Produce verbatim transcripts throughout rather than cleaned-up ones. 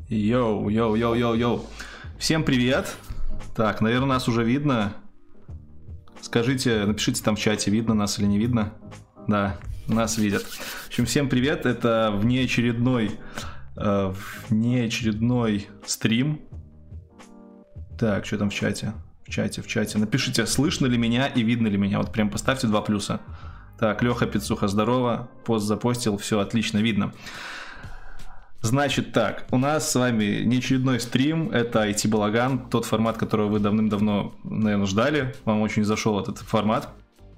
Йоу, йоу, йоу, йоу, йоу. Всем привет. Так, наверное, нас уже видно. Скажите, напишите там в чате, видно нас или не видно. Да, нас видят. В общем, всем привет. Это внеочередной, э, внеочередной стрим. Так, что там в чате? В чате, в чате. Напишите, слышно ли меня и видно ли меня. Вот прям поставьте два плюса. Так, Леха Пицуха, здорово. Пост запостил, все отлично, видно. Значит так, у нас с вами не очередной стрим, это ай ти-балаган, тот формат, которого вы давным-давно, наверное, ждали, вам очень зашел этот формат.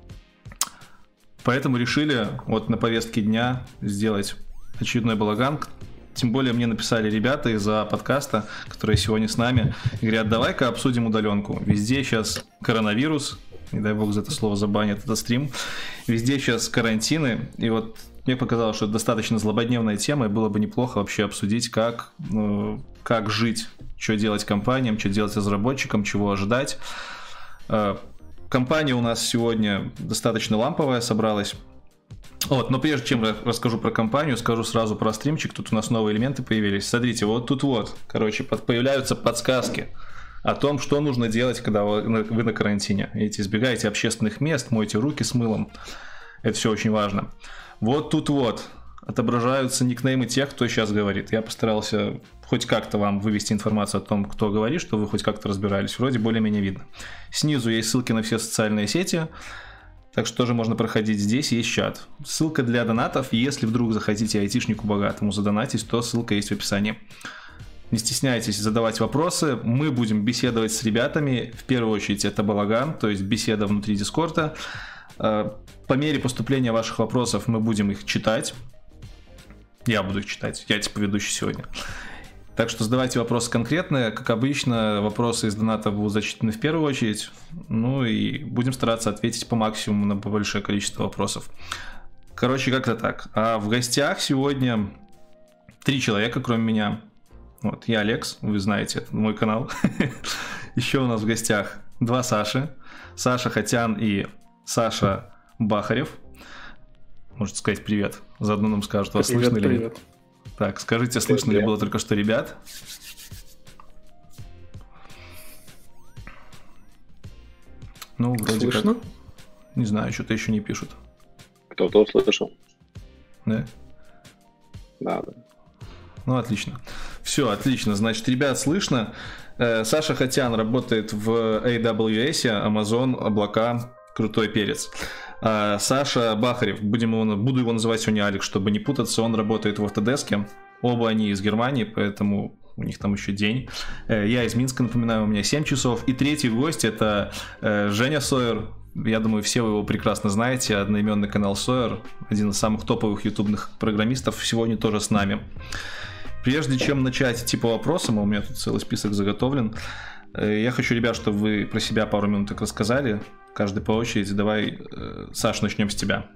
Поэтому решили вот на повестке дня сделать очередной балаган. Тем более мне написали ребята из-за подкаста, которые сегодня с нами, и говорят, давай-ка обсудим удаленку. Везде сейчас коронавирус, не дай бог за это слово забанят этот стрим, везде сейчас карантины, и вот мне показалось, что это достаточно злободневная тема, и было бы неплохо вообще обсудить, как, ну, как жить, что делать компаниям, что делать разработчикам, чего ожидать. Компания у нас сегодня достаточно ламповая собралась. Вот, но прежде чем расскажу про компанию, скажу сразу про стримчик. Тут у нас новые элементы появились. Смотрите, вот тут вот, короче, под, появляются подсказки о том, что нужно делать, когда вы, вы на карантине. Видите, избегаете общественных мест, мойте руки с мылом. Это все очень важно. Вот тут вот отображаются никнеймы тех, кто сейчас говорит. Я постарался хоть как-то вам вывести информацию о том, кто говорит, чтобы вы хоть как-то разбирались. Вроде более-менее видно. Снизу есть ссылки на все социальные сети, так что тоже можно проходить. Здесь есть чат. Ссылка для донатов. Если вдруг захотите айтишнику богатому задонатить, то ссылка есть в описании. Не стесняйтесь задавать вопросы. Мы будем беседовать с ребятами. В первую очередь это балаган, то есть беседа внутри Дискорда. По мере поступления ваших вопросов мы будем их читать. Я буду их читать. Я типа ведущий сегодня. Так что задавайте вопросы конкретные. Как обычно, вопросы из доната будут зачитаны в первую очередь. Ну и будем стараться ответить по максимуму на большее количество вопросов. Короче, как-то так. А в гостях сегодня три человека, кроме меня. Вот, я Алекс, вы знаете, это мой канал. Еще у нас в гостях два Саши. Саша Хотян и Саша Бахарев. Можете сказать привет. Заодно нам скажут, вас привет, слышно привет. Или нет. Так, скажите, слышно привет. Ли было только что ребят? Ну, вроде слышно? Как. Не знаю, что-то еще не пишут. Кто-то услышал. Да? Да, да. Ну, отлично. Все, отлично. Значит, ребят, слышно. Саша Хотян работает в эй дабл ю эс, Amazon, облака, крутой перец. А Саша Бахарев, будем его, буду его называть сегодня Алекс, чтобы не путаться, он работает в Autodesk. Оба они из Германии, поэтому у них там еще день. Я из Минска, напоминаю, у меня семь часов. И третий гость — это Женя Сойер. Я думаю, все вы его прекрасно знаете. Одноименный канал Сойер, один из самых топовых ютубных программистов, сегодня тоже с нами. Прежде чем начать идти по вопросам, у меня тут целый список заготовлен, я хочу, ребят, чтобы вы про себя пару минут так рассказали. Каждый по очереди. Давай, Саш, начнем с тебя.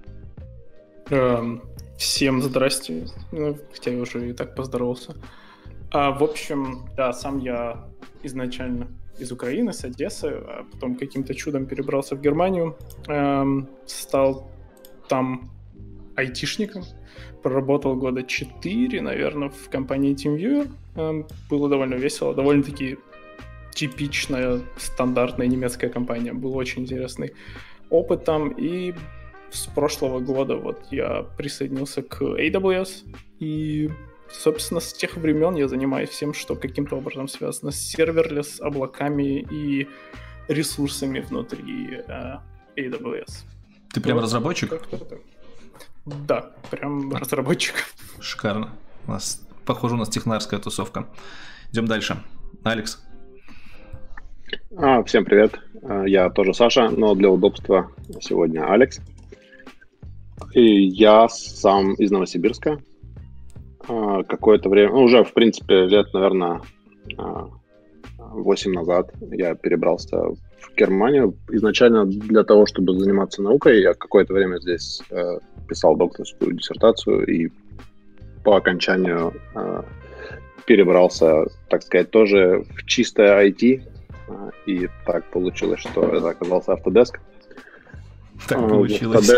Всем здрасте. Ну, хотя я уже и так поздоровался. А, в общем, да, сам я изначально из Украины, с Одессы, а потом каким-то чудом перебрался в Германию. Эм, стал там айтишником. Проработал года четыре, наверное, в компании TeamViewer. Эм, было довольно весело, довольно-таки типичная, стандартная немецкая компания. Был очень интересный опыт там. И с прошлого года вот я присоединился к эй дабл ю эс. И, собственно, с тех времен я занимаюсь всем, что каким-то образом связано с серверлес, облаками и ресурсами внутри э, эй дабл ю эс. Ты прям вот разработчик? Да, прям а. разработчик. Шикарно. У нас, похоже, у нас технарская тусовка. Идем дальше. Алекс. А, всем привет. Я тоже Саша, но для удобства сегодня Алекс. И я сам из Новосибирска. Какое-то время, ну, уже, в принципе, лет, наверное, восемь назад я перебрался в Германию. Изначально для того, чтобы заниматься наукой. Я какое-то время здесь писал докторскую диссертацию и по окончанию перебрался, так сказать, тоже в чистое ай ти. И так получилось, что это оказался Autodesk. Так получилось.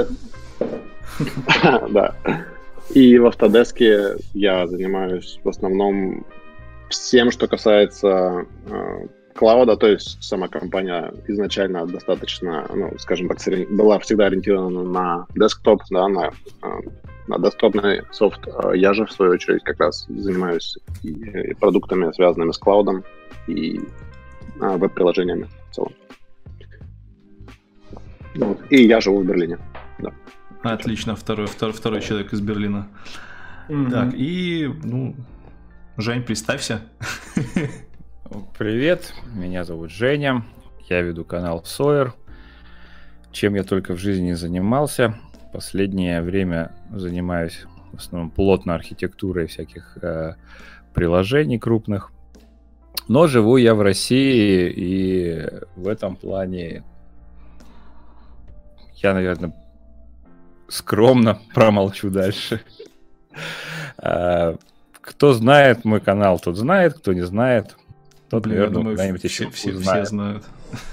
Да. И в Autodesk я занимаюсь в основном всем, что касается э, клауда, то есть сама компания изначально достаточно, ну, скажем так, была всегда ориентирована на десктоп, да, на, на десктопный софт. Я же, в свою очередь, как раз занимаюсь и продуктами, связанными с клаудом, и веб-приложениями в целом. Вот. И я живу в Берлине. Да. Отлично, второй, второй, второй человек из Берлина. Mm-hmm. Так, и, ну, Жень, представься. Привет, меня зовут Женя, я веду канал Sawyer. Чем я только в жизни не занимался. Последнее время занимаюсь в основном плотно архитектурой всяких э, приложений крупных. Но живу я в России, и в этом плане я, наверное, скромно промолчу дальше. Кто знает мой канал, тот знает, кто не знает, тот, Блин, наверное, думаю, когда-нибудь все, еще все, все знают.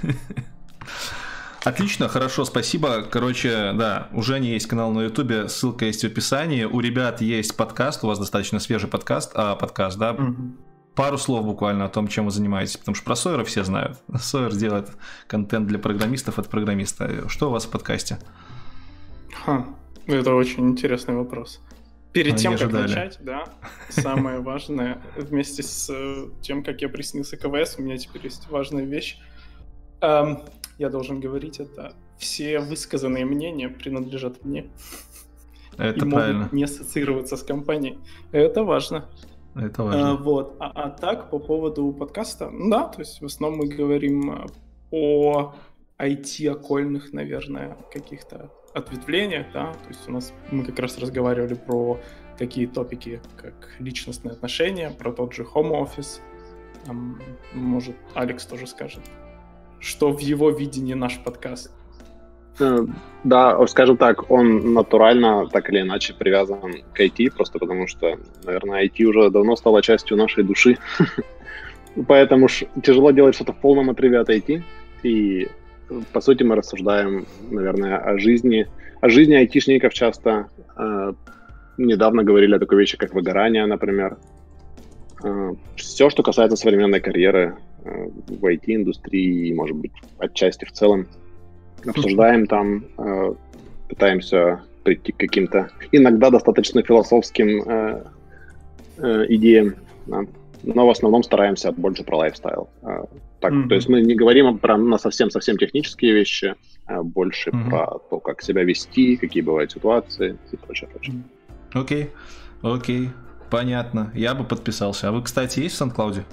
Отлично, хорошо, спасибо. Короче, да, у Жени есть канал на Ютубе, ссылка есть в описании. У ребят есть подкаст, у вас достаточно свежий подкаст, а, подкаст, да? Mm-hmm. Пару слов буквально о том, чем вы занимаетесь, потому что про Sawyer все знают. Sawyer делает контент для программистов от программиста. Что у вас в подкасте? Ха, это очень интересный вопрос. Перед Они тем, ожидали. Как начать, да, самое важное, вместе с тем, как я приснился КВС, у меня теперь есть важная вещь. Эм, я должен говорить это. Все высказанные мнения принадлежат мне. Это и правильно. Могут не ассоциироваться с компанией. Это важно. Это важно. А, вот. а, а так, по поводу подкаста, да, то есть в основном мы говорим о ай ти-окольных, наверное, каких-то ответвлениях, да, то есть у нас мы как раз разговаривали про такие топики, как личностные отношения, про тот же home office, там, может, Алекс тоже скажет, что в его видении наш подкаст. Да, скажем так, он натурально, так или иначе, привязан к ай ти, просто потому что, наверное, ай ти уже давно стало частью нашей души. Поэтому тяжело делать что-то в полном отрыве от ай ти. И, по сути, мы рассуждаем, наверное, о жизни. О жизни айтишников часто. Недавно говорили о такой вещи, как выгорание, например. Все, что касается современной карьеры в ай ти-индустрии и, может быть, отчасти в целом. Обсуждаем там, э, пытаемся прийти к каким-то иногда достаточно философским э, э, идеям, да. Но в основном стараемся больше про лайфстайл. Э, так, mm-hmm. То есть мы не говорим про на совсем-совсем технические вещи, а больше mm-hmm. про то, как себя вести, какие бывают ситуации и прочее, прочее. Окей, okay. окей, okay. Понятно. Я бы подписался. А вы, кстати, есть в SoundCloud?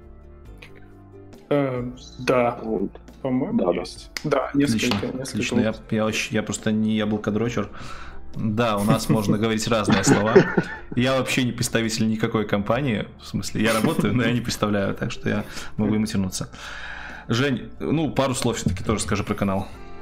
Uh, да. Вот. По-моему, да, есть. Да, да несколько. Отлично, несколько отлично. Я, я, я просто не яблокодрочер. Да, у нас можно говорить разные слова. Я вообще не представитель никакой компании. В смысле, я работаю, но я не представляю, так что я могу и матернуться. Жень, ну, пару слов все-таки тоже скажи про канал.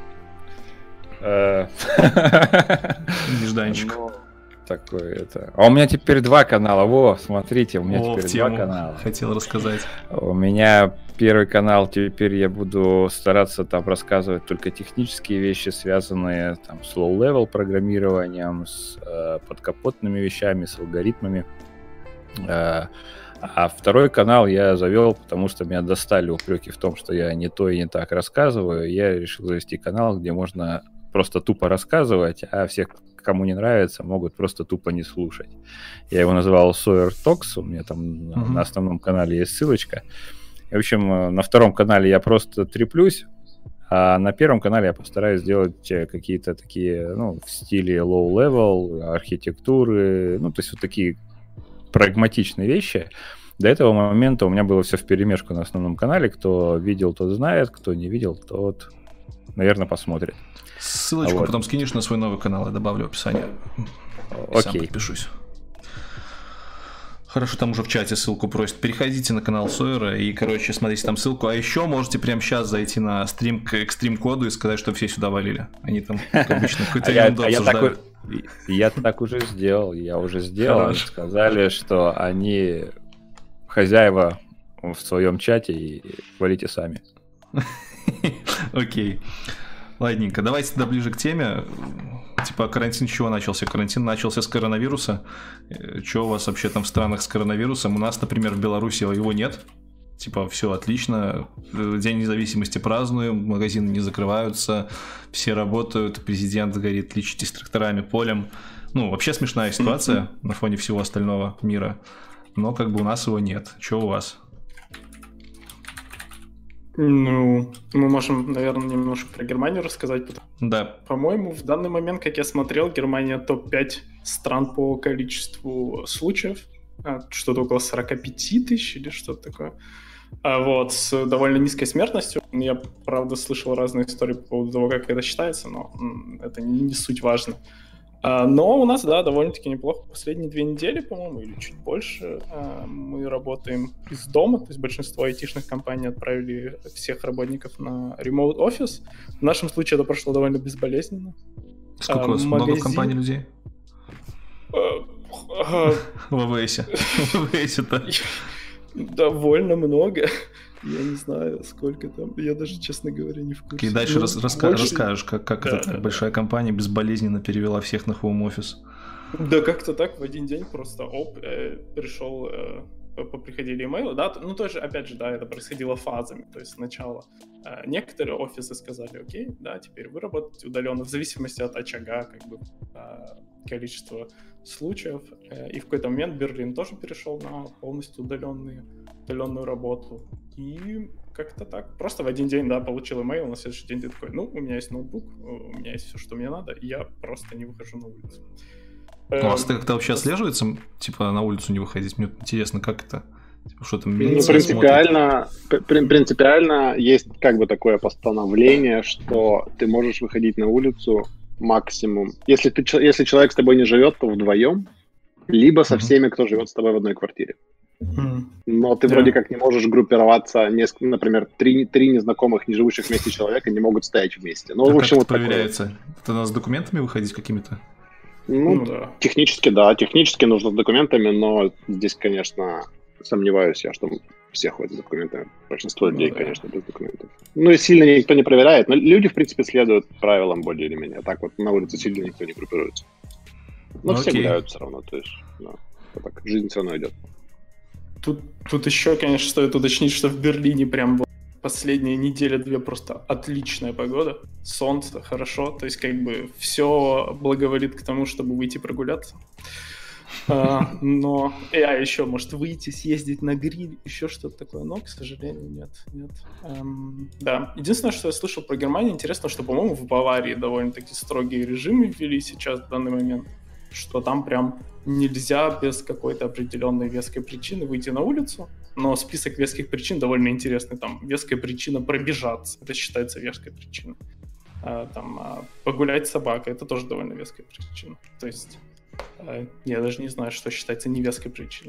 Нежданчик. Такое это. А у меня теперь два канала. Во, смотрите, у меня О, теперь два канала. Хотел рассказать. У меня первый канал, теперь я буду стараться там рассказывать только технические вещи, связанные там с low-level программированием, с э, подкапотными вещами, с алгоритмами. Э, а второй канал я завел, потому что меня достали упреки в том, что я не то и не так рассказываю. Я решил завести канал, где можно просто тупо рассказывать, а всех, кому не нравится, могут просто тупо не слушать. Я его называл Sawyer Talks, у меня там uh-huh. на основном канале есть ссылочка. И, в общем, на втором канале я просто треплюсь, а на первом канале я постараюсь сделать какие-то такие, ну, в стиле low-level, архитектуры, ну, то есть вот такие прагматичные вещи. До этого момента у меня было все вперемешку на основном канале. Кто видел, тот знает, кто не видел, тот, наверное, посмотрит. Ссылочку вот. Потом скинешь на свой новый канал, я добавлю в описание. Окей. Сам подпишусь. Хорошо, там уже в чате ссылку просят. Переходите на канал Sawyer и, короче, смотрите там ссылку. А еще можете прямо сейчас зайти на стрим к экстрим-коду и сказать, что все сюда валили. Они там, как обычно, какой-то ерунду обсуждали. Я так уже сделал, я уже сделал. Сказали, что они хозяева в своем чате и валите сами. Окей. Ладненько, давайте тогда ближе к теме. типа, карантин с чего начался? Карантин начался с коронавируса. Что у вас вообще там в странах с коронавирусом? У нас, например, в Беларуси его нет. Типа, все отлично. День независимости празднуем, магазины не закрываются, все работают, президент говорит, лечитесь тракторами, полем. Ну, вообще смешная ситуация на фоне всего остального мира. Но как бы у нас его нет. Что у вас? Ну, мы можем, наверное, немножко про Германию рассказать. Да. По-моему, в данный момент, как я смотрел, Германия топ пять стран по количеству случаев. Что-то около сорок пять тысяч или что-то такое. Вот, с довольно низкой смертностью. Я, правда, слышал разные истории по поводу того, как это считается, но это не, не суть важно. Но у нас, да, довольно-таки неплохо. Последние две недели, по-моему, или чуть больше, мы работаем из дома. То есть большинство айтишных компаний отправили всех работников на remote офис. В нашем случае это прошло довольно безболезненно. Сколько у вас? Магазин... Много в компании людей? В АВСе. В АВСе-то. Довольно много. Я не знаю, сколько там. Я даже, честно говоря, не в курсе. И дальше ну, рас- раска- больше... расскажешь, как, как да, эта да, большая да. компания безболезненно перевела всех на хоум-офис. Да, как-то так в один день просто оп, э, пришел, э, приходили имейлы. Да, ну тоже, опять же, да, это происходило фазами. То есть сначала э, некоторые офисы сказали, окей, да, теперь вы работаете удаленно, в зависимости от очага, как бы, э, количество случаев. Э, и в какой-то момент Берлин тоже перешел на полностью удаленную, удаленную работу. И как-то так. Просто в один день, да, получил имейл, на следующий день ты такой, ну, у меня есть ноутбук, у меня есть все, что мне надо, и я просто не выхожу на улицу. У вас это как-то вообще отслеживается, типа, на улицу не выходить? Мне интересно, как это? Типа, что там милиция ну, принципиально, при, принципиально есть как бы такое постановление, что ты можешь выходить на улицу максимум. Если, ты, если человек с тобой не живет, то вдвоем, либо со всеми, кто живет с тобой в одной квартире. Mm. Но ты yeah. вроде как не можешь группироваться, несколько, например, три, три незнакомых, не живущих вместе человека не могут стоять вместе. Ну, а в общем, как вот это проверяется? Такое. Это надо с документами выходить какими-то? Ну, ну да. Технически, да, технически нужно с документами, но здесь, конечно, сомневаюсь я, что все ходят с документами. Большинство людей, ну, да. конечно, без документов. Ну и сильно никто не проверяет, но люди, в принципе, следуют правилам более или менее. Так вот на улице сильно никто не группируется. Но ну, все окей. гуляют все равно, то есть, да, так, жизнь все равно идет. Тут, тут еще, конечно, стоит уточнить, что в Берлине прям последние недели-две просто отличная погода, солнце, хорошо, то есть как бы все благоволит к тому, чтобы выйти прогуляться. А, но, а еще, может, выйти, съездить на гриль, еще что-то такое, но, к сожалению, нет, нет. Эм, да, единственное, что я слышал про Германию, интересно, что, по-моему, в Баварии довольно-таки строгие режимы ввели сейчас в данный момент, что там прям нельзя без какой-то определенной веской причины выйти на улицу, но список веских причин довольно интересный. Там веская причина пробежаться, это считается веской причиной. А, там а, погулять с собакой, это тоже довольно веская причина. То есть а, я даже не знаю, что считается невеской причиной.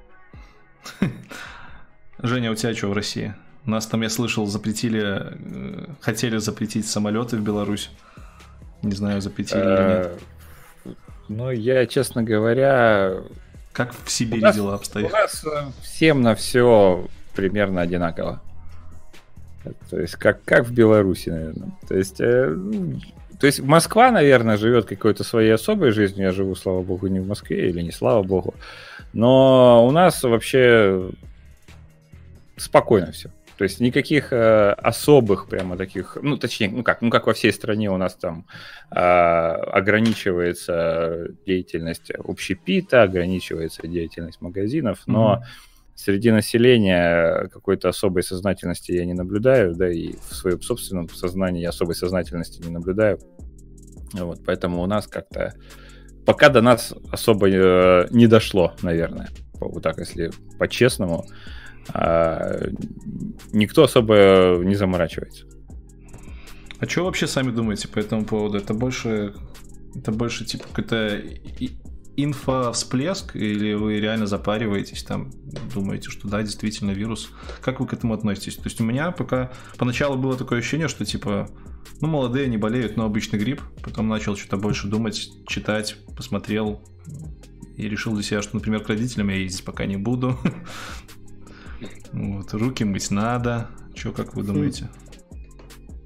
Женя, у тебя что в России? У нас там, я слышал, запретили, хотели запретить самолеты в Беларусь. Не знаю, запретили или нет. Ну, я, честно говоря... Как в Сибири нас, дела обстоят? У нас всем на все примерно одинаково. То есть, как, как в Беларуси, наверное. То есть, э, то есть, Москва, наверное, живет какой-то своей особой жизнью. Я живу, слава богу, не в Москве, или не слава богу. Но у нас вообще спокойно все. То есть никаких э, особых прямо таких, ну точнее, ну как, ну как во всей стране у нас там э, ограничивается деятельность общепита, ограничивается деятельность магазинов, но mm-hmm. среди населения какой-то особой сознательности я не наблюдаю, да и в своем собственном сознании я особой сознательности не наблюдаю. Вот, поэтому у нас как-то пока до нас особо э, не дошло, наверное, вот так, если по-честному. А, никто особо не заморачивается. А что вообще сами думаете по этому поводу? Это больше, это больше типа какой-то инфо-всплеск, или вы реально запариваетесь, там, думаете, что да, действительно вирус? Как вы к этому относитесь? То есть у меня пока поначалу было такое ощущение, что типа, ну, молодые не болеют, но обычный грипп. Потом начал что-то больше думать, читать, посмотрел и решил для себя, что, например, к родителям я ездить пока не буду. Вот, руки мыть надо. Че, как вы думаете?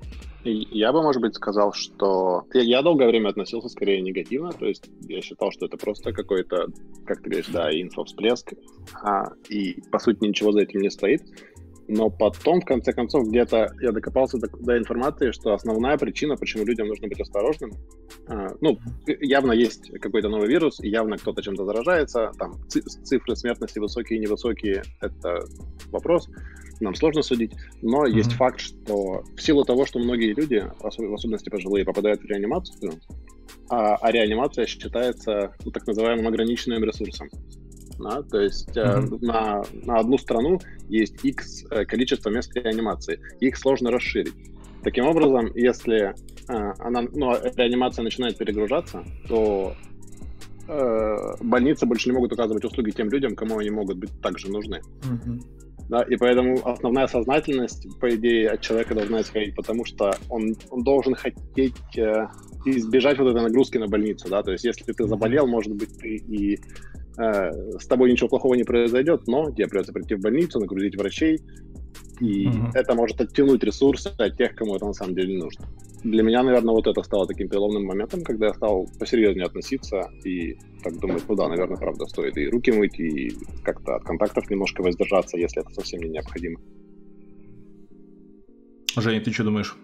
Я бы, может быть, сказал, что... Я, я долгое время относился скорее негативно, то есть я считал, что это просто какой-то, как ты говоришь, да, инфовсплеск, а, и, по сути, ничего за этим не стоит. Но потом, в конце концов, где-то я докопался до, до информации, что основная причина, почему людям нужно быть осторожным, а, ну, явно есть какой-то новый вирус, и явно кто-то чем-то заражается, там цифры смертности высокие и невысокие, это вопрос, нам сложно судить, но mm-hmm. есть факт, что в силу того, что многие люди, в особенности пожилые, попадают в реанимацию, а, а реанимация считается ну, так называемым ограниченным ресурсом. Да, то есть mm-hmm. э, на, на одну страну есть X количество мест реанимации, их сложно расширить. Таким образом, если э, она, ну, реанимация начинает перегружаться, то э, больницы больше не могут оказывать услуги тем людям, кому они могут быть также нужны. Mm-hmm. Да, и поэтому основная сознательность, по идее, от человека должна исходить, потому что он, он должен хотеть э, избежать вот этой нагрузки на больницу. Да? То есть если ты заболел, может быть, ты и э, с тобой ничего плохого не произойдет, но тебе придется прийти в больницу, нагрузить врачей, и mm-hmm. это может оттянуть ресурсы от тех, кому это на самом деле нужно. Для меня, наверное, вот это стало таким переломным моментом, когда я стал посерьезнее относиться и так думать, ну да, наверное, правда, стоит и руки мыть, и как-то от контактов немножко воздержаться, если это совсем не необходимо. Женя, ты что думаешь?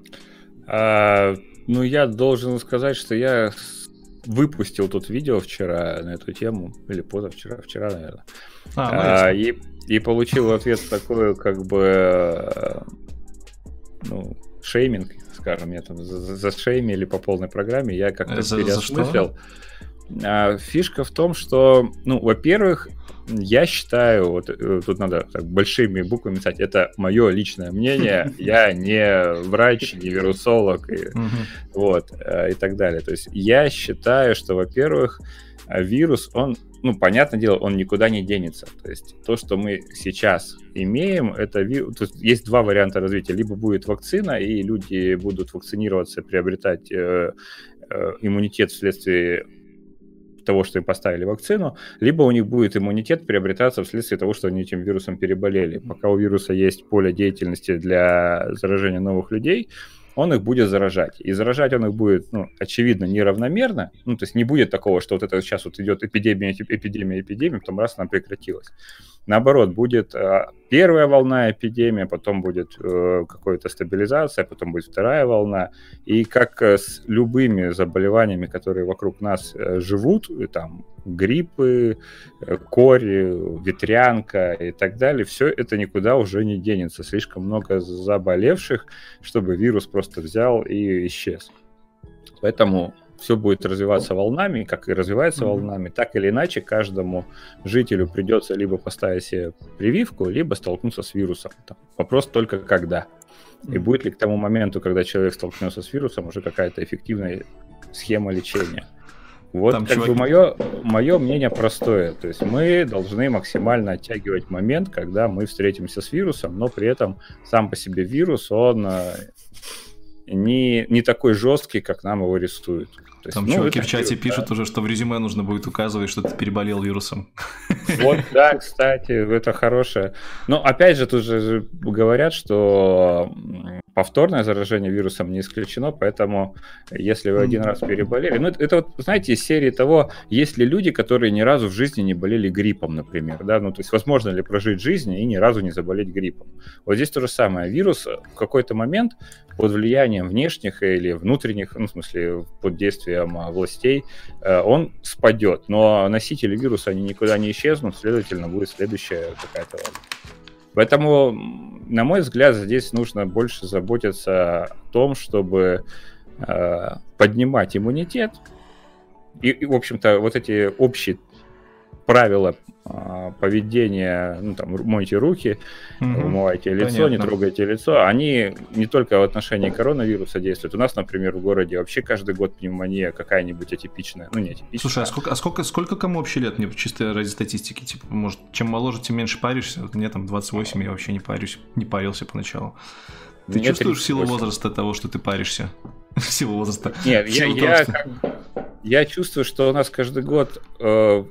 А, ну, я должен сказать, что я выпустил тут видео вчера на эту тему, или позавчера, вчера, наверное. А, а, и, и получил ответ такой, как бы, ну, шейминг, скажем, меня там зашеймили по полной программе, я как-то за, переосмыслил. А, фишка в том, что, ну, во-первых, я считаю, вот тут надо так большими буквами писать, это мое личное мнение, я не врач, не вирусолог, и, вот, и так далее. То есть я считаю, что, во-первых, вирус, он, ну, понятное дело, он никуда не денется. То есть то, что мы сейчас имеем, это вирус. То есть есть два варианта развития. Либо будет вакцина, и люди будут вакцинироваться, приобретать э, э, иммунитет вследствие того, что им поставили вакцину, либо у них будет иммунитет приобретаться вследствие того, что они этим вирусом переболели. Пока у вируса есть поле деятельности для заражения новых людей, он их будет заражать. И заражать он их будет, ну, очевидно, неравномерно. Ну, то есть не будет такого, что вот это сейчас вот идет эпидемия, эпидемия, эпидемия, потом раз она прекратилась. Наоборот, будет э, первая волна эпидемии, потом будет э, какая-то стабилизация, потом будет вторая волна. И как э, с любыми заболеваниями, которые вокруг нас э, живут, и, там гриппы, э, корь, ветрянка и так далее, все это никуда уже не денется. Слишком много заболевших, чтобы вирус просто взял и исчез. Поэтому все будет развиваться волнами, как и развивается mm-hmm. волнами, так или иначе каждому жителю придется либо поставить себе прививку, либо столкнуться с вирусом. Там вопрос только когда. Mm-hmm. И будет ли к тому моменту, когда человек столкнется с вирусом, уже какая-то эффективная схема лечения. Вот Там как чувак... бы мое, мое мнение простое. То есть мы должны максимально оттягивать момент, когда мы встретимся с вирусом, но при этом сам по себе вирус, он не, не такой жесткий, как нам его рисуют. То есть, Там ну, чуваки в чате вирус, пишут да. уже, что в резюме нужно будет указывать, что ты переболел вирусом. Вот, да, кстати, это хорошее. Но опять же, тут же говорят, что повторное заражение вирусом не исключено, поэтому если вы один раз переболели... Ну, это, это вот, знаете, из серии того, есть ли люди, которые ни разу в жизни не болели гриппом, например, да, ну, то есть возможно ли прожить жизнь и ни разу не заболеть гриппом. Вот здесь то же самое. Вирус в какой-то момент под влиянием внешних или внутренних, ну, в смысле, под действием властей, он спадет, но носители вируса, они никуда не исчезнут, следовательно, будет следующая какая-то волна. Поэтому, на мой взгляд, здесь нужно больше заботиться о том, чтобы э, поднимать иммунитет. И, и, в общем-то, вот эти общие правила э, поведения, ну, там, мойте руки, mm-hmm. умывайте лицо, Понятно. Не трогайте лицо, они не только в отношении коронавируса действуют. У нас, например, в городе вообще каждый год пневмония какая-нибудь атипичная, ну, не атипичная. Слушай, а сколько, а сколько, сколько кому вообще лет? Мне чисто ради статистики, типа, может, чем моложе, тем меньше паришься? Вот мне там двадцать восемь, я вообще не парюсь, не парился поначалу. Ты мне чувствуешь силу возраста того, что ты паришься? Силу возраста? Нет, я, я, как, я чувствую, что у нас каждый год... Э,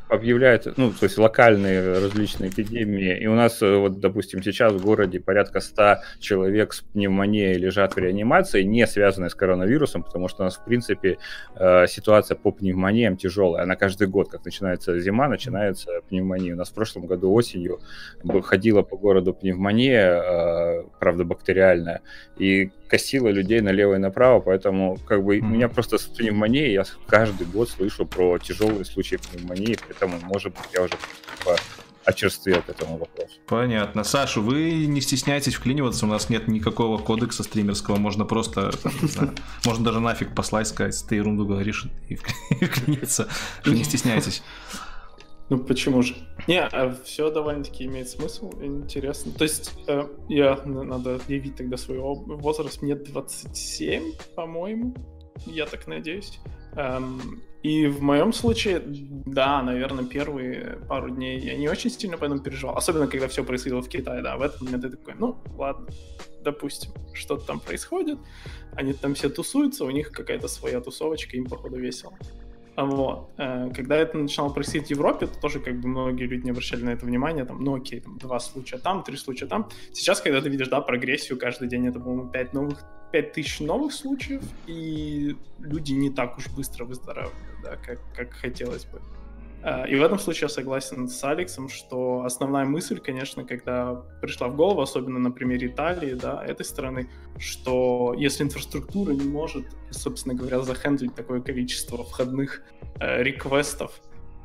объявляют, ну, то есть локальные различные эпидемии, и у нас, вот, допустим, сейчас в городе порядка ста человек с пневмонией лежат в реанимации, не связанные с коронавирусом, потому что у нас, в принципе, ситуация по пневмониям тяжелая. Она каждый год, как начинается зима, начинается пневмония. У нас в прошлом году осенью ходила по городу пневмония, правда, бактериальная, и косила людей налево и направо, поэтому как бы mm-hmm. у меня просто с пневмонией, я каждый год слышу про тяжелые случаи пневмонии, поэтому, может быть, я уже типа, очерствел к этому вопросу. Понятно. Саша, вы не стесняйтесь вклиниваться, у нас нет никакого кодекса стримерского, можно просто, там, не знаю, можно даже нафиг послать, сказать, ты ерунду говоришь и вклиниться, что не стесняйтесь. Ну почему же? Не, все довольно-таки имеет смысл, интересно. То есть э, я, надо объявить тогда свой возраст, мне двадцать семь, по-моему, я так надеюсь. Эм, и в моем случае, да, наверное, первые пару дней я не очень сильно по этому переживал, особенно когда все происходило в Китае, да, в этот момент я такой, ну, ладно, допустим, что-то там происходит, они там все тусуются, у них какая-то своя тусовочка, им, походу, весело. Вот. Когда это начинало происходить в Европе, то тоже как бы многие люди не обращали на это внимания, там, ну окей, там, два случая там, три случая там. Сейчас, когда ты видишь, да, прогрессию, каждый день это, по-моему, пять новых, пять тысяч новых случаев, и люди не так уж быстро выздоравливают, да, как, как хотелось бы. И в этом случае я согласен с Алексом, что основная мысль, конечно, когда пришла в голову, особенно на примере Италии, да, этой страны, что если инфраструктура не может, собственно говоря, захендлить такое количество входных э, реквестов,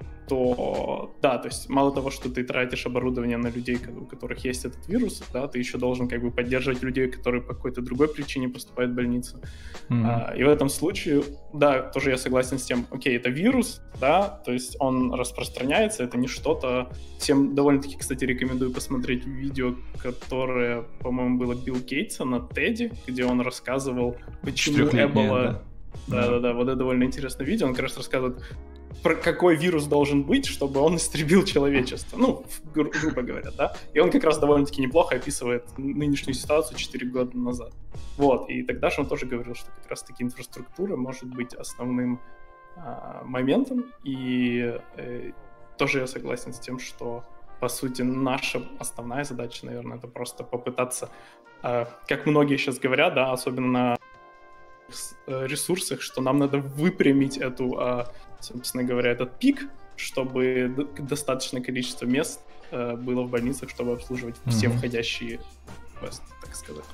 то да, то есть мало того, что ты тратишь оборудование на людей, у которых есть этот вирус, да, ты еще должен как бы поддерживать людей, которые по какой-то другой причине поступают в больницу. Mm-hmm. А, и в этом случае, да, тоже я согласен с тем, окей, это вирус, да, то есть он распространяется, это не что-то... Всем довольно-таки, кстати, рекомендую посмотреть видео, которое, по-моему, было Билл Гейтса на Теди, где он рассказывал, почему Эбола... Да-да-да, mm-hmm. вот это довольно интересное видео, он как раз рассказывает, про какой вирус должен быть, чтобы он истребил человечество. Ну, гру- грубо говоря, да. И он как раз довольно-таки неплохо описывает нынешнюю ситуацию четыре года назад. Вот. И тогда же он тоже говорил, что как раз-таки инфраструктура может быть основным а, моментом. И э, тоже я согласен с тем, что, по сути, наша основная задача, наверное, это просто попытаться, э, как многие сейчас говорят, да, особенно на ресурсах, что нам надо выпрямить эту, собственно говоря, этот пик, чтобы достаточное количество мест было в больницах, чтобы обслуживать все mm-hmm. входящие квесты, так сказать.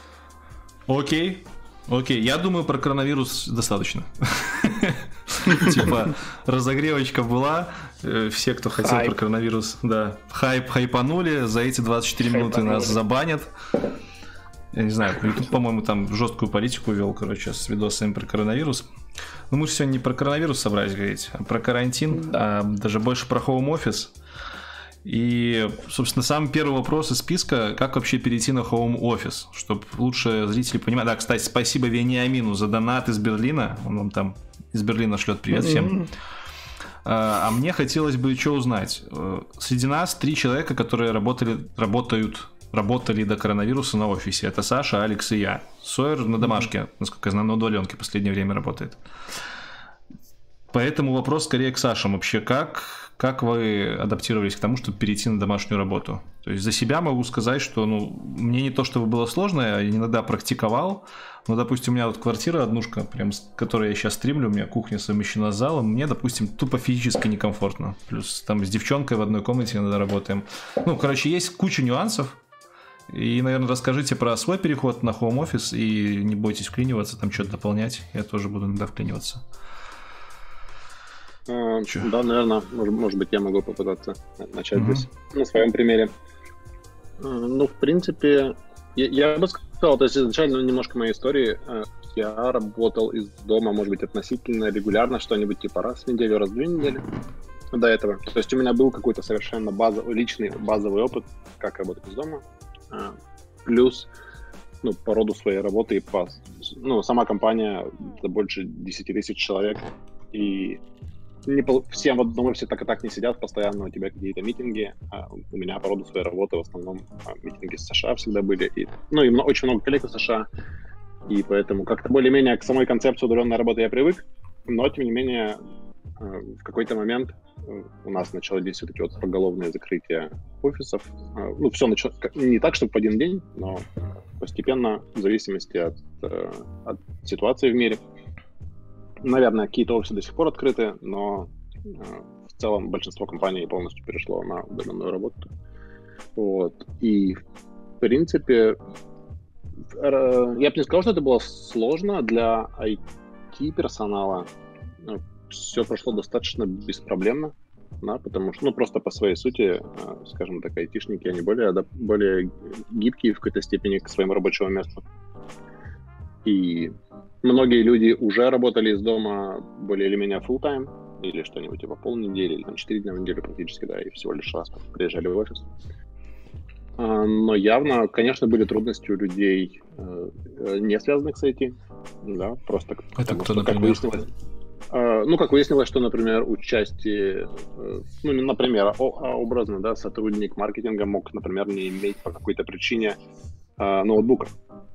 Окей, окей. Я думаю, про коронавирус достаточно. Типа, разогревочка была, все, кто хотел про коронавирус, да, хайп хайпанули, за эти двадцать четыре минуты нас забанят. Я не знаю, YouTube, по-моему, там жесткую политику вел, короче, с видосами про коронавирус. Но мы же сегодня не про коронавирус собрались говорить, а про карантин, да. а даже больше про Home Office. И, собственно, самый первый вопрос из списка, как вообще перейти на Home Office, чтобы лучше зрители понимали. Да, кстати, спасибо Вениамину за донат из Берлина, он вам там из Берлина шлет привет всем. Mm-hmm. А, а мне хотелось бы что узнать. Среди нас три человека, которые работали, работают... работали до коронавируса на офисе. Это Саша, Алекс и я. Сойер на домашке, mm-hmm. насколько я знаю, на удаленке в последнее время работает. Поэтому вопрос скорее к Саше. Вообще, как, как вы адаптировались к тому, чтобы перейти на домашнюю работу? То есть за себя могу сказать, что ну, мне не то чтобы было сложно, я иногда практиковал. Но, допустим, у меня вот квартира однушка, прям, с которой я сейчас стримлю, у меня кухня совмещена с залом, мне, допустим, тупо физически некомфортно. Плюс там с девчонкой в одной комнате иногда работаем. Ну, короче, есть куча нюансов. И, наверное, расскажите про свой переход на Home Office и не бойтесь вклиниваться, там что-то дополнять. Я тоже буду иногда вклиниваться. А, да, наверное, может, может быть, я могу попытаться начать mm-hmm. здесь на своем примере. Ну, в принципе, я, я бы сказал, то есть изначально немножко моей истории. Я работал из дома, может быть, относительно регулярно, что-нибудь типа раз в неделю, раз в две недели до этого. То есть у меня был какой-то совершенно базовый, личный базовый опыт, как работать из дома. Плюс, ну, по роду своей работы и по... Ну, сама компания за больше десять тысяч человек, и не по... все в одном офисе так и так не сидят, постоянно у тебя какие-то митинги. А у меня по роду своей работы в основном митинги с США всегда были. И... Ну, и много, очень много коллег из США, и поэтому как-то более-менее к самой концепции удаленной работы я привык, но, тем не менее, В какой-то момент у нас начались вот эти вот поголовные закрытия офисов. Ну, все началось не так, чтобы в один день, но постепенно, в зависимости от, от ситуации в мире. Наверное, какие-то офисы до сих пор открыты, но в целом большинство компаний полностью перешло на удаленную работу. Вот. И, в принципе, я бы не сказал, что это было сложно для ай ти-персонала. Все прошло достаточно беспроблемно, да, потому что, ну, просто по своей сути, скажем так, айтишники, они более, более гибкие в какой-то степени к своему рабочему месту. И многие люди уже работали из дома более или менее full-time, или что-нибудь типа полнедели, или там четыре дня в неделю практически, да, и всего лишь раз приезжали в офис. Но явно, конечно, были трудности у людей, не связанных с ай ти, да, просто Это потому кто, что, как например? выяснилось, ну, как выяснилось, что, например, участие, ну, например, образно, да, сотрудник маркетинга мог, например, не иметь по какой-то причине ноутбука,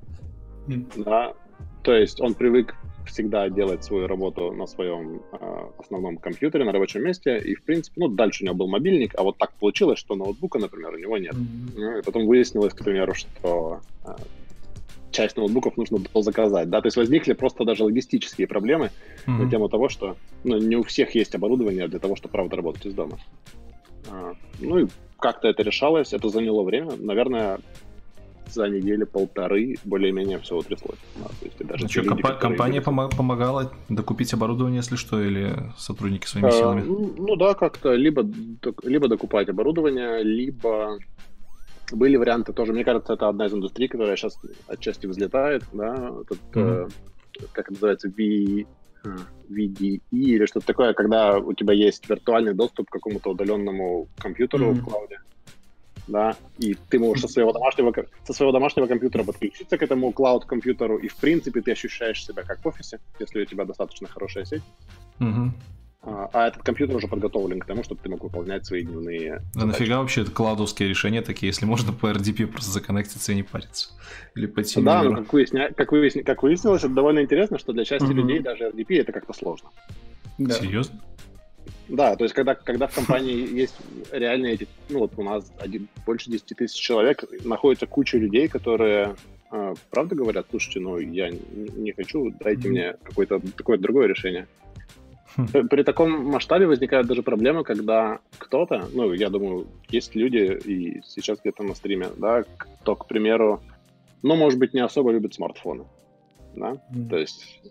mm. да, то есть он привык всегда делать свою работу на своем э, основном компьютере, на рабочем месте, и, в принципе, ну, дальше у него был мобильник, а вот так получилось, что ноутбука, например, у него нет. Mm-hmm. Ну, и потом выяснилось, к примеру, что э, часть ноутбуков нужно было заказать, да, то есть возникли просто даже логистические проблемы mm-hmm. на тему того, что, ну, не у всех есть оборудование для того, чтобы, правда, работать из дома. А, ну, и как-то это решалось, это заняло время, наверное, за неделю полторы более-менее все утряслось. Да, то есть, даже ну, что, люди, компа- компания пом- помогала докупить оборудование, если что, или сотрудники своими а, силами? Ну, ну да, как-то либо, либо докупать оборудование, либо были варианты тоже. Мне кажется, это одна из индустрий, которая сейчас отчасти взлетает, да, этот, mm-hmm. э, как это называется, V, ви ди и или что-то такое, когда у тебя есть виртуальный доступ к какому-то удаленному компьютеру mm-hmm. в клауде. Да, и ты можешь со своего домашнего, со своего домашнего компьютера подключиться к этому клауд-компьютеру, и, в принципе, ты ощущаешь себя как в офисе, если у тебя достаточно хорошая сеть. Угу. А, а этот компьютер уже подготовлен к тому, чтобы ты мог выполнять свои дневные А задачи. Нафига вообще это клаудовские решения такие, если можно по эр ди пи просто законнектиться и не париться? Или по TeamViewer? Да, ну, как, выясня... как, выясня... как выяснилось, это довольно интересно, что для части угу. людей даже эр ди пи это как-то сложно. Да. Серьезно? Да, то есть когда, когда в компании есть реальные эти, ну вот у нас один, больше десять тысяч человек, находится куча людей, которые э, правда говорят, слушайте, ну я не, не хочу, дайте mm-hmm. мне какое-то такое другое решение. Mm-hmm. При таком масштабе возникают даже проблемы, когда кто-то, ну я думаю, есть люди и сейчас где-то на стриме, да, кто, к примеру, ну может быть не особо любит смартфоны, да, mm-hmm. то есть...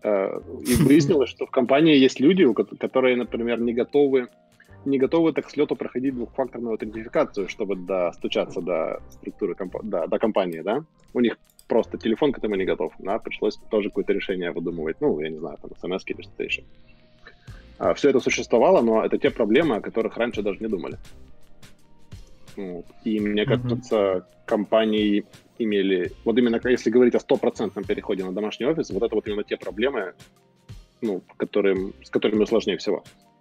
И выяснилось, что в компании есть люди, которые, например, не готовы, не готовы так с лету проходить двухфакторную аутентификацию, чтобы достучаться до структуры комп- до, до компании, да. У них просто телефон к этому не готов, да, пришлось тоже какое-то решение выдумывать, ну, я не знаю, там, смс или что-то еще. А, все это существовало, но это те проблемы, о которых раньше даже не думали. И мне кажется, mm-hmm. компании имели, вот именно если говорить о стопроцентном переходе на домашний офис, вот это вот именно те проблемы, ну, которым, с которыми сложнее всего.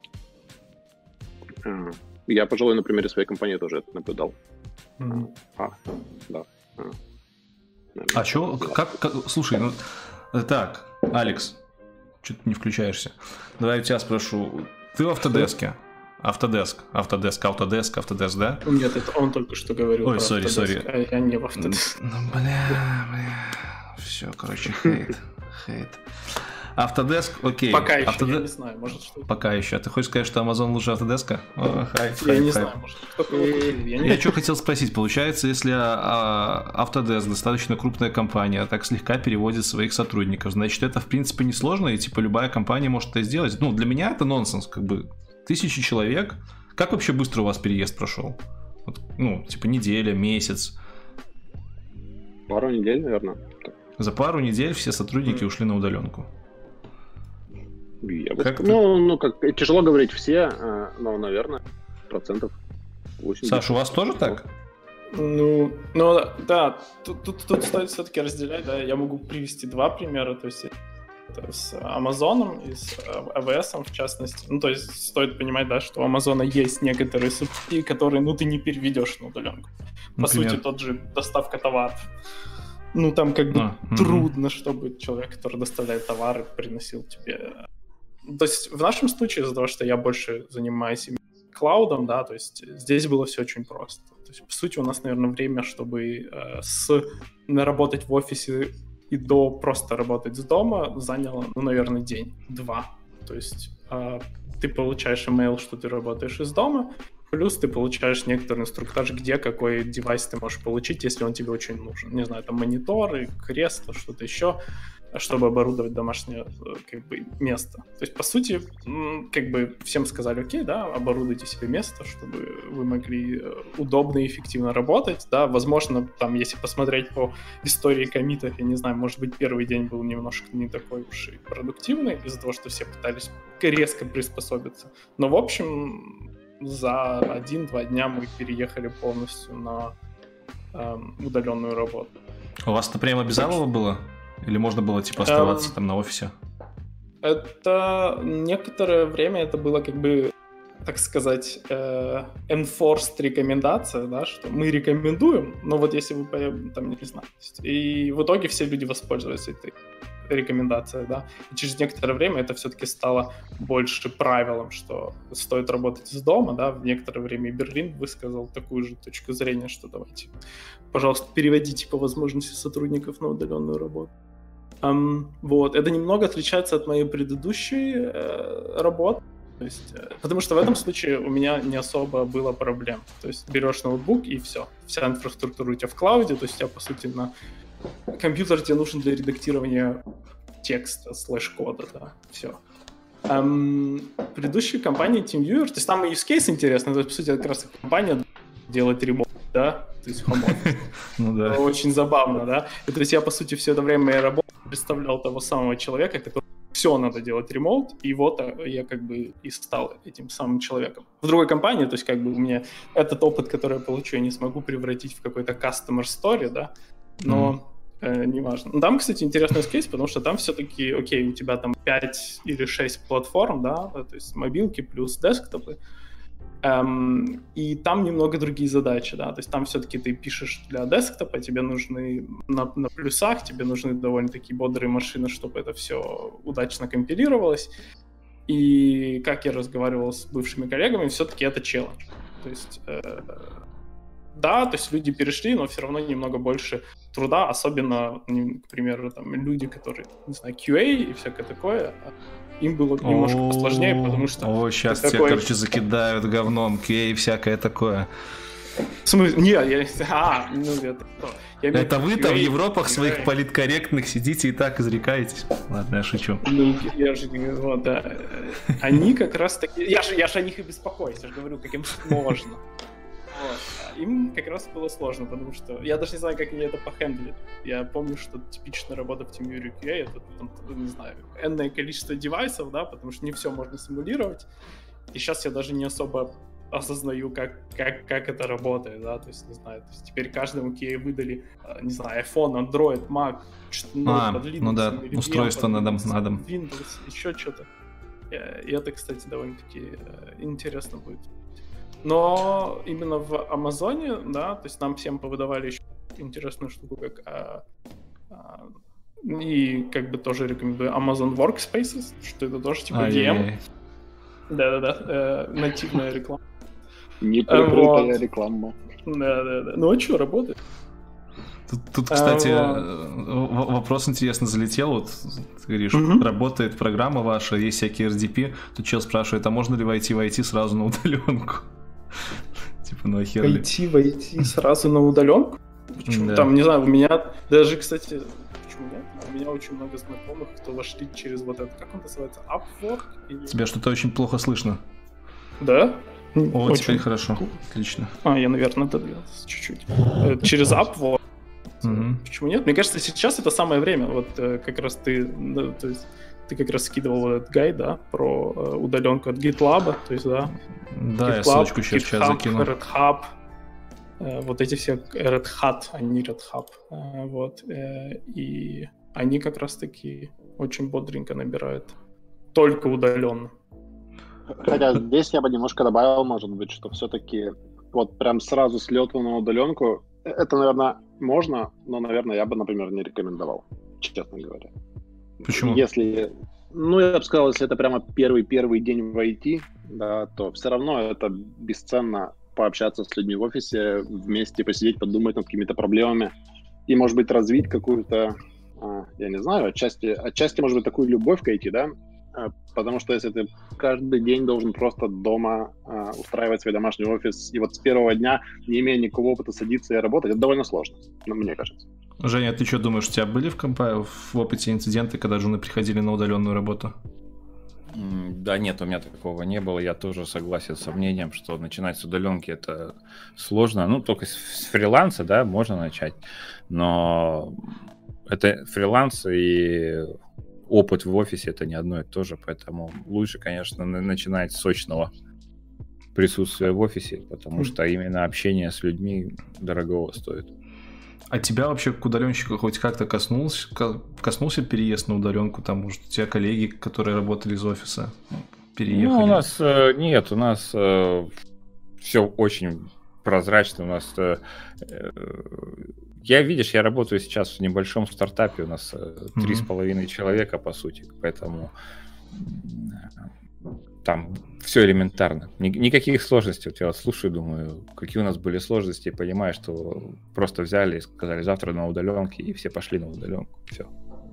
Я, пожалуй, на примере своей компании тоже это наблюдал. Mm-hmm. А, да. А, а что, как, как, слушай, ну, так, Алекс, что-то не включаешься. Давай я тебя спрошу, ты в Autodesk? Autodesk, Autodesk, Autodesk, Autodesk, да? Нет, это он только что говорил. Ой, сори, сори. А я не в Autodesk. Ну, бля, бля. Все, короче, хейт, хейт. Autodesk, окей. Пока еще, Autodesk... я не знаю, может что. Пока еще. А ты хочешь сказать, что Amazon лучше Autodesk? О, хайп, хайп, я не хайп. знаю, может кто-то его купил. Я, не я что хотел спросить, получается, если Autodesk достаточно крупная компания, так слегка переводит своих сотрудников, значит, это в принципе несложно, и типа любая компания может это сделать. Ну, для меня это нонсенс, как бы. Тысячи человек. Как вообще быстро у вас переезд прошел? Вот, ну, типа неделя, месяц. Пару недель, наверное. За пару недель все сотрудники mm. ушли на удаленку. Я бы как ну, ну, как тяжело говорить все, но, наверное, процентов восемьдесят. Саш, у вас тоже так? Ну, ну да, тут, тут, тут стоит все-таки разделять, да, я могу привести два примера, то есть с Амазоном и с эй ви эс, в частности. Ну, то есть стоит понимать, да, что у Амазона есть некоторые субсидии, которые, ну, ты не переведешь на удаленку. По Например? сути, тот же доставка товаров. Ну, там как бы а, трудно, угу. чтобы человек, который доставляет товары, приносил тебе то есть в нашем случае из-за того, что я больше занимаюсь клаудом, да, то есть здесь было все очень просто. То есть, по сути, у нас, наверное, время, чтобы э, с наработать в офисе и до просто работать с дома заняло, ну, наверное, день-два. То есть э, ты получаешь email, что ты работаешь из дома, плюс ты получаешь некоторый инструктаж, где какой девайс ты можешь получить, если он тебе очень нужен. Не знаю, там мониторы, кресло, что-то еще, чтобы оборудовать домашнее как бы место. То есть, по сути, как бы всем сказали, окей, да, оборудуйте себе место, чтобы вы могли удобно и эффективно работать, да, возможно, там, если посмотреть по истории коммитов, я не знаю, может быть, первый день был немножко не такой уж и продуктивный, из-за того, что все пытались резко приспособиться, но, в общем, за один-два дня мы переехали полностью на эм, удаленную работу. У вас это прям обязалово было? Или можно было, типа, оставаться um, там на офисе? Это некоторое время это было, как бы, так сказать, э, enforced рекомендация, да, что мы рекомендуем, но вот если вы, там, не знаю, и в итоге все люди воспользовались этой рекомендацией, да, и через некоторое время это все-таки стало больше правилом, что стоит работать из дома, да, в некоторое время и Берлин высказал такую же точку зрения, что давайте, пожалуйста, переводите по возможности сотрудников на удаленную работу. Um, вот. Это немного отличается от моей предыдущей э, работы, то есть, э, потому что в этом случае у меня не особо было проблем. То есть берешь ноутбук и все. Вся инфраструктура у тебя в клауде, то есть у тебя, по сути, на компьютер тебе нужен для редактирования текста, слэш-кода, да, все. Um, предыдущая компания TeamViewer, то есть там и use case интересный, то есть, по сути, это как раз компания делает ремонт, да, то есть home office. Ну да. Очень забавно, да. И, то есть я, по сути, все это время я работал, представлял того самого человека, который все надо делать ремоут, и вот я как бы и стал этим самым человеком. В другой компании, то есть как бы у меня этот опыт, который я получу, я не смогу превратить в какой-то customer story, да, но mm-hmm. э, неважно. Но там, кстати, интересный кейс, потому что там все-таки, окей, у тебя там пять или шесть платформ, да, то есть мобилки плюс десктопы, Um, и там немного другие задачи, да, то есть там все-таки ты пишешь для десктопа, тебе нужны на, на плюсах, тебе нужны довольно-таки бодрые машины, чтобы это все удачно компилировалось, и как я разговаривал с бывшими коллегами, все-таки это челлендж, то есть э, да, то есть люди перешли, но все равно немного больше труда, особенно, к примеру, там люди, которые, не знаю, кью эй и всякое такое, им было немножко О-о-о, посложнее, потому что... О, сейчас тебя, такой... короче, закидают говном, кью эй и всякое такое. В смысле? Не, я... А, ну это... Я это вы там в Европах своих политкорректных сидите и так изрекаетесь? Ладно, я шучу. Ну, я же не говорю, да. Они как раз таки... Я же, я же о них и беспокоюсь, я же говорю, как им сложно. Вот. Им как раз было сложно, потому что я даже не знаю, как они это похендлили. Я помню, что типичная работа в TeamViewer кью эй — это, там, не знаю, энное количество девайсов, да, потому что не все можно симулировать. И сейчас я даже не особо осознаю, как, как, как это работает, да, то есть, не знаю, то есть теперь каждому кью эй выдали, не знаю, iPhone, Android, Mac, ну, а, под Linux, ну да, или устройство на дом, на дом. Windows, еще что-то. И это, кстати, довольно-таки интересно будет. Но именно в Амазоне, да, то есть нам всем повыдавали еще интересную штуку, как а, а, и как бы тоже рекомендую Amazon Workspaces, что это тоже типа ви эм. Да-да-да, э, нативная реклама. Неприкрытая вот. Реклама. Да-да-да. Ну а что, работает? Тут, тут кстати, а, вот. вопрос интересно залетел. Вот ты говоришь, угу. работает программа ваша, есть всякие эр ди пи. Тут чел спрашивает, а можно ли войти в ай ти сразу на удаленку? Типа, ну охер ли? Войти, войти сразу на удаленку? Почему? Да. Там, не знаю, у меня даже, кстати, почему нет? У меня очень много знакомых, кто вошли через вот это, как он называется, Upwork? Или... Тебя что-то очень плохо слышно. Да? О, очень... теперь хорошо, отлично. А, я, наверное, отодвинулся чуть-чуть. Через Upwork. Угу. Почему нет? Мне кажется, сейчас это самое время. Вот как раз ты, да, то есть, ты как раз скидывал вот этот гайд, да, про э, удаленку от GitLab, то есть, да. Да, GitLab, я ссылочку сейчас в чат закину. Red Hat, э, вот эти все Red Hat, а не Red Hub, э, вот, э, и они как раз таки очень бодренько набирают, только удаленно. Хотя здесь я бы немножко добавил, может быть, что все-таки вот прям сразу с лету на удаленку, это, наверное, можно, но, наверное, я бы, например, не рекомендовал, честно говоря. Почему? Если, Ну, я бы сказал, если это прямо первый-первый день в ай ти, да, то все равно это бесценно пообщаться с людьми в офисе, вместе посидеть, подумать над какими-то проблемами и, может быть, развить какую-то, я не знаю, отчасти, отчасти, может быть, такую любовь к ай ти, да, потому что если ты каждый день должен просто дома устраивать свой домашний офис, и вот с первого дня, не имея никакого опыта, садиться и работать, это довольно сложно, мне кажется. Женя, ты что думаешь, у тебя были в компании в опыте инциденты, когда жены приходили на удаленную работу? Да нет, у меня такого не было. Я тоже согласен со мнением, что начинать с удаленки это сложно. Ну, только с фриланса, да, можно начать. Но это фриланс и опыт в офисе это не одно и то же. Поэтому лучше, конечно, начинать с сочного присутствия в офисе, потому что именно общение с людьми дорогого стоит. А тебя вообще к удаленщику хоть как-то коснулся, коснулся переезд на удаленку? Там, может, у тебя коллеги, которые работали из офиса, переехали? Ну, у нас э, нет, у нас э, все очень прозрачно. У нас э, э, я, видишь, я работаю сейчас в небольшом стартапе, у нас три с половиной человека, по сути, поэтому там все элементарно. Никаких сложностей. Вот я вот слушаю, думаю, какие у нас были сложности, и понимаю, что просто взяли и сказали завтра на удаленке, и все пошли на удаленку. Все.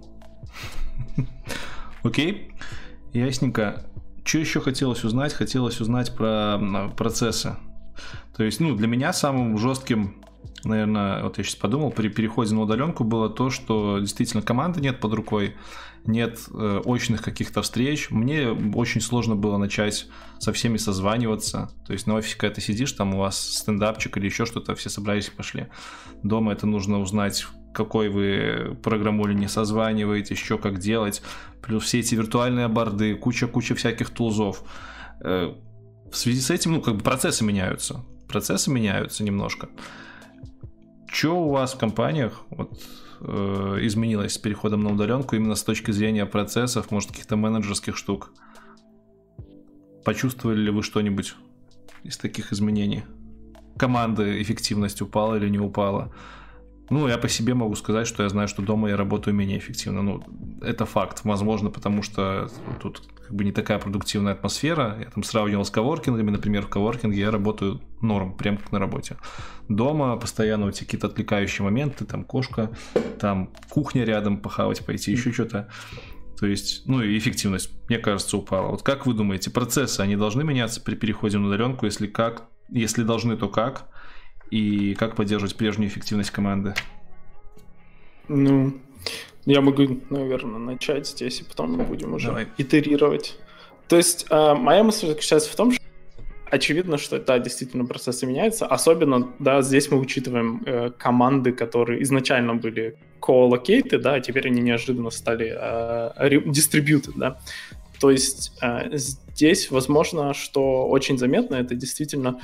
Окей. Ясненько. Что еще хотелось узнать? Хотелось узнать про процессы. То есть, ну, для меня самым жестким, наверное, вот я сейчас подумал, при переходе на удаленку было то, что действительно команды нет под рукой, нет э, очных каких-то встреч. Мне очень сложно было начать со всеми созваниваться. То есть на офисе, когда ты сидишь, там у вас стендапчик или еще что-то, все собрались и пошли. Дома это нужно узнать, какой вы программуле не созваниваетесь, что как делать. Плюс все эти виртуальные борды, куча-куча всяких тулзов. Э, в связи с этим, ну, как бы процессы меняются. Процессы меняются немножко. Что у вас в компаниях вот, э, изменилось с переходом на удаленку именно с точки зрения процессов, может, каких-то менеджерских штук? Почувствовали ли вы что-нибудь из таких изменений? Команда эффективность упала или не упала? Ну, я по себе могу сказать, что я знаю, что дома я работаю менее эффективно. Ну, это факт, возможно, потому что тут как бы не такая продуктивная атмосфера. Я там сравнивал с коворкингами, например, в коворкинге я работаю норм, прям как на работе. Дома постоянно вот какие-то отвлекающие моменты, там кошка, там кухня рядом, похавать пойти, еще что-то. То есть, ну и эффективность, мне кажется, упала. Вот как вы думаете, процессы, они должны меняться при переходе на удаленку? Если как, если должны, то как? И как поддерживать прежнюю эффективность команды? Ну, я могу, наверное, начать здесь, и потом мы будем уже Давай. итерировать. То есть, э, моя мысль заключается в том, что очевидно, что да, действительно процессы меняются. Особенно, да, здесь мы учитываем э, команды, которые изначально были co-located, да, а теперь они неожиданно стали э, distributed, да. То есть, э, здесь, возможно, что очень заметно, это действительно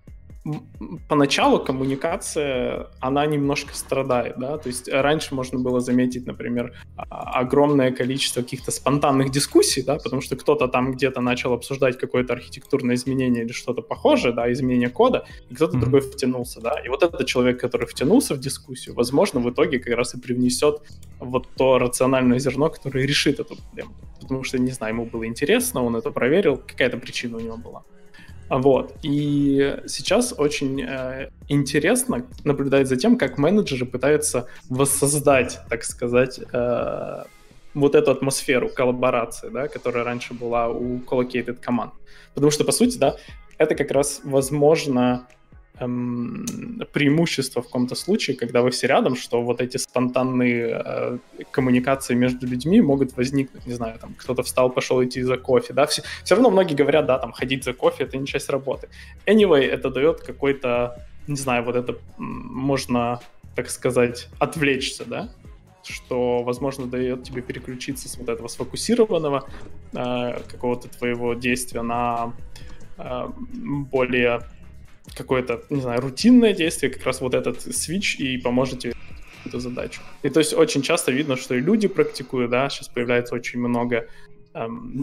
поначалу коммуникация, она немножко страдает, да, то есть раньше можно было заметить, например, огромное количество каких-то спонтанных дискуссий, да, потому что кто-то там где-то начал обсуждать какое-то архитектурное изменение или что-то похожее, да, изменение кода, и кто-то mm-hmm. другой втянулся, да, и вот этот человек, который втянулся в дискуссию, возможно, в итоге как раз и привнесет вот то рациональное зерно, которое решит эту проблему, потому что, не знаю, ему было интересно, он это проверил, какая-то причина у него была. Вот. И сейчас очень э, интересно наблюдать за тем, как менеджеры пытаются воссоздать, так сказать, э, вот эту атмосферу коллаборации, да, которая раньше была у collocated команд. Потому что, по сути, да, это как раз возможно эм, преимущество в каком-то случае, когда вы все рядом, что вот эти спонтанные э, коммуникации между людьми могут возникнуть, не знаю, там кто-то встал, пошел идти за кофе, да, все, все равно многие говорят, да, там ходить за кофе — это не часть работы. Anyway, это дает какой-то, не знаю, вот это можно, так сказать, отвлечься, да, что, возможно, дает тебе переключиться с вот этого сфокусированного э, какого-то твоего действия на э, более какое-то, не знаю, рутинное действие, как раз вот этот свич и поможет тебе эту задачу. И то есть очень часто видно, что и люди практикуют, да, сейчас появляется очень много эм,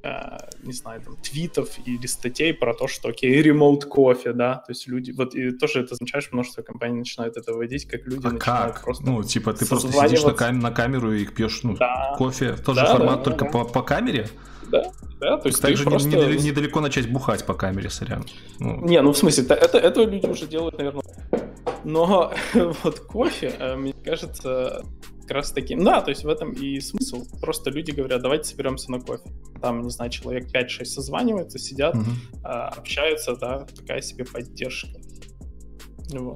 не знаю, там, твитов или статей про то, что, окей, ремоут кофе, да, то есть люди, вот и тоже это означает, что множество компаний начинают это вводить, как люди а начинают как? просто Ну, типа ты просто сидишь на, кам- на камеру и пьешь, ну, да. кофе, тот же да, формат, да, только да. По, по камере? Да, да, то есть так же просто... не, недалеко начать бухать по камере, сорян. Ну. Не, ну в смысле, это, это, это люди уже делают, наверное. Но вот кофе, мне кажется, как раз таки... Да, то есть в этом и смысл. Просто люди говорят, давайте соберемся на кофе. Там, не знаю, человек пять-шесть созванивается, сидят, угу. общаются, да, такая себе поддержка. Вот.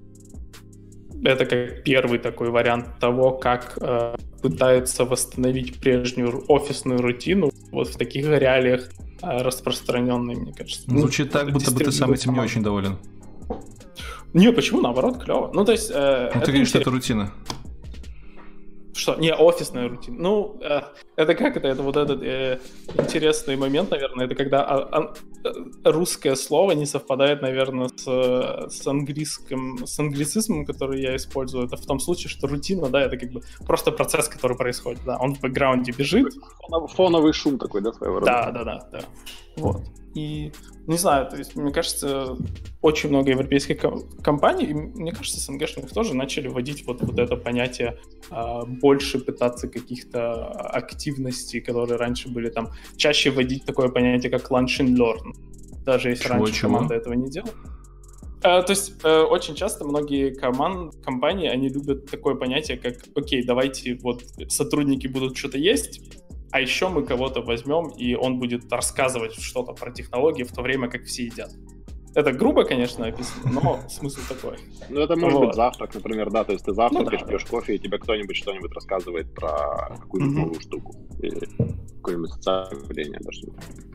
Это как первый такой вариант того, как э, пытаются восстановить прежнюю офисную рутину вот в таких реалиях э, распространенной, мне кажется. Звучит ну, так, будто бы ты сам этим не очень доволен. Не, почему? Наоборот, клево. Ну, то есть... Э, ну, ты говоришь, что это рутина. Что? Не, офисная рутина. Ну, э, это как это? Это вот этот э, интересный момент, наверное. Это когда а, а, русское слово не совпадает, наверное, с, с английским, с англицизмом, который я использую. Это в том случае, что рутина, да, это как бы просто процесс, который происходит. Да, он в бэкграунде бежит. Фоновый шум такой, да, своего рода? Да, да, да, да. Вот. И, не знаю, то есть, мне кажется, очень много европейских компаний, и, мне кажется, СНГшных тоже начали вводить вот, вот это понятие а, больше пытаться каких-то активностей, которые раньше были там, чаще вводить такое понятие, как lunch and learn, даже если чего, раньше чего? команда этого не делала. А, то есть, а, очень часто многие команд, компании, они любят такое понятие, как, окей, давайте вот сотрудники будут что-то есть, а еще мы кого-то возьмем, и он будет рассказывать что-то про технологии в то время, как все едят. Это грубо, конечно, описано, но смысл такой. Ну, это может вот. быть завтрак, например, да, то есть ты завтракаешь, ну, да. пьешь кофе, и тебе кто-нибудь что-нибудь рассказывает про какую-нибудь mm-hmm. новую штуку, или какое-нибудь социальное явление, даже.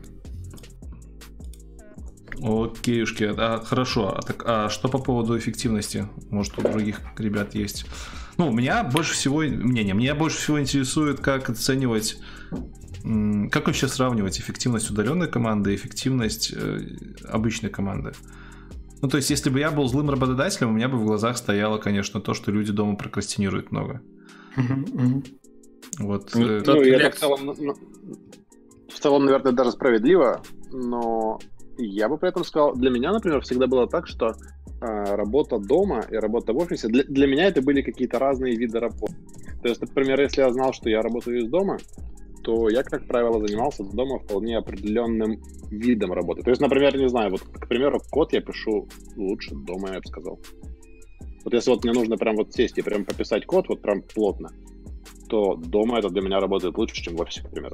Окейушки, а, хорошо, а, так, а что по поводу эффективности? Может, у других ребят есть? Ну, меня больше всего, мнение, меня больше всего интересует, как оценивать, как вообще сравнивать эффективность удаленной команды и эффективность э, обычной команды. Ну, то есть, если бы я был злым работодателем, у меня бы в глазах стояло, конечно, то, что люди дома прокрастинируют много. Вот. Ну, э, ну это в целом, ну, в целом, наверное, даже справедливо, но я бы при этом сказал, для меня, например, всегда было так, что работа дома и работа в офисе, для, для меня это были какие-то разные виды работы. То есть, например, если я знал, что я работаю из дома, то я, как правило, занимался дома вполне определенным видом работы. То есть, например, не знаю, вот, к примеру, код я пишу лучше дома, я бы сказал. Вот если вот мне нужно прям вот сесть и прям пописать код, вот прям плотно, то дома это для меня работает лучше, чем в офисе, к примеру.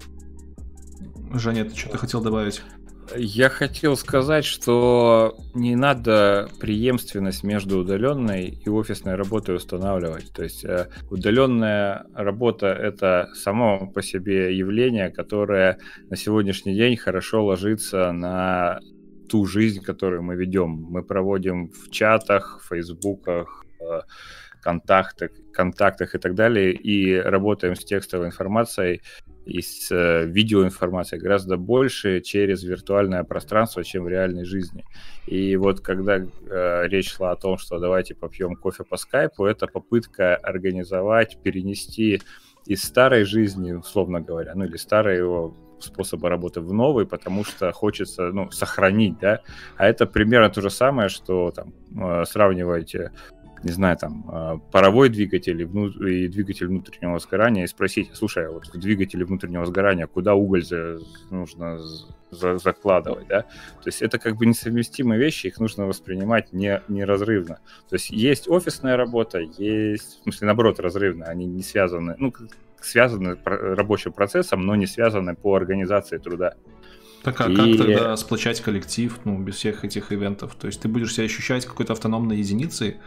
Женя, ты что-то хотел добавить? Я хотел сказать, что не надо преемственность между удаленной и офисной работой устанавливать. То есть э, удаленная работа — это само по себе явление, которое на сегодняшний день хорошо ложится на ту жизнь, которую мы ведем. Мы проводим в чатах, в фейсбуках, э, контактах, контактах и так далее, и работаем с текстовой информацией и с э, видеоинформацией гораздо больше через виртуальное пространство, чем в реальной жизни. И вот когда э, речь шла о том, что давайте попьем кофе по скайпу, это попытка организовать, перенести из старой жизни, условно говоря, ну или старой его способа работы в новый, потому что хочется, ну, сохранить, да, а это примерно то же самое, что там э, сравниваете, не знаю, там, паровой двигатель и, вну... и двигатель внутреннего сгорания и спросить, слушай, а вот в двигателе внутреннего сгорания куда уголь за... нужно за... закладывать, да? То есть это как бы несовместимые вещи, их нужно воспринимать не... неразрывно. То есть есть офисная работа, есть, в смысле, наоборот, разрывно, они не связаны, ну, связаны рабочим процессом, но не связаны по организации труда. Так, а и... как тогда сплочать коллектив, ну, без всех этих ивентов? То есть ты будешь себя ощущать какой-то автономной единицей?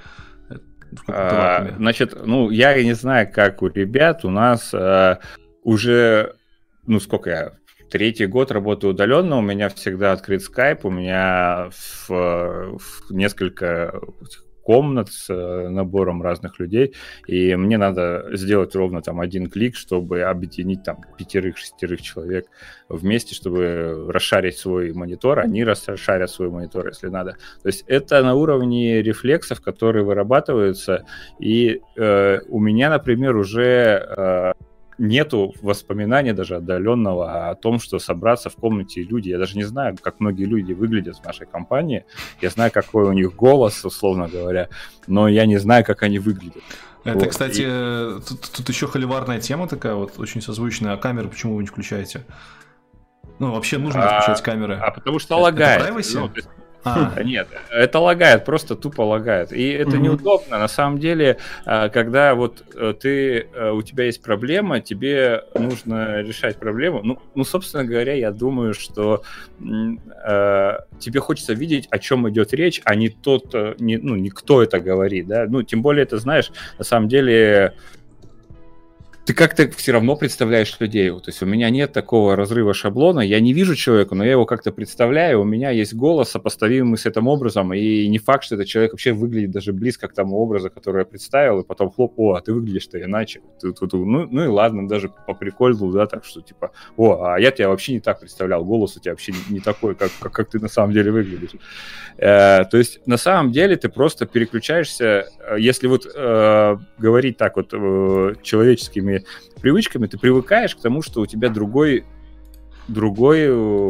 А, значит, ну, я не знаю, как у ребят, у нас а, уже, ну, сколько я, третий год работаю удаленно, у меня всегда открыт скайп, у меня в, в несколько комнат с набором разных людей, и мне надо сделать ровно там один клик, чтобы объединить там пятерых-шестерых человек вместе, чтобы расшарить свой монитор, они расшарят свой монитор, если надо. То есть это на уровне рефлексов, которые вырабатываются, и э, у меня, например, уже э, нету воспоминания даже отдаленного о том, что собраться в комнате люди. Я даже не знаю, как многие люди выглядят в нашей компании. Я знаю, какой у них голос, условно говоря, но я не знаю, как они выглядят. Это, вот. кстати, И... тут, тут еще холиварная тема такая, вот очень созвучная. А камеры почему вы не включаете? Ну, вообще нужно а, включать камеры. А потому что это, лагает. Это privacy? Ну, то есть... А. Нет, это лагает, просто тупо лагает. И это mm-hmm. неудобно. На самом деле, когда вот ты, у тебя есть проблема, тебе нужно решать проблему. Ну, ну собственно говоря, я думаю, что э, тебе хочется видеть, о чем идет речь, а не тот, не, ну, не кто это говорит. Да? Ну, тем более, ты знаешь, на самом деле... ты как-то все равно представляешь людей. То есть у меня нет такого разрыва шаблона, я не вижу человека, но я его как-то представляю, у меня есть голос, сопоставимый с этим образом, и не факт, что этот человек вообще выглядит даже близко к тому образу, который я представил, и потом хлоп, о, а ты выглядишь-то иначе. Ты, ты, ты, ну, ну и ладно, даже по приколу, да, так что типа, о, а я тебя вообще не так представлял, голос у тебя вообще не, не такой, как, как, как ты на самом деле выглядишь. Э, то есть на самом деле ты просто переключаешься, если вот э, говорить так вот э, человеческими привычками, ты привыкаешь к тому, что у тебя другой, другой,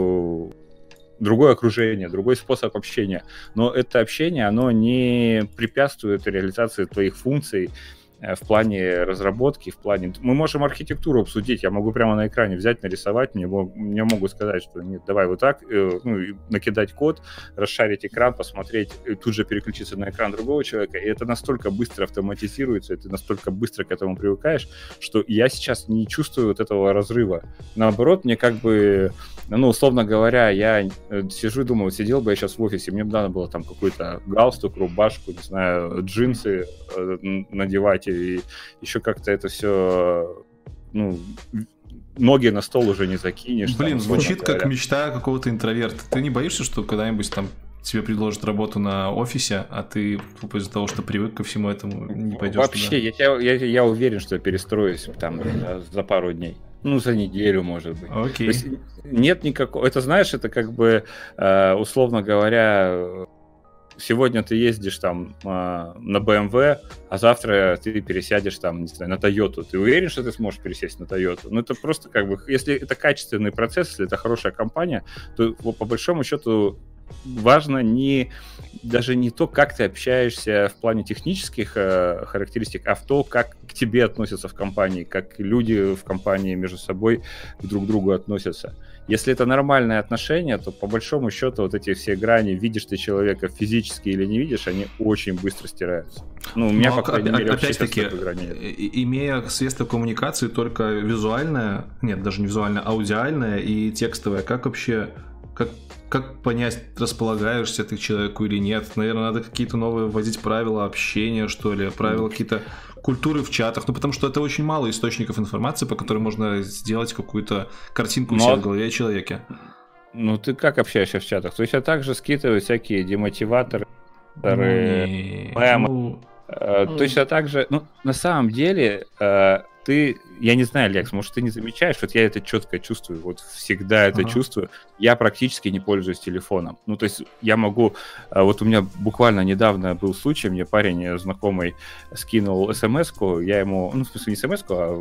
другое окружение, другой способ общения. Но это общение, оно не препятствует реализации твоих функций в плане разработки, в плане... Мы можем архитектуру обсудить, я могу прямо на экране взять, нарисовать, мне, мне могут сказать, что нет, давай вот так, ну, накидать код, расшарить экран, посмотреть, тут же переключиться на экран другого человека, и это настолько быстро автоматизируется, и ты настолько быстро к этому привыкаешь, что я сейчас не чувствую вот этого разрыва. Наоборот, мне как бы, ну, условно говоря, я сижу и думаю, сидел бы я сейчас в офисе, мне бы надо было там какой-то галстук, рубашку, не знаю, джинсы надевать, и еще как-то это все, ну, ноги на стол уже не закинешь. Блин, там, звучит как говоря. Мечта какого-то интроверта. Ты не боишься, что когда-нибудь там тебе предложат работу на офисе, а ты из-за того, что привык ко всему этому, не пойдешь Вообще, туда? Я, я, я уверен, что я перестроюсь там за, за пару дней. Ну, за неделю, может быть. Окей. То есть нет никакого... Это, знаешь, это как бы, условно говоря... Сегодня ты ездишь там э, на бэ эм вэ, а завтра ты пересядешь там, не знаю, на Toyota. Ты уверен, что ты сможешь пересесть на Toyota? Ну, это просто как бы, если это качественный процесс, если это хорошая компания, то по большому счету важно не, даже не то, как ты общаешься в плане технических э, характеристик, а в то, как к тебе относятся в компании, как люди в компании между собой друг к другу относятся. Если это нормальные отношения, то по большому счету вот эти все грани, видишь ты человека физически или не видишь, они очень быстро стираются. Ну, у меня, Но, по крайней мере, опять-таки, имея средства коммуникации только визуальное, нет, даже не визуальное, аудиальное и текстовое, как вообще, как, как понять, располагаешься ты к человеку или нет? Наверное, надо какие-то новые вводить правила общения, что ли, правила mm. какие-то культуры в чатах, ну потому что это очень мало источников информации, по которой можно сделать какую-то картинку у себя в голове о человеке. Ну ты как общаешься в чатах? То есть я также скидываю всякие демотиваторы, ну, мемы. Ну... Точно так же, ну на самом деле ты, я не знаю, Лекс, может, ты не замечаешь, вот я это четко чувствую, вот всегда это ага. чувствую, я практически не пользуюсь телефоном. Ну, то есть я могу, вот у меня буквально недавно был случай, мне парень знакомый скинул смс-ку, я ему, ну, в смысле не смс-ку, а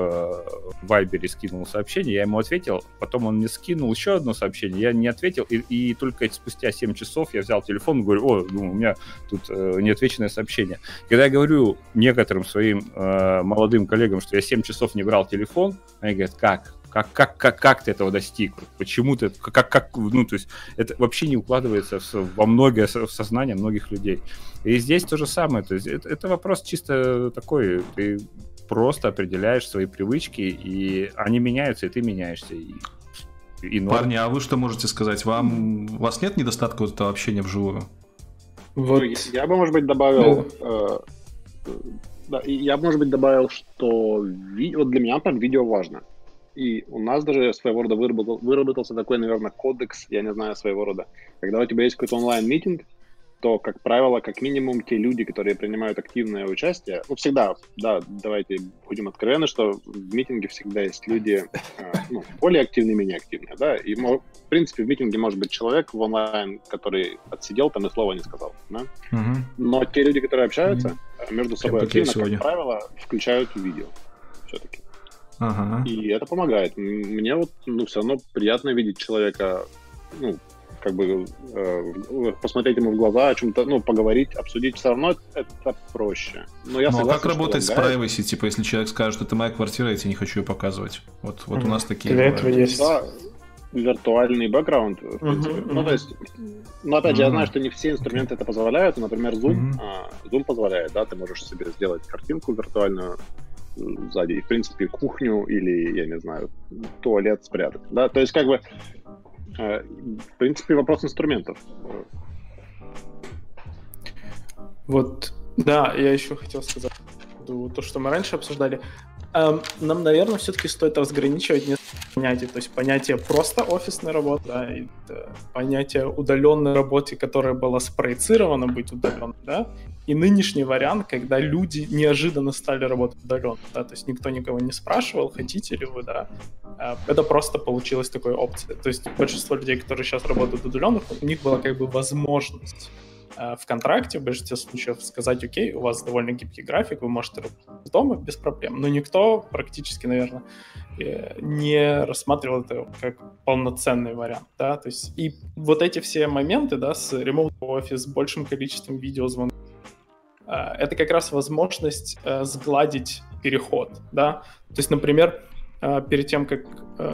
в Вайбере скинул сообщение, я ему ответил, потом он мне скинул еще одно сообщение, я не ответил, и, и только спустя семь часов я взял телефон и говорю, о, ну, у меня тут э, неотвеченное сообщение. Когда я говорю некоторым своим э, молодым коллегам, что я семь часов не брал телефон, они говорят, как? Как, как, как, как ты этого достиг? Почему ты... Как, как, ну, то есть это вообще не укладывается в, во многое в сознание многих людей. И здесь то же самое. То есть это, это вопрос чисто такой. Ты просто определяешь свои привычки, и они меняются, и ты меняешься. И, и Парни, а вы что можете сказать? Вам, у вас нет недостатка вот этого общения вживую? Вот. Я бы, может быть, добавил... Да. Э, да, я бы, может быть, добавил, что ви... вот для меня, например, видео важно. И у нас даже своего рода выработал, выработался такой, наверное, кодекс, я не знаю, своего рода. Когда у тебя есть какой-то онлайн-митинг, то, как правило, как минимум те люди, которые принимают активное участие, ну, всегда, да, давайте будем откровенны, что в митинге всегда есть люди, э, ну, более активные, менее активные, да, и, в принципе, в митинге может быть человек в онлайн, который отсидел там и слова не сказал, да, uh-huh. но те люди, которые общаются uh-huh. между собой активно, как правило, включают видео все-таки. Ага. И это помогает. Мне вот, ну, все равно приятно видеть человека, ну, как бы э, посмотреть ему в глаза, о чем-то, ну, поговорить, обсудить. Все равно это, это проще. Но я ну, согласен, а как работать с лагает. privacy? Типа, если человек скажет, что это моя квартира, я тебе не хочу ее показывать. Вот, вот mm-hmm. у нас такие Для этого есть... Да, виртуальный бэкграунд, в принципе. Mm-hmm. Ну, то есть, ну, опять же, mm-hmm. я знаю, что не все инструменты okay. это позволяют. Например, Zoom. Mm-hmm. А, Zoom позволяет, да, ты можешь себе сделать картинку виртуальную сзади, и, в принципе, кухню или, я не знаю, туалет спрятать, да, то есть, как бы, э, в принципе, вопрос инструментов. Вот, да, я еще хотел сказать то, что мы раньше обсуждали. Эм, нам, наверное, все-таки стоит разграничивать несколько понятий, то есть понятие просто офисной работы, да, и да, понятие удаленной работы, которая была спроецирована быть удаленной, да, и нынешний вариант, когда люди неожиданно стали работать удаленно, да, то есть никто никого не спрашивал, хотите ли вы, да, это просто получилось такой опцией. То есть большинство людей, которые сейчас работают удаленно, у них была как бы возможность в контракте в большинстве случаев сказать, окей, у вас довольно гибкий график, вы можете работать дома без проблем, но никто практически, наверное, не рассматривал это как полноценный вариант, да, то есть и вот эти все моменты, да, с remote office, с большим количеством видеозвонков, это как раз возможность сгладить переход, да, то есть, например, перед тем, как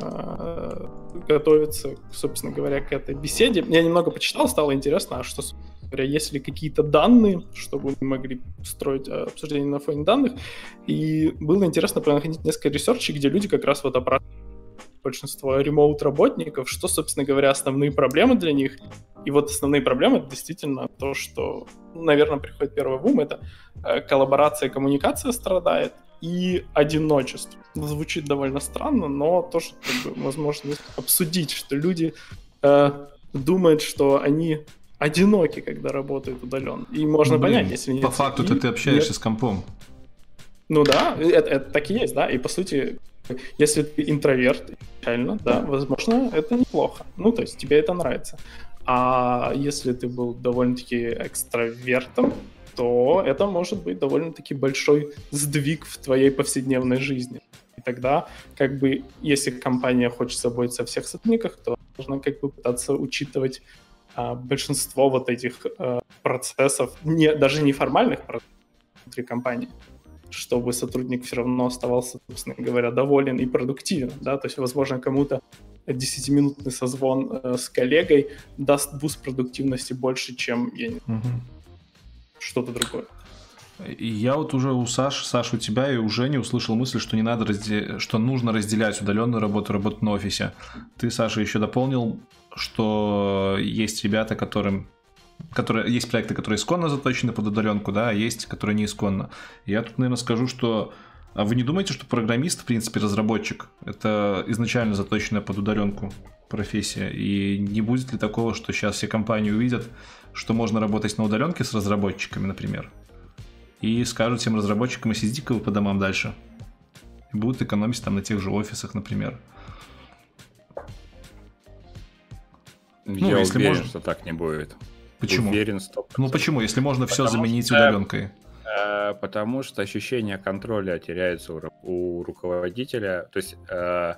э, готовиться, собственно говоря, к этой беседе, я немного почитал, стало интересно, а что, собственно говоря, есть ли какие-то данные, чтобы мы могли строить обсуждение на фоне данных, и было интересно пронаходить несколько ресерчей, где люди как раз вот опрашивают большинство ремоут-работников, что, собственно говоря, основные проблемы для них. И вот основные проблемы — это действительно то, что, наверное, приходит первый в ум, это коллаборация, коммуникация страдает, и одиночество. Звучит довольно странно, но тоже, как бы, возможно, обсудить, что люди э, думают, что они одиноки, когда работают удаленно. И можно ну, блин, понять, если нет... По факту-то ты общаешься нет. с компом. Ну да, это, это так и есть, да, и по сути, если ты интроверт, реально, да, возможно, это неплохо. Ну, то есть тебе это нравится. А если ты был довольно-таки экстравертом, то это может быть довольно-таки большой сдвиг в твоей повседневной жизни. И тогда, как бы, если компания хочет заботиться о всех сотрудниках, то нужно как бы пытаться учитывать а, большинство вот этих а, процессов, не, даже неформальных процессов внутри компании, чтобы сотрудник все равно оставался, собственно говоря, доволен и продуктивен. Да? То есть, возможно, кому-то десятиминутный созвон э, с коллегой даст буст продуктивности больше, чем, я не знаю, угу. что-то другое. Я вот уже у Саши, Саш, у тебя и у Жени услышал мысль, что не надо разде... что нужно разделять удаленную работу и работу на офисе. Ты, Саша, еще дополнил, что есть ребята, которым которые... есть проекты, которые исконно заточены под удаленку, да, а есть, которые не исконно. Я тут, наверное, скажу, что а вы не думаете, что программист, в принципе, разработчик, это изначально заточенная под удаленку профессия? И не будет ли такого, что сейчас все компании увидят, что можно работать на удаленке с разработчиками, например, и скажут всем разработчикам, сидите-ка вы по домам дальше, и будут экономить там на тех же офисах, например? Я ну, если уверен, можно... что так не будет. Почему? Уверен, сто процентов. Ну почему, если можно все Потому заменить что... удаленкой? Потому что ощущение контроля теряется у, у руководителя. То есть, э,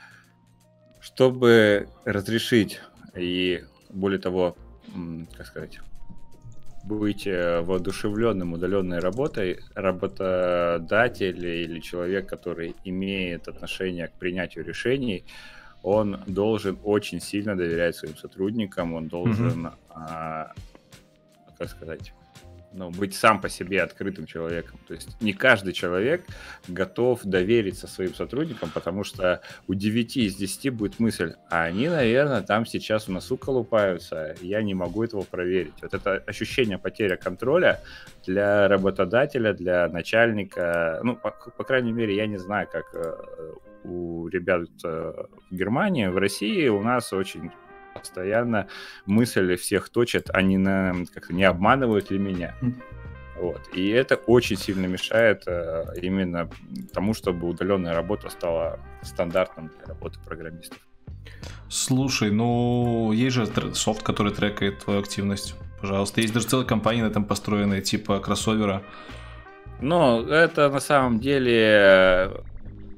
чтобы разрешить и, более того, как сказать, быть воодушевленным удаленной работой, работодатель или человек, который имеет отношение к принятию решений, он должен очень сильно доверять своим сотрудникам, он должен, mm-hmm. а, как сказать... Ну, быть сам по себе открытым человеком. То есть не каждый человек готов довериться своим сотрудникам, потому что у девяти из десяти будет мысль, а они, наверное, там сейчас в носу колупаются, я не могу этого проверить. Вот это ощущение потери контроля для работодателя, для начальника, ну, по, по крайней мере, я не знаю, как у ребят в Германии, в России у нас очень... постоянно мысль всех точит, они на, как-то не обманывают ли меня. Вот. И это очень сильно мешает э, именно тому, чтобы удаленная работа стала стандартом для работы программистов. Слушай, ну есть же софт, который трекает твою активность. Пожалуйста, есть даже целая компания на этом построенная, типа кроссовера. Ну, это на самом деле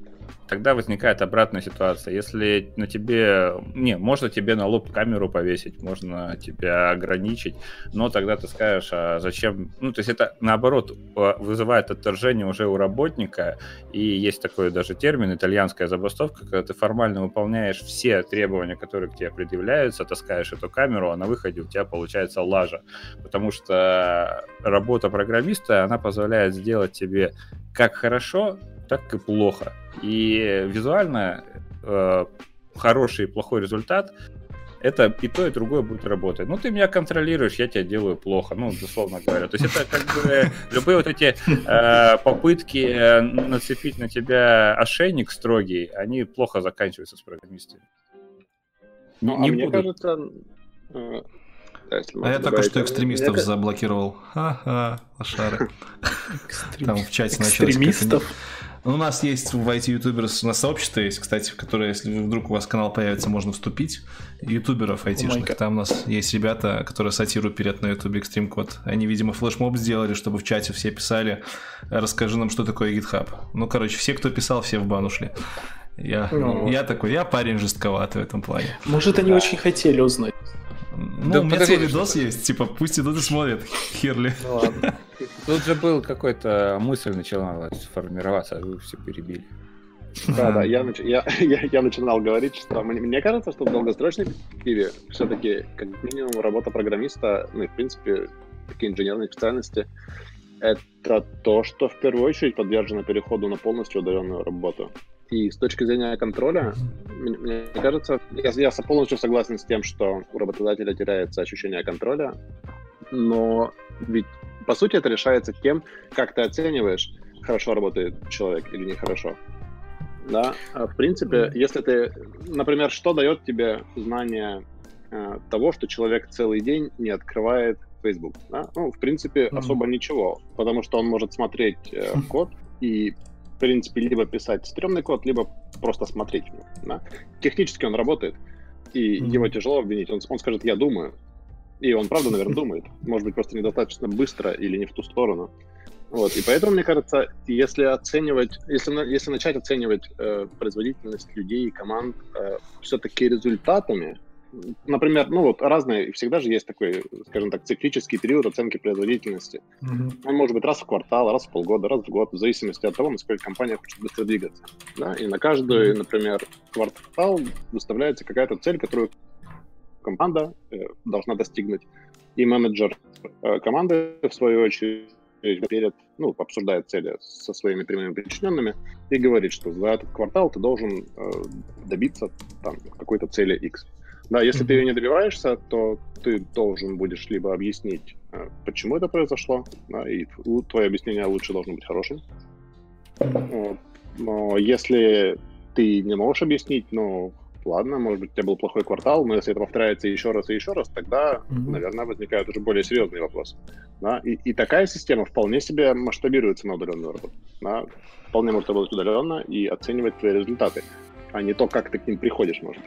тогда возникает обратная ситуация. Если на тебе... Не, можно тебе на лоб камеру повесить, можно тебя ограничить, но тогда ты скажешь, а зачем... Ну, то есть это, наоборот, вызывает отторжение уже у работника, и есть такой даже термин, итальянская забастовка, когда ты формально выполняешь все требования, которые к тебе предъявляются, таскаешь эту камеру, а на выходе у тебя получается лажа. Потому что работа программиста, она позволяет сделать тебе как хорошо, так и плохо. И визуально э, хороший и плохой результат — это и то, и другое будет работать. Ну, ты меня контролируешь, я тебя делаю плохо, ну, дословно говоря. То есть это как бы любые вот эти э, попытки нацепить на тебя ошейник строгий, они плохо заканчиваются с программистами. Ну, не а мне будут. кажется... Э... А я только что экстремистов заблокировал. Ха-ха, лошары. Там в чате началось. Экстремистов? У нас есть в ай ти-ютуберс, у нас сообщество есть, кстати, в которое, если вдруг у вас канал появится, можно вступить. Ютуберов айтишных. Oh Там у нас есть ребята, которые сатиру пилят на ютубе Extreme Code. Они, видимо, флешмоб сделали, чтобы в чате все писали: расскажи нам, что такое GitHub. Ну, короче, все, кто писал, все в бан ушли. Я, ну, я такой, я парень жестковатый в этом плане. Может, они очень хотели узнать. Ну, да, у меня свой видос есть, типа, пусть идут и смотрят, херли. Ну ладно. Тут же был какой-то мысль начала формироваться, а вы все перебили. Да, да, я, я, я, я начинал говорить, что мне, мне кажется, что в долгосрочной перспективе все-таки, как минимум, работа программиста, ну и, в принципе, такие инженерные специальности, это то, что в первую очередь подвержено переходу на полностью удаленную работу. И с точки зрения контроля, мне, мне кажется, я, я полностью согласен с тем, что у работодателя теряется ощущение контроля, но ведь, по сути, это решается тем, как ты оцениваешь, хорошо работает человек или нехорошо. Да, а в принципе, если ты, например, что дает тебе знание э, того, что человек целый день не открывает Facebook, да? Ну, в принципе, mm-hmm. особо ничего, потому что он может смотреть э, код и, в принципе, либо писать стрёмный код, либо просто смотреть. Да? Технически он работает, и mm-hmm. его тяжело обвинить. Он, он скажет: я думаю, и он правда, наверное, думает. Может быть, просто недостаточно быстро или не в ту сторону. Вот, и поэтому, мне кажется, если оценивать, если, если начать оценивать э, производительность людей и команд э, все-таки результатами, например, ну вот разные, всегда же есть такой, скажем так, циклический период оценки производительности. Mm-hmm. Он может быть раз в квартал, раз в полгода, раз в год, в зависимости от того, насколько компания хочет быстро двигаться. Да? И на каждый, mm-hmm. например, квартал выставляется какая-то цель, которую команда э, должна достигнуть. И менеджер э, команды, в свою очередь, перед, ну, обсуждает цели со своими прямыми подчиненными и говорит, что за этот квартал ты должен э, добиться там какой-то цели X. Да, если mm-hmm. ты ее не добиваешься, то ты должен будешь либо объяснить, э, почему это произошло, да, и твое объяснение лучше должно быть хорошим. Mm-hmm. Но если ты не можешь объяснить, ну, ладно, может быть, у тебя был плохой квартал, но если это повторяется еще раз и еще раз, тогда, mm-hmm. наверное, возникают уже более серьезные вопросы. Да? И, и такая система вполне себе масштабируется на удаленную работу. Да? Вполне может работать удаленно и оценивать твои результаты, а не то, как ты к ним приходишь, может быть.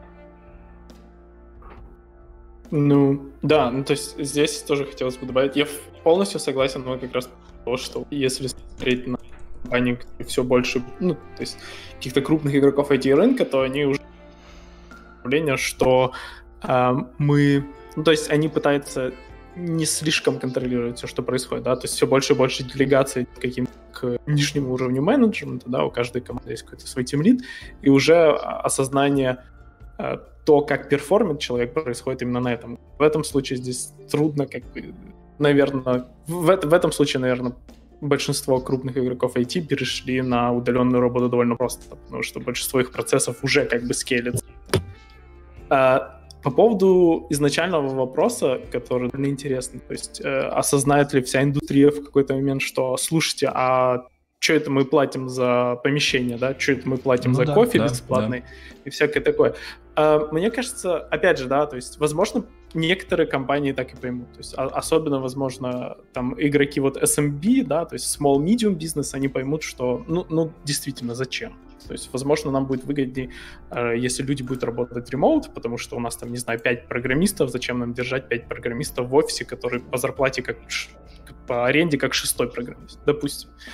Ну, да, ну то есть здесь тоже хотелось бы добавить. Я полностью согласен, но как раз то, что если смотреть на компании, все больше, ну, то есть каких-то крупных игроков ай ти-рынка, то они уже что э, мы, ну, то есть они пытаются не слишком контролировать все, что происходит, да, то есть все больше и больше делегаций каким к нижнему уровню менеджмента, да, у каждой команды есть какой-то свой тимлид, и уже осознание э, то, как перформит человек, происходит именно на этом. В этом случае здесь трудно, как бы, наверное, в, в этом случае, наверное, большинство крупных игроков ай ти перешли на удаленную работу довольно просто, потому что большинство их процессов уже как бы скейлится. А, по поводу изначального вопроса, который довольно интересный, то есть э, осознает ли вся индустрия в какой-то момент, что, слушайте, а что это мы платим за помещение, да, что это мы платим ну, за да, кофе да, бесплатный да. и всякое такое. А, мне кажется, опять же, да, то есть, возможно, некоторые компании так и поймут, то есть, а, особенно, возможно, там игроки вот эс эм би, да, то есть small medium business, они поймут, что, ну, ну действительно, зачем? То есть, возможно, нам будет выгоднее, э, если люди будут работать ремоут, потому что у нас там, не знаю, пять программистов, зачем нам держать пять программистов в офисе, который по зарплате, как по аренде, как шестой программист, допустим.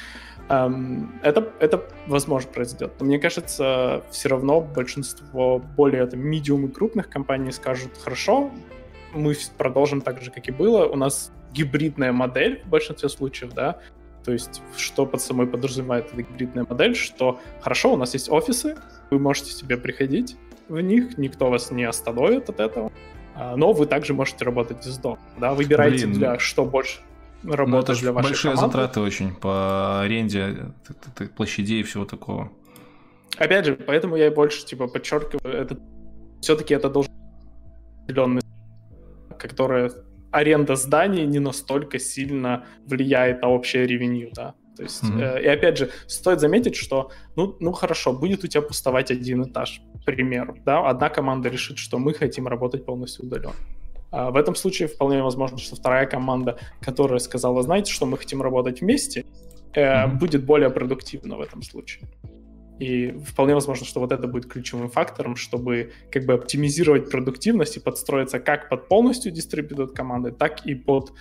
Это, это возможно произойдет. Но мне кажется, все равно большинство более там, medium и крупных компаний скажут, хорошо, мы продолжим так же, как и было. У нас гибридная модель в большинстве случаев, да, то есть что под собой подразумевает эта гибридная модель, что хорошо, у нас есть офисы, вы можете себе приходить в них, никто вас не остановит от этого, но вы также можете работать из дома, да, выбирайте Блин. для что больше работать для вашей большие команды. Затраты очень по аренде площадей и всего такого. Опять же, поэтому я и больше типа подчеркиваю, это все-таки это должен быть определенный, которая аренда зданий не настолько сильно влияет на общее ревенью, да. То есть, mm-hmm. э, и опять же, стоит заметить, что, ну, ну хорошо, будет у тебя пустовать один этаж, к примеру, да, одна команда решит, что мы хотим работать полностью удаленно. А в этом случае вполне возможно, что вторая команда, которая сказала, знаете, что мы хотим работать вместе, э, mm-hmm. будет более продуктивна в этом случае. И вполне возможно, что вот это будет ключевым фактором, чтобы как бы оптимизировать продуктивность и подстроиться как под полностью дистрибьютор команды, так и под,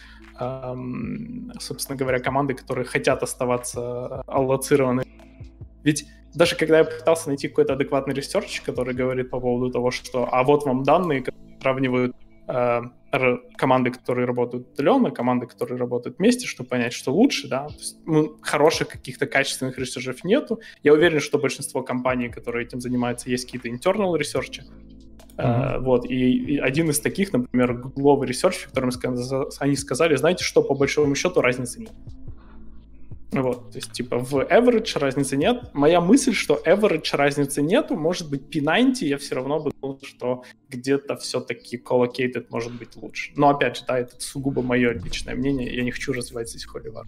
эм, собственно говоря, команды, которые хотят оставаться аллоцированы. Ведь даже когда я пытался найти какой-то адекватный ресерч, который говорит по поводу того, что а вот вам данные, которые сравнивают э, команды, которые работают удаленно, команды, которые работают вместе, чтобы понять, что лучше, да, то есть, ну, хороших каких-то качественных ресерчев нету. Я уверен, что большинство компаний, которые этим занимаются, есть какие-то internal ресерчи. Mm-hmm. Uh, вот, и, и один из таких, например, Global Research, в котором они сказали, знаете, что по большому счету разницы нет. Вот, то есть, типа, в average разницы нет. Моя мысль, что average разницы нету, может быть, пи девяносто, я все равно бы думал, что где-то все-таки collocated может быть лучше. Но, опять же, да, это сугубо мое личное мнение, я не хочу развивать здесь холивар.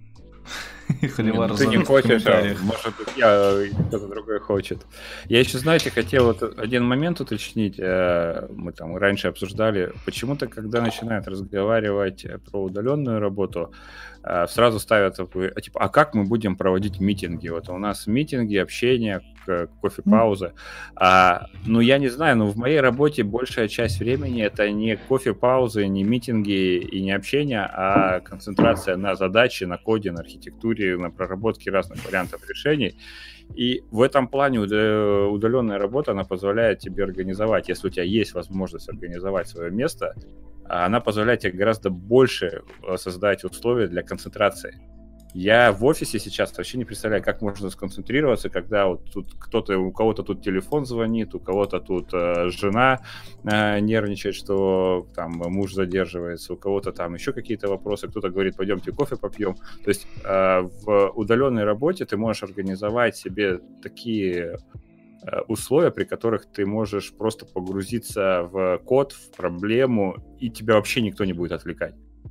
Холивар Ты не хочешь, а может быть, я, кто-то другой хочет. Я еще, знаете, хотел вот один момент уточнить. Мы там раньше обсуждали, почему-то, когда начинают разговаривать про удаленную работу, сразу ставят, типа, а как мы будем проводить митинги? Вот у нас митинги, общение, кофе-паузы. А, ну, я не знаю, но в моей работе большая часть времени это не кофе-паузы, не митинги и не общение, а концентрация на задаче, на коде, на архитектуре, на проработке разных вариантов решений. И в этом плане удаленная работа, она позволяет тебе организовать, если у тебя есть возможность организовать свое место, она позволяет тебе гораздо больше создать условия для концентрации. Я в офисе сейчас вообще не представляю, как можно сконцентрироваться, когда вот тут кто-то, у кого-то тут телефон звонит, у кого-то тут э, жена э, нервничает, что там муж задерживается, у кого-то там еще какие-то вопросы, кто-то говорит, пойдемте кофе попьем. То есть э, в удаленной работе ты можешь организовать себе такие э, условия, при которых ты можешь просто погрузиться в код, в проблему, и тебя вообще никто не будет отвлекать.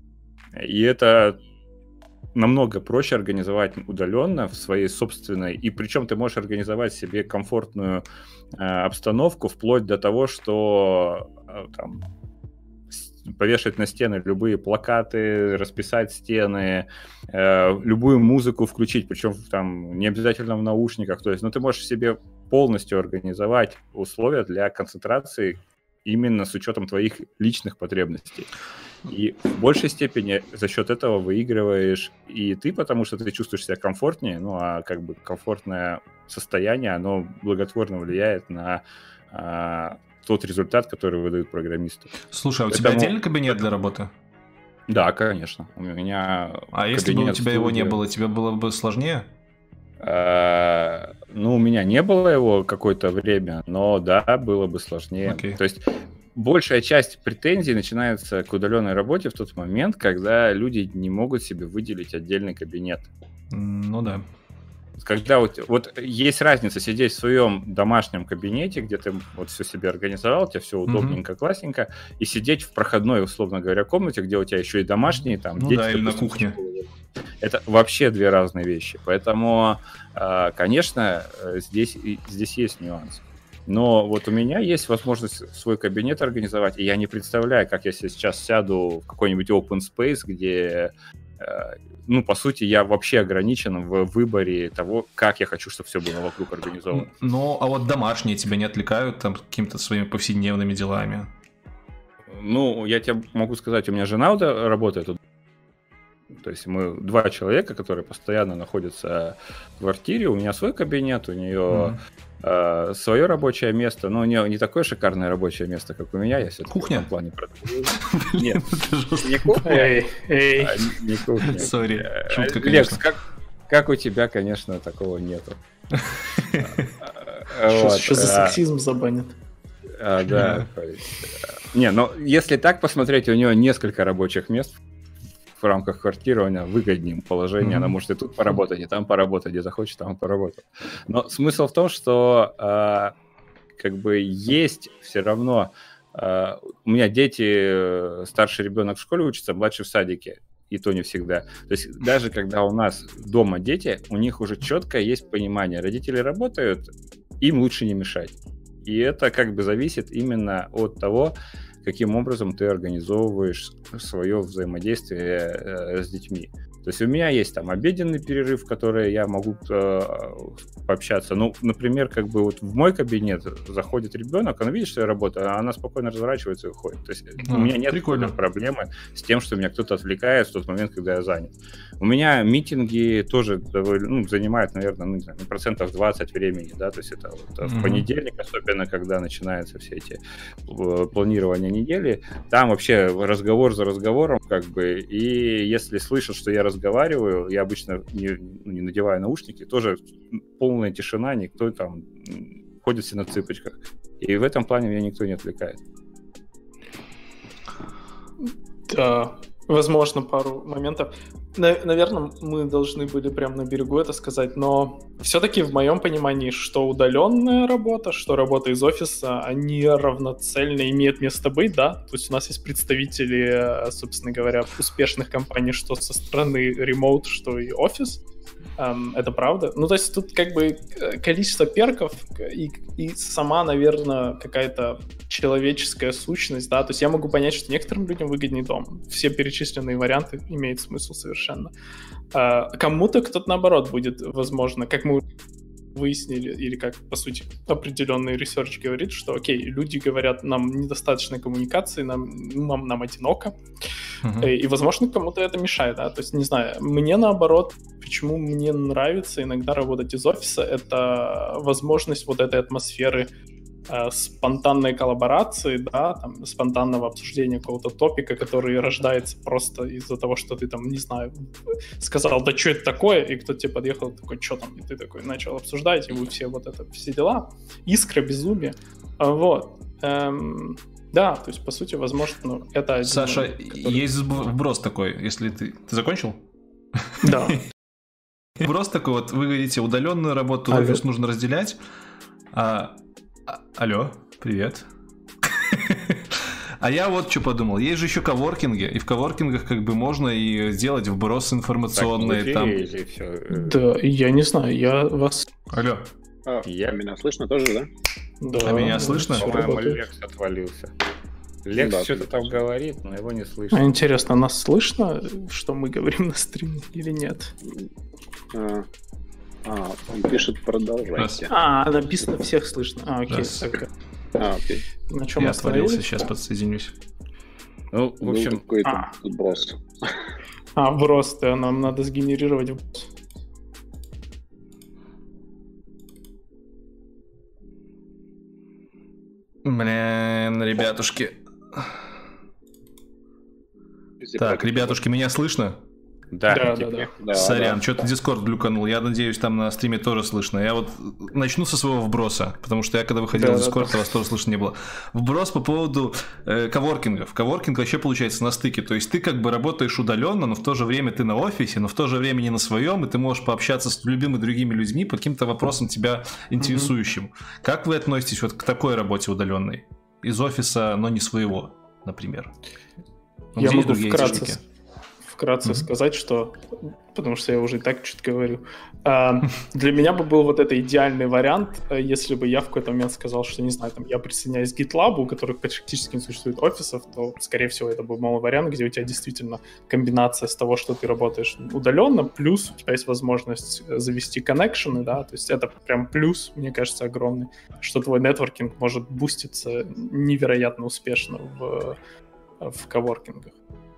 И это намного проще организовать удаленно в своей собственной, и причем ты можешь организовать себе комфортную э, обстановку вплоть до того, что э, там, повешать на стены любые плакаты, расписать стены, э, любую музыку включить, причем там не обязательно в наушниках, то есть, ну, ты можешь себе полностью организовать условия для концентрации именно с учетом твоих личных потребностей. И в большей степени за счет этого выигрываешь и ты, потому что ты чувствуешь себя комфортнее, ну а как бы комфортное состояние, оно благотворно влияет на а, тот результат, который выдают программисты. Слушай, а у Поэтому... тебя отдельный кабинет для работы? Да, конечно. У меня а если бы у тебя его не было, тебе было бы сложнее? А, ну, у меня не было его какое-то время, но да, было бы сложнее. Okay. То есть большая часть претензий начинается к удаленной работе в тот момент, когда люди не могут себе выделить отдельный кабинет. Ну да. Когда вот, вот есть разница сидеть в своем домашнем кабинете, где ты вот все себе организовал, у тебя все удобненько, mm-hmm. классненько, и сидеть в проходной, условно говоря, комнате, где у тебя еще и домашние, там, ну дети. Да, или на кухне. Это вообще две разные вещи. Поэтому, конечно, здесь, здесь есть нюансы. Но вот у меня есть возможность свой кабинет организовать, и я не представляю, как я сейчас сяду в какой-нибудь open space, где, ну, по сути, я вообще ограничен в выборе того, как я хочу, чтобы все было вокруг организовано. Ну, а вот домашние тебя не отвлекают там какими-то своими повседневными делами? Ну, я тебе могу сказать, у меня жена работает тут. То есть мы два человека, которые постоянно находятся в квартире, у меня свой кабинет, у нее mm-hmm. э, свое рабочее место, но у нее не такое шикарное рабочее место, как у меня. Я кухня? В этом плане Нет, не кухня. Не кухня. Сори, шутка, конечно. Как у тебя, конечно, такого нету. Сейчас за сексизм забанят. Да. Не, но если так посмотреть, у нее несколько рабочих мест в рамках квартирования, выгоднее положение. Mm-hmm. Она может и тут поработать, и там поработать, где захочет, там поработать. Но смысл в том, что э, как бы есть все равно... Э, у меня дети, старший ребенок в школе учится, младший в садике, и то не всегда. То есть даже когда у нас дома дети, у них уже четко есть понимание. Родители работают, им лучше не мешать. И это как бы зависит именно от того, каким образом ты организовываешь свое взаимодействие э, с детьми. То есть у меня есть там обеденный перерыв, в который я могу э, пообщаться. Ну, например, как бы вот в мой кабинет заходит ребенок, он видит, что я работаю, а она спокойно разворачивается и уходит. То есть а, у меня нет проблемы с тем, что меня кто-то отвлекает в тот момент, когда я занят. У меня митинги тоже ну, занимают, наверное, ну, не знаю, процентов двадцать времени, да, то есть это вот mm-hmm. в понедельник, особенно когда начинаются все эти планирования недели, там вообще разговор за разговором, как бы, и если слышат, что я разговариваю, я обычно не, не надеваю наушники, тоже полная тишина, никто там ходит все на цыпочках. И в этом плане меня никто не отвлекает. Да, возможно, пару моментов. Наверное, мы должны были прямо на берегу это сказать, но все-таки в моем понимании, что удаленная работа, что работа из офиса, они равноценно имеют место быть, да? То есть у нас есть представители, собственно говоря, успешных компаний, что со стороны remote, что и офис. Это правда. Ну, то есть тут как бы количество перков и, и сама, наверное, какая-то человеческая сущность, да, то есть я могу понять, что некоторым людям выгоднее дом. Все перечисленные варианты имеют смысл совершенно. А кому-то кто-то, наоборот, будет, возможно, как мы выяснили, или как, по сути, определенный ресерч говорит, что, окей, люди говорят, нам недостаточно коммуникации, нам, нам, нам одиноко, uh-huh. и, и, возможно, кому-то это мешает, да, то есть, не знаю, мне, наоборот, почему мне нравится иногда работать из офиса, это возможность вот этой атмосферы э, спонтанной коллаборации, да, там, спонтанного обсуждения какого-то топика, который рождается просто из-за того, что ты там, не знаю, сказал, да что это такое, и кто-то тебе подъехал, такой, что там, и ты такой начал обсуждать, и вы все вот это, все дела, искра, безумие, вот. Эм, да, то есть, по сути, возможно, ну, это один... Саша, момент, который... есть вброс такой, если ты... Ты закончил? Да. Вброс такой, вот вы говорите, удаленную работу, офис нужно разделять. А, а, алло, привет. А я вот что подумал, есть же еще коворкинги, и в коворкингах как бы можно и сделать вброс информационный. Там... Да, я не знаю, я вас... Алло. А, я... Меня слышно тоже, да? Да. А меня слышно? По-моему, Лекс отвалился. Лекс да, что-то там говорит, но его не слышно. А интересно, нас слышно, что мы говорим на стриме или нет? А, а он пишет продолжайте. А, написано всех слышно. А, окей. Так. А, окей. На чем я отвалился, сейчас подсоединюсь. Ну, в общем... Ну, какой-то а. вброс. А, вброс, да, нам надо сгенерировать вброс. Блин, ребятушки. Так, ребятушки, меня слышно? Да, да, да, да. да. Сорян, да. что-то Discord глюканул. Я надеюсь, там на стриме тоже слышно. Я вот начну со своего вброса, потому что я когда выходил да, в Discord, да. вас тоже слышно не было. Вброс по поводу э, коворкингов. Коворкинг вообще получается на стыке. То есть ты как бы работаешь удаленно, но в то же время ты на офисе, но в то же время не на своем, и ты можешь пообщаться с любыми другими людьми по каким-то вопросам тебя интересующим. Mm-hmm. Как вы относитесь вот к такой работе удаленной? Из офиса, но не своего, например. Ну, я могу вкратце... вкратце mm-hmm. сказать, что, потому что я уже и так что-то говорю, а, для меня бы был вот это идеальный вариант, если бы я в какой-то момент сказал, что, не знаю, там, я присоединяюсь к GitLab, у которых практически не существует офисов, то, скорее всего, это был мой вариант, где у тебя действительно комбинация с того, что ты работаешь удаленно, плюс у тебя есть возможность завести коннекшены, да, то есть это прям плюс, мне кажется, огромный, что твой нетворкинг может буститься невероятно успешно в, в коворкингах.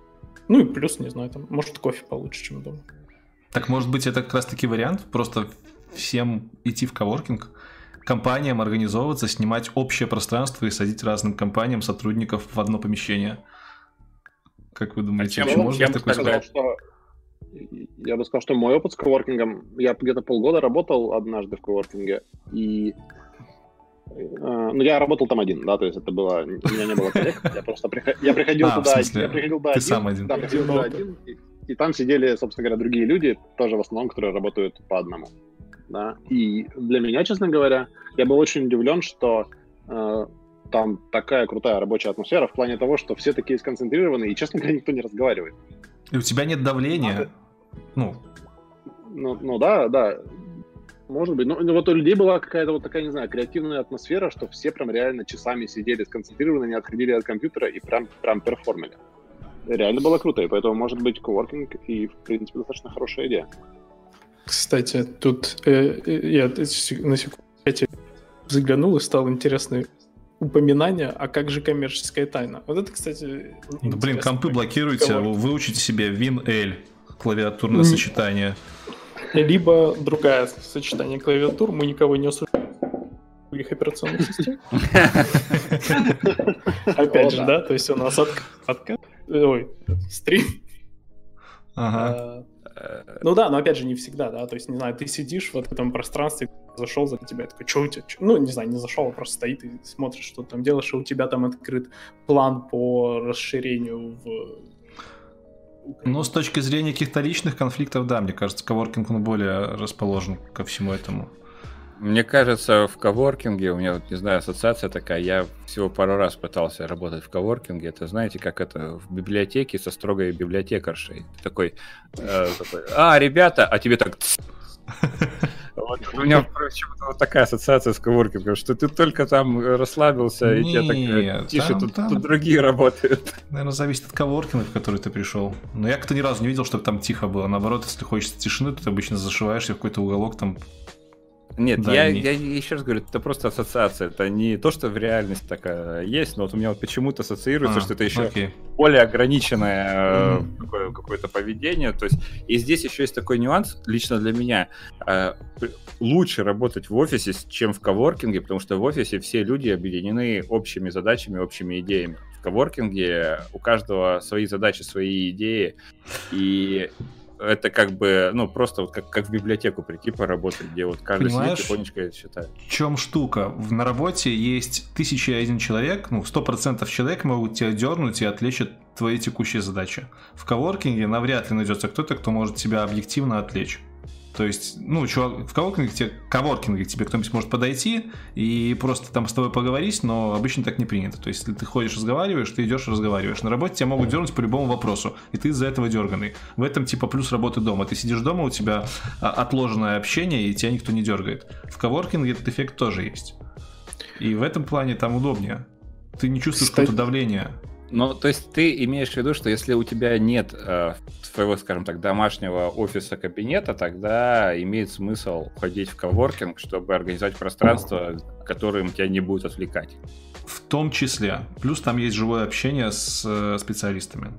Ну и плюс, не знаю, там, может, кофе получше, чем дома. Так, может быть, это как раз-таки вариант, просто всем идти в коворкинг, компаниям организовываться, снимать общее пространство и садить разным компаниям сотрудников в одно помещение. Как вы думаете, А чем, можно чем такое сказал, сказать? Что... Я бы сказал, что мой опыт с коворкингом, я где-то полгода работал однажды в коворкинге, и ну, я работал там один, да, то есть это было, у меня не было коллег, я просто приход... я приходил а, туда, в смысле, я приходил туда ты один, сам один. Да, приходил туда один, и, и там сидели, собственно говоря, другие люди, тоже в основном, которые работают по одному, да, и для меня, честно говоря, я был очень удивлен, что э, там такая крутая рабочая атмосфера в плане того, что все такие сконцентрированы, и, честно говоря, никто не разговаривает. И у тебя нет давления, а, ну... Ну, ну да, да. Может быть. Ну, вот у людей была какая-то вот такая, не знаю, креативная атмосфера, что все прям реально часами сидели сконцентрированно, не отходили от компьютера и прям, прям перформили. Реально было круто, и поэтому, может быть, коворкинг и, в принципе, достаточно хорошая идея. Кстати, тут э, я на секунду заглянул, и стало интересное упоминание, а как же коммерческая тайна? Вот это, кстати... Да, блин, компы блокируйте, выучите себе WinL, клавиатурное Не... сочетание. Либо другое сочетание клавиатур, мы никого не осуждаем других операционных систем. Опять же, да, то есть у нас откат, ой, стрим. Ну да, но опять же не всегда, да, то есть, не знаю, ты сидишь в этом пространстве, зашел за тебя, такой, что у тебя, ну, не знаю, не зашел, а просто стоит и смотришь, что ты там делаешь, и у тебя там открыт план по расширению в... Ну, с точки зрения каких-то личных конфликтов, да, мне кажется, коворкинг, он более расположен ко всему этому. Мне кажется, в коворкинге, у меня, вот, не знаю, ассоциация такая, я всего пару раз пытался работать в коворкинге, это, знаете, как это, в библиотеке со строгой библиотекаршей. Ты такой, э, такой а, ребята, а тебе так... Вот, у меня почему-то вот такая ассоциация с коворкингом, что ты только там расслабился, и тебе так тише, там, тут, там, тут другие работают. Наверное, зависит от коворкинга, в который ты пришел. Но я как-то ни разу не видел, чтобы там тихо было. Наоборот, если хочется тишины, то ты обычно зашиваешься в какой-то уголок там. Нет, я, я еще раз говорю, это просто ассоциация. Это не то, что в реальности такая есть, но вот у меня вот почему-то ассоциируется, а, что это еще окей. более ограниченное mm-hmm. какое- какое-то поведение. То есть, и здесь еще есть такой нюанс, лично для меня. Лучше работать в офисе, чем в коворкинге, потому что в офисе все люди объединены общими задачами, общими идеями. В коворкинге у каждого свои задачи, свои идеи, и... это как бы, ну, просто вот как, как в библиотеку прийти поработать, где вот каждый Понимаешь, сидит тихонечко это считает. В чем штука? На работе есть тысяча и один человек, ну, сто процентов человек могут тебя дернуть и отвлечь от твоей текущей задачи. В коворкинге навряд ли найдется кто-то, кто может тебя объективно отвлечь. То есть, ну, чувак, в коворкинге, тебе, коворкинге к тебе кто-нибудь может подойти и просто там с тобой поговорить, но обычно так не принято. То есть, если ты ходишь, разговариваешь, ты идешь, разговариваешь. На работе тебя могут дернуть по любому вопросу, и ты из-за этого дерганый. В этом, типа, плюс работы дома. Ты сидишь дома, у тебя отложенное общение, и тебя никто не дергает. В коворкинге этот эффект тоже есть. И в этом плане там удобнее. Ты не чувствуешь какое-то давление. Ну, то есть ты имеешь в виду, что если у тебя нет э, своего, скажем так, домашнего офиса-кабинета, тогда имеет смысл ходить в коворкинг, чтобы организовать пространство, которым тебя не будет отвлекать. В том числе. Плюс там есть живое общение с э, специалистами.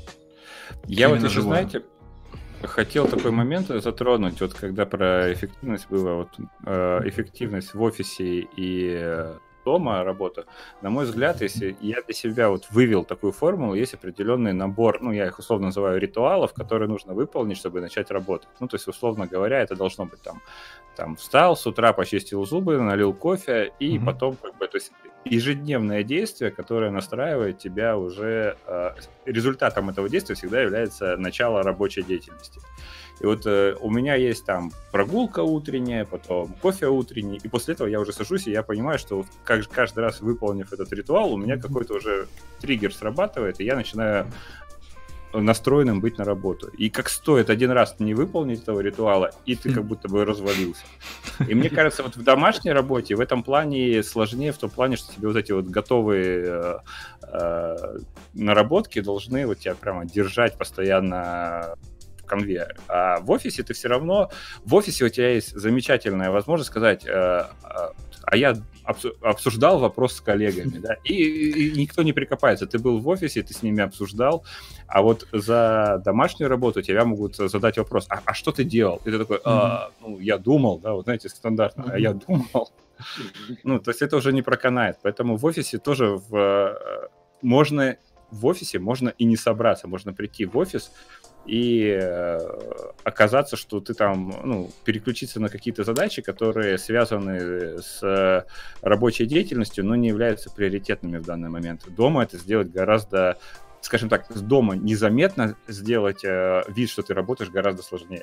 Я Именно вот еще, живое. знаете, хотел такой момент затронуть, вот когда про эффективность было, вот э, эффективность в офисе и... Э, дома работу, на мой взгляд, если я для себя вот вывел такую формулу, есть определенный набор, ну, я их условно называю ритуалов, которые нужно выполнить, чтобы начать работать. Ну, то есть, условно говоря, это должно быть там, там встал, с утра почистил зубы, налил кофе, и mm-hmm. потом, как бы, то есть, ежедневное действие, которое настраивает тебя уже... Э, результатом этого действия всегда является начало рабочей деятельности. И вот э, у меня есть там прогулка утренняя, потом кофе утренний, и после этого я уже сажусь, и я понимаю, что вот как, каждый раз, выполнив этот ритуал, у меня какой-то уже триггер срабатывает, и я начинаю настроенным быть на работу. И как стоит один раз не выполнить этого ритуала, и ты как будто бы развалился. И мне кажется, вот в домашней работе в этом плане сложнее, в том плане, что тебе вот эти вот готовые э, э, наработки должны вот тебя прямо держать постоянно конвейер. А в офисе ты все равно... В офисе у тебя есть замечательная возможность сказать... Э, э, а я обсуждал вопрос с коллегами, да, и, и, и никто не прикопается. Ты был в офисе, ты с ними обсуждал, а вот за домашнюю работу тебя могут задать вопрос, а, а что ты делал? И ты такой, а, ну, я думал, да, вот знаете, стандартно, а я думал. Ну, то есть это уже не проканает. Поэтому в офисе тоже в... можно... В офисе можно и не собраться. Можно прийти в офис и оказаться, что ты там, ну, переключиться на какие-то задачи, которые связаны с рабочей деятельностью, но не являются приоритетными в данный момент. Дома это сделать гораздо, скажем так, с дома незаметно сделать вид, что ты работаешь, гораздо сложнее.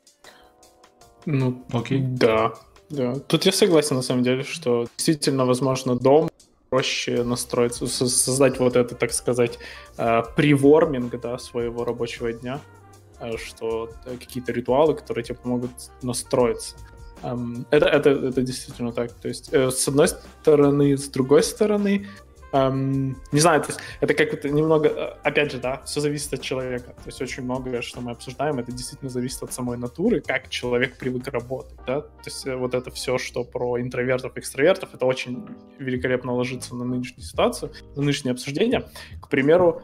Ну, окей. Да, да. Тут я согласен, на самом деле, что действительно, возможно, дома проще настроиться, создать вот это, так сказать, приворминг, да, своего рабочего дня, что какие-то ритуалы, которые тебе помогут настроиться. Это, это, это действительно так. То есть, с одной стороны, с другой стороны, Um, не знаю, то есть это как-то немного, опять же, да, все зависит от человека. То есть очень многое, что мы обсуждаем, это действительно зависит от самой натуры, как человек привык работать, да. То есть вот это все, что про интровертов, экстравертов, это очень великолепно ложится на нынешнюю ситуацию, на нынешнее обсуждение. К примеру,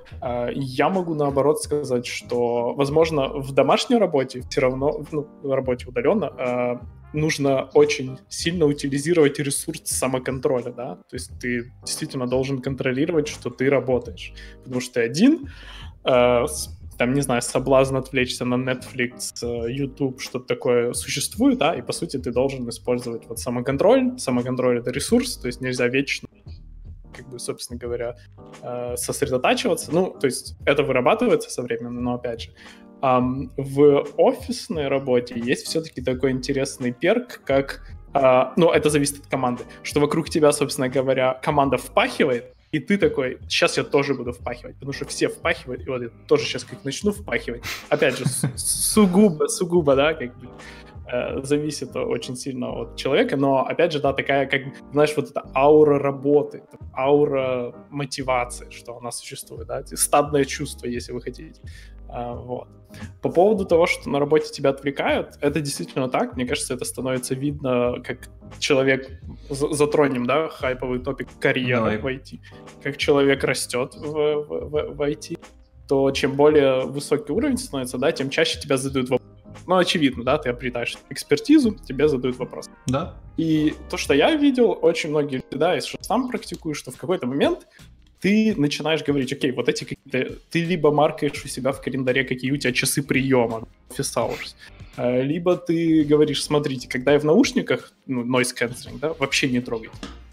я могу наоборот сказать, что, возможно, в домашней работе все равно, ну, в работе удаленно, нужно очень сильно утилизировать ресурс самоконтроля, да, то есть ты действительно должен контролировать, что ты работаешь, потому что ты один, э, там, не знаю, соблазн отвлечься на Netflix, YouTube, что-то такое существует, да, и, по сути, ты должен использовать вот самоконтроль, самоконтроль — это ресурс, то есть нельзя вечно, как бы, собственно говоря, э, сосредотачиваться, ну, то есть это вырабатывается со временем, но, опять же, Um, в офисной работе есть все-таки такой интересный перк, как, uh, ну, это зависит от команды, что вокруг тебя, собственно говоря, команда впахивает, и ты такой, сейчас я тоже буду впахивать, потому что все впахивают, и вот я тоже сейчас как начну впахивать. Опять же, сугубо, сугубо, да, как бы, uh, зависит очень сильно от человека, но, опять же, да, такая, как, знаешь, вот эта аура работы, аура мотивации, что она существует, да, стадное чувство, если вы хотите. Uh, вот. По поводу того, что на работе тебя отвлекают, это действительно так. Мне кажется, это становится видно, как человек, затронем, да, хайповый топик карьеры в ай ти, как человек растет в, в, в, в ай ти, то чем более высокий уровень становится, да, тем чаще тебя задают вопросы. Ну, очевидно, да, ты обретаешь экспертизу, тебе задают вопрос. Да. И то, что я видел, очень многие, да, и что сам практикую, что в какой-то момент ты начинаешь говорить, окей, вот эти какие-то... Ты либо маркаешь у себя в календаре, какие у тебя часы приема, office hours, либо ты говоришь, смотрите, когда я в наушниках, ну, noise cancelling, да, вообще не трогайте.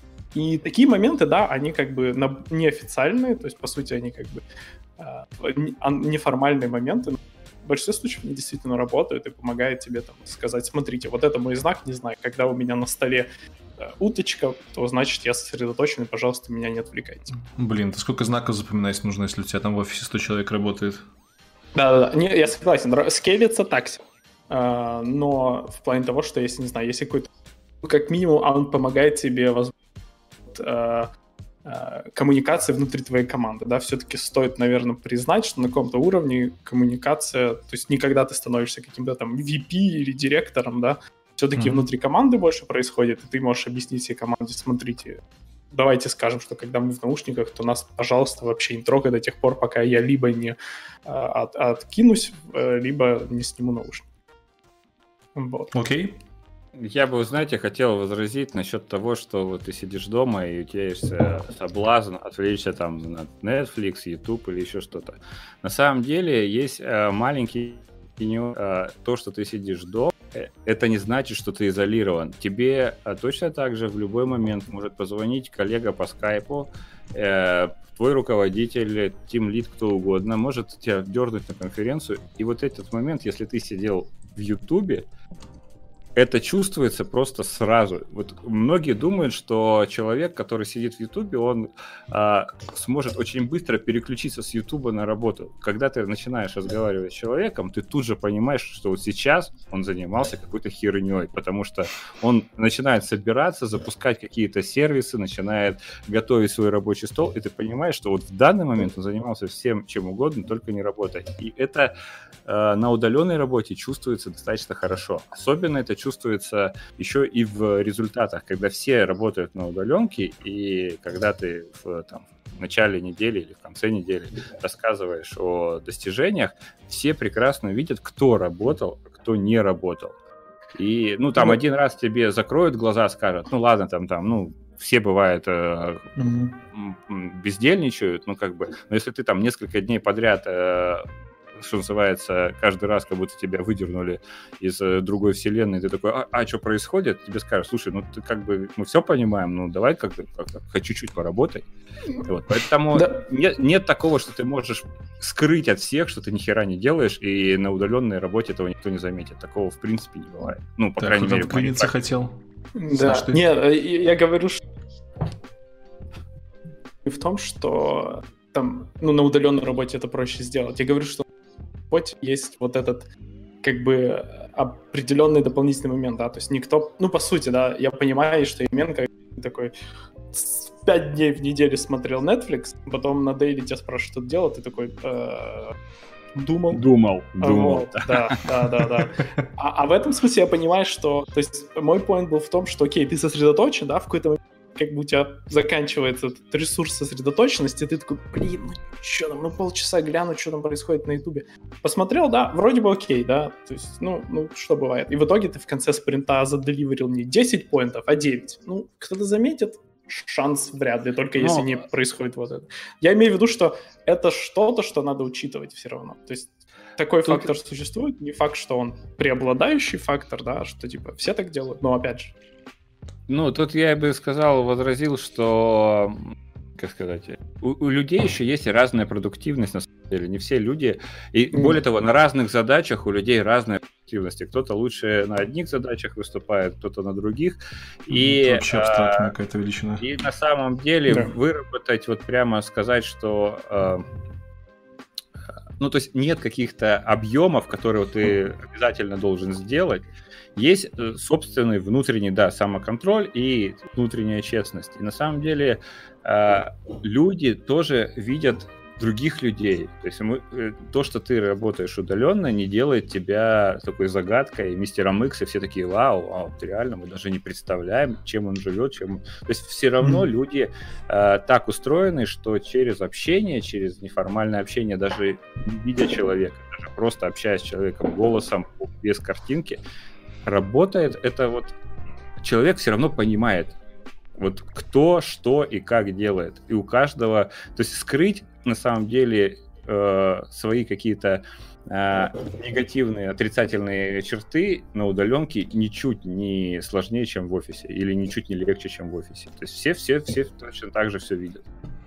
И такие моменты, да, они как бы неофициальные, то есть, по сути, они как бы неформальные моменты. В большинстве случаев они действительно работают и помогают тебе там сказать, смотрите, вот это мой знак, не знаю, когда у меня на столе уточка, то значит я сосредоточен, и, пожалуйста, меня не отвлекайте. Блин, ты сколько знаков запоминать нужно, если у тебя там в офисе сто человек работает? Да-да-да, не, я согласен, скейлится так себе. А, но в плане того, что, если, не знаю, если какой-то, как минимум, он помогает тебе, возможно, а, а, коммуникации внутри твоей команды, да, все-таки стоит, наверное, признать, что на каком-то уровне коммуникация, то есть никогда ты становишьься каким-то там ви пи или директором, да, все-таки mm-hmm. внутри команды больше происходит, и ты можешь объяснить всей команде, смотрите, давайте скажем, что когда мы в наушниках, то нас, пожалуйста, вообще не трогай до тех пор, пока я либо не а, от, откинусь, либо не сниму наушники. Вот. Окей. Okay. Я бы, знаете, хотел возразить насчет того, что вот ты сидишь дома, и у тебя есть соблазн отвлечься там на Netflix, YouTube или еще что-то. На самом деле есть маленький то, что ты сидишь дома, это не значит, что ты изолирован. Тебе точно так же в любой момент может позвонить коллега по скайпу, э, твой руководитель, тимлид, кто угодно, может тебя дернуть на конференцию. И вот этот момент, если ты сидел в Ютубе, это чувствуется просто сразу. Вот многие думают, что человек, который сидит в Ютубе, он а, сможет очень быстро переключиться с Ютуба на работу. Когда ты начинаешь разговаривать с человеком, ты тут же понимаешь, что вот сейчас он занимался какой-то херней, потому что он начинает собираться, запускать какие-то сервисы, начинает готовить свой рабочий стол, и ты понимаешь, что вот в данный момент он занимался всем чем угодно, только не работать. И это а, на удаленной работе чувствуется достаточно хорошо. Особенно это чувствуется еще и в результатах, когда все работают на удаленке, и когда ты в, там, в начале недели или в конце недели рассказываешь о достижениях, все прекрасно видят, кто работал, кто не работал. И, ну, там ну, один раз тебе закроют глаза, скажут, ну, ладно, там, там, ну, все, бывает, э, mm-hmm. бездельничают, ну, как бы, но если ты там несколько дней подряд, э, что называется, каждый раз как будто тебя выдернули из э, другой вселенной, ты такой, а, а что происходит? Тебе скажут, слушай, ну, ты как бы, мы все понимаем, ну, давай как-то, как-то хоть чуть-чуть поработай. Вот, поэтому да. нет, нет такого, что ты можешь скрыть от всех, что ты ни хера не делаешь, и на удаленной работе этого никто не заметит. Такого, в принципе, не бывает. Ну, по так, крайней мере, вклиниться хотел. Да, Саш, нет, я говорю, что в том, что там, ну, на удаленной работе это проще сделать. Я говорю, что на работе есть вот этот, как бы, определенный дополнительный момент, да, то есть никто, ну, по сути, да, я понимаю, что Еменко такой пять дней в неделю смотрел Netflix, потом на дейли тебя спрашивают, что ты делал, ты такой... Думал. Думал, думал. Вот, да, да, да, да. А, а в этом смысле я понимаю, что... То есть мой поинт был в том, что, окей, ты сосредоточен, да, в какой-то момент как бы у тебя заканчивается этот ресурс сосредоточенности, и ты такой, блин, ну что там, ну полчаса гляну, что там происходит на Ютубе. Посмотрел, да, вроде бы окей, да, то есть, ну, ну, что бывает. И в итоге ты в конце спринта заделиверил не десять поинтов, а девять. Ну, кто-то заметит, шанс вряд ли, только если Но... не происходит вот это. Я имею в виду, что это что-то, что надо учитывать все равно. То есть такой Тут... фактор существует, не факт, что он преобладающий фактор, да, что типа все так делают, но опять же. Ну, тут я бы сказал, возразил, что, как сказать, у, у людей еще есть разная продуктивность, на самом деле. Не все люди, и mm. более того, на разных задачах у людей разная продуктивность. Кто-то лучше на одних задачах выступает, кто-то на других. И, это вообще абстрактная а, какая-то величина. И на самом деле да. выработать, вот прямо сказать, что... А, ну, то есть нет каких-то объемов, которые ты обязательно должен сделать. Есть собственный внутренний, да, самоконтроль и внутренняя честность. И на самом деле э, люди тоже видят других людей. То есть мы, то, что ты работаешь удаленно, не делает тебя такой загадкой, мистером Икс, и все такие, вау, вау, реально, мы даже не представляем, чем он живет, чем... То есть все равно mm-hmm. люди э, так устроены, что через общение, через неформальное общение, даже не видя человека, даже просто общаясь с человеком голосом, без картинки, работает это вот... Человек все равно понимает, вот кто, что и как делает. И у каждого... То есть скрыть, на самом деле, э, свои какие-то э, негативные, отрицательные черты на удаленке ничуть не сложнее, чем в офисе. Или ничуть не легче, чем в офисе. То есть все-все-все точно так же все видят.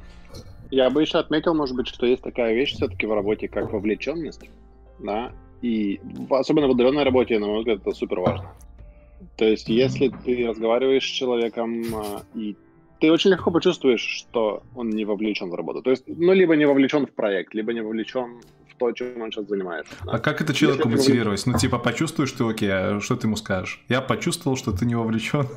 Я бы еще отметил, может быть, что есть такая вещь все-таки в работе, как вовлеченность. Да? И особенно в удаленной работе, на мой взгляд, это супер важно. То есть, если ты разговариваешь с человеком, и ты очень легко почувствуешь, что он не вовлечен в работу. То есть, ну, либо не вовлечен в проект, либо не вовлечен в то, чем он сейчас занимается. Да? А как это человеку если мотивировать? Вовлечен... Ну, типа, почувствуешь ты, окей, а что ты ему скажешь? Я почувствовал, что ты не вовлечен.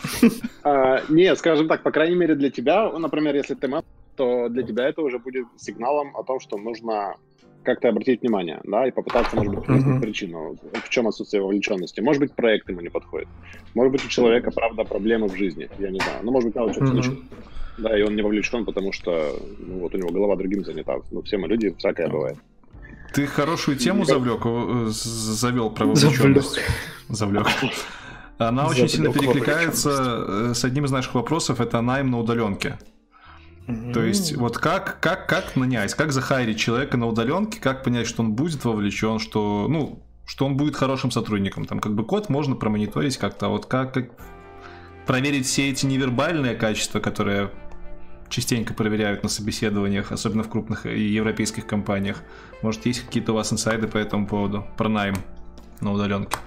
А, нет, скажем так, по крайней мере для тебя, например, если ты менеджер, то для тебя это уже будет сигналом о том, что нужно как-то обратить внимание, да, и попытаться, может быть, выяснить uh-huh. причину, в чем отсутствие вовлеченности. Может быть, проект ему не подходит. Может быть, у человека, правда, проблемы в жизни, я не знаю. Ну, может быть, надо что-то uh-huh. случилось. Да, и он не вовлечен, потому что, ну, вот у него голова другим занята. Ну, все мы люди, всякое бывает. Ты хорошую тему и... завлек, завел про вовлеченность. Завлек. Она очень сильно перекликается с одним из наших вопросов, это найм на удаленке. Mm-hmm. То есть, вот как, как, как нанять, как захайрить человека на удаленке, как понять, что он будет вовлечен, что, ну, что он будет хорошим сотрудником. Там как бы код можно промониторить как-то, вот как, как проверить все эти невербальные качества, которые частенько проверяют на собеседованиях, особенно в крупных и европейских компаниях. Может, есть какие-то у вас инсайды по этому поводу, про найм на удаленке?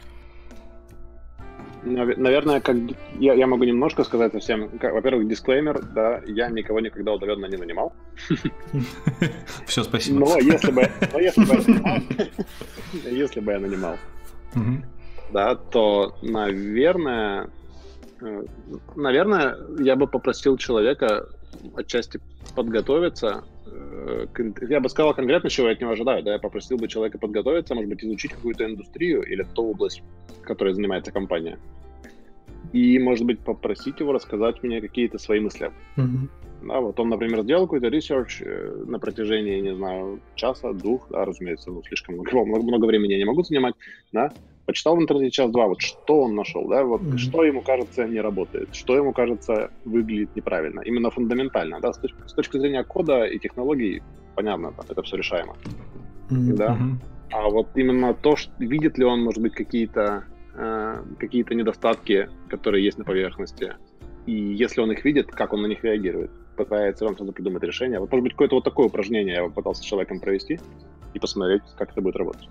Наверное, как я, я могу немножко сказать совсем. Во-первых, дисклеймер, да, я никого никогда удаленно не нанимал. Все, спасибо. Но если бы, но если бы я нанимал, если бы я нанимал, да, то, наверное, наверное, я бы попросил человека отчасти подготовиться. Я бы сказал конкретно, чего я от него ожидаю. Да? Я попросил бы человека подготовиться, может быть, изучить какую-то индустрию или ту область, которой занимается компания. И, может быть, попросить его рассказать мне какие-то свои мысли. Mm-hmm. Да, вот он, например, сделал какой-то ресерч на протяжении, не знаю, часа, двух, да, разумеется, ну, слишком много, много, много времени я не могу занимать, да, почитал в интернете час-два, вот что он нашел, да, вот mm-hmm. что ему кажется не работает, что ему кажется выглядит неправильно, именно фундаментально, да, с точки, с точки зрения кода и технологий, понятно, это все решаемо, mm-hmm. да, а вот именно то, что, видит ли он, может быть, какие-то, э, какие-то недостатки, которые есть на поверхности, и если он их видит, как он на них реагирует, пытается он сразу придумать решение. Вот, может быть, какое-то вот такое упражнение я попытался с человеком провести и посмотреть, как это будет работать.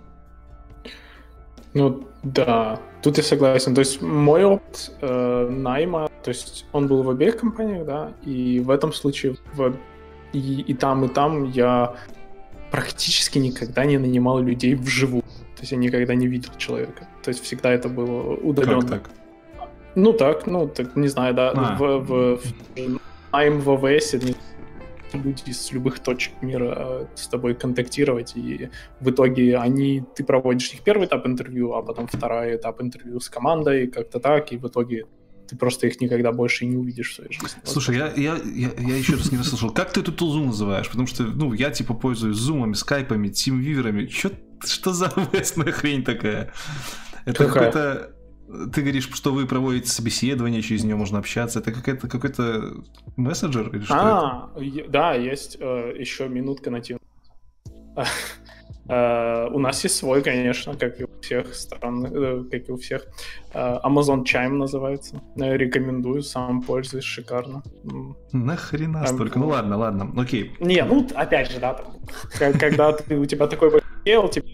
Ну, да, тут я согласен. То есть мой опыт э, найма, то есть он был в обеих компаниях, да, и в этом случае в, и, и там, и там я практически никогда не нанимал людей вживую. То есть я никогда не видел человека. То есть всегда это было удаленно. Как так? Ну так, ну, так, не знаю, да, а. в, в, в найм в АВС люди с любых точек мира с тобой контактировать, и в итоге они, ты проводишь их первый этап интервью, а потом второй этап интервью с командой, как-то так, и в итоге ты просто их никогда больше не увидишь в своей жизни. Слушай, я, я, я, я еще раз не расслышал, как ты эту тулзу называешь? Потому что, ну, я типа пользуюсь зумами, скайпами, тимвиверами. Что, что за АВСная хрень такая? Это Какая? какой-то... Ты говоришь, что вы проводите собеседование, через нее можно общаться. Это какой-то, какой-то мессенджер или что а, это? Да, есть э, еще минутка на тему. Uh, у нас есть свой, конечно, как и у всех стран, uh, как и у всех. Uh, Amazon Chime называется. Uh, рекомендую, сам пользуюсь, шикарно. Нахрена столько? Um, ну ладно, ладно, окей. Не, ну опять же, да, там, когда ты, у тебя такой большой типа,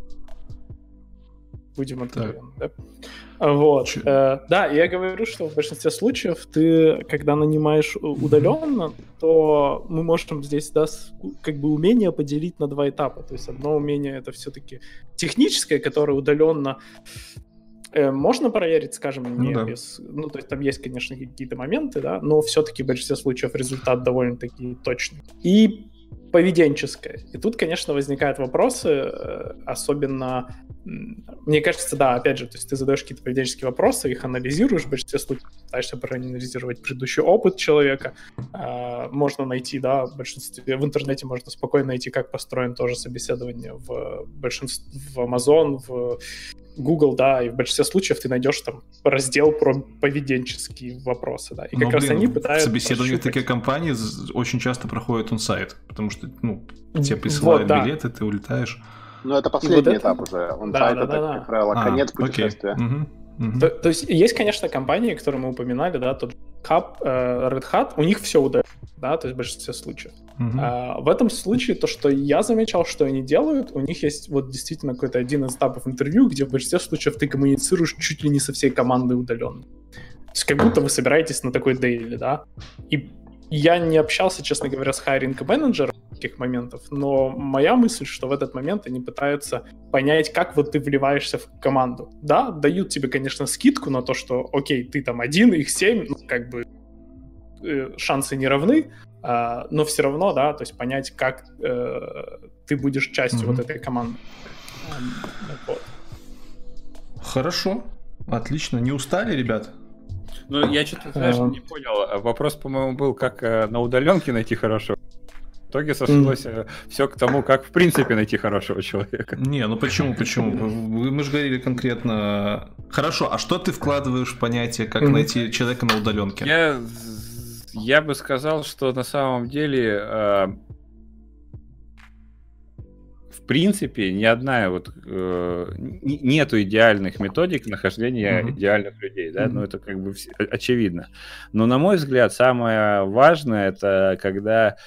будем откровенны, да? Вот. Uh, да, я говорю, что в большинстве случаев ты, когда нанимаешь удаленно, то мы можем здесь, да, как бы умение поделить на два этапа. То есть одно умение — это все-таки техническое, которое удаленно э, можно проверить, скажем, не ну, да. без... Ну, то есть там есть, конечно, какие-то моменты, да, но все-таки в большинстве случаев результат довольно-таки точный. И поведенческое. И тут, конечно, возникают вопросы, особенно, мне кажется, да, опять же, то есть ты задаешь какие-то поведенческие вопросы, их анализируешь, в большинстве случаев пытаешься проанализировать предыдущий опыт человека, можно найти, да, в большинстве, в интернете можно спокойно найти, как построено тоже собеседование в большинстве, в Amazon, в Google, да, и в большинстве случаев ты найдешь там раздел про поведенческие вопросы, да, и как ну, раз блин, они пытаются собеседование таких компаний очень часто проходит он-сайт, потому что, ну, тебе присылают вот, да. билеты, ты улетаешь. Ну, это последний вот этап это... уже, он-сайт да, да, это, да, как правило, а, конец путешествия. Угу, угу. То, то есть есть, конечно, компании, которые мы упоминали, да, тот Hub, э, Red Hat, у них все удалено, да, то есть в большинстве случаев. Uh-huh. А, в этом случае то, что я замечал, что они делают, у них есть вот действительно какой-то один из этапов интервью, где в большинстве случаев ты коммуницируешь чуть ли не со всей командой удаленно. То есть как будто вы собираетесь на такой дейли, да. И я не общался, честно говоря, с хайринг-менеджером таких моментов, но моя мысль, что в этот момент они пытаются понять, как вот ты вливаешься в команду. Да, дают тебе, конечно, скидку на то, что, окей, ты там один, их семь, ну, как бы э, шансы не равны, э, но все равно, да, то есть понять, как э, ты будешь частью mm-hmm. вот этой команды. Вот. Хорошо, отлично. Не устали, ребят? Ну, я что-то, знаешь, не понял. Вопрос, по-моему, был, как на удаленке найти хорошего. В итоге сошлось mm. все к тому, как в принципе найти хорошего человека. Не, ну почему, почему? Мы же говорили конкретно... Хорошо, а что ты вкладываешь в понятие, как mm. найти человека на удаленке? Я, я бы сказал, что на самом деле э, в принципе ни одна вот э, нету идеальных методик нахождения mm-hmm. идеальных людей, да, mm-hmm. ну это как бы очевидно. Но на мой взгляд самое важное это когда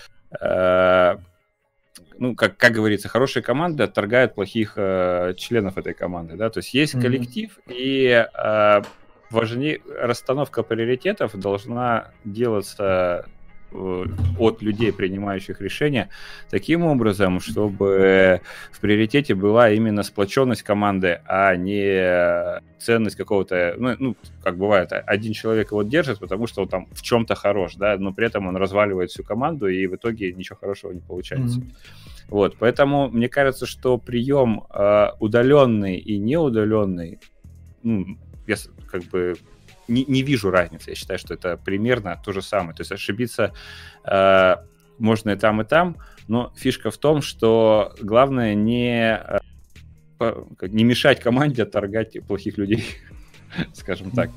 ну, как, как говорится, хорошие команды отторгают плохих э, членов этой команды, да, то есть есть mm-hmm. коллектив, и э, важнее расстановка приоритетов должна делаться э, от людей, принимающих решения, таким образом, чтобы в приоритете была именно сплоченность команды, а не ценность какого-то, ну, ну как бывает, один человек его держит, потому что он там в чем-то хорош, да, но при этом он разваливает всю команду, и в итоге ничего хорошего не получается. Mm-hmm. Вот, поэтому мне кажется, что прием э, удаленный и неудаленный, ну, я как бы не, не вижу разницы. Я считаю, что это примерно то же самое. То есть ошибиться э, можно и там, и там, но фишка в том, что главное не, э, не мешать команде отторгать плохих людей, скажем так.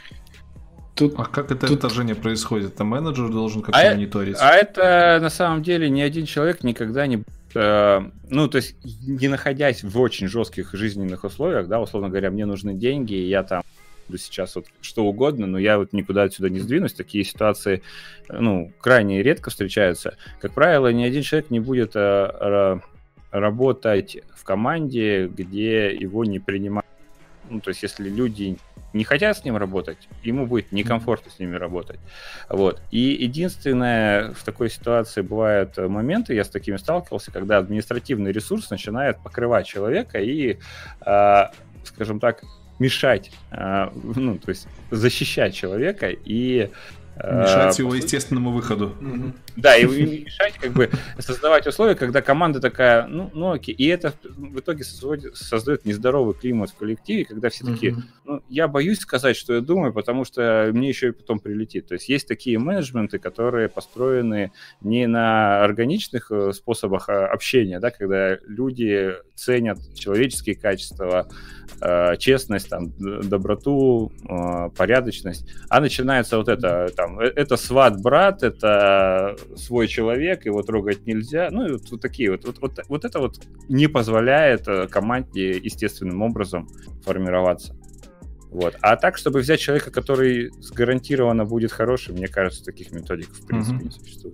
Тут, а как это тут... отторжение происходит? Там менеджер должен как-то а мониторить? А это на самом деле ни один человек никогда не... Э, ну, то есть, не находясь в очень жестких жизненных условиях, да, условно говоря, мне нужны деньги, и я там сейчас вот что угодно, но я вот никуда отсюда не сдвинусь. Такие ситуации, ну, крайне редко встречаются. Как правило, ни один человек не будет э, работать в команде, где его не принимают. Ну, то есть, если люди не хотят с ним работать, ему будет некомфортно с ними работать. Вот. И единственное, в такой ситуации бывают моменты, я с такими сталкивался, когда административный ресурс начинает покрывать человека и, э, скажем так, мешать, э, ну, то есть защищать человека и мешать его естественному выходу. Mm-hmm. Да, и мешать, как бы, создавать условия, когда команда такая, ну, ну окей. И это в итоге создает, создает нездоровый климат в коллективе, когда все mm-hmm. такие, ну, я боюсь сказать, что я думаю, потому что мне еще и потом прилетит. То есть есть такие менеджменты, которые построены не на органичных способах общения, да, когда люди ценят человеческие качества, честность, там, доброту, порядочность, а начинается вот это, там, это сват-брат, это свой человек, его трогать нельзя, ну и вот, вот такие вот, вот, вот, вот это вот не позволяет команде естественным образом формироваться. Вот. А так, чтобы взять человека, который гарантированно будет хорошим, мне кажется, таких методик в принципе mm-hmm. не существует.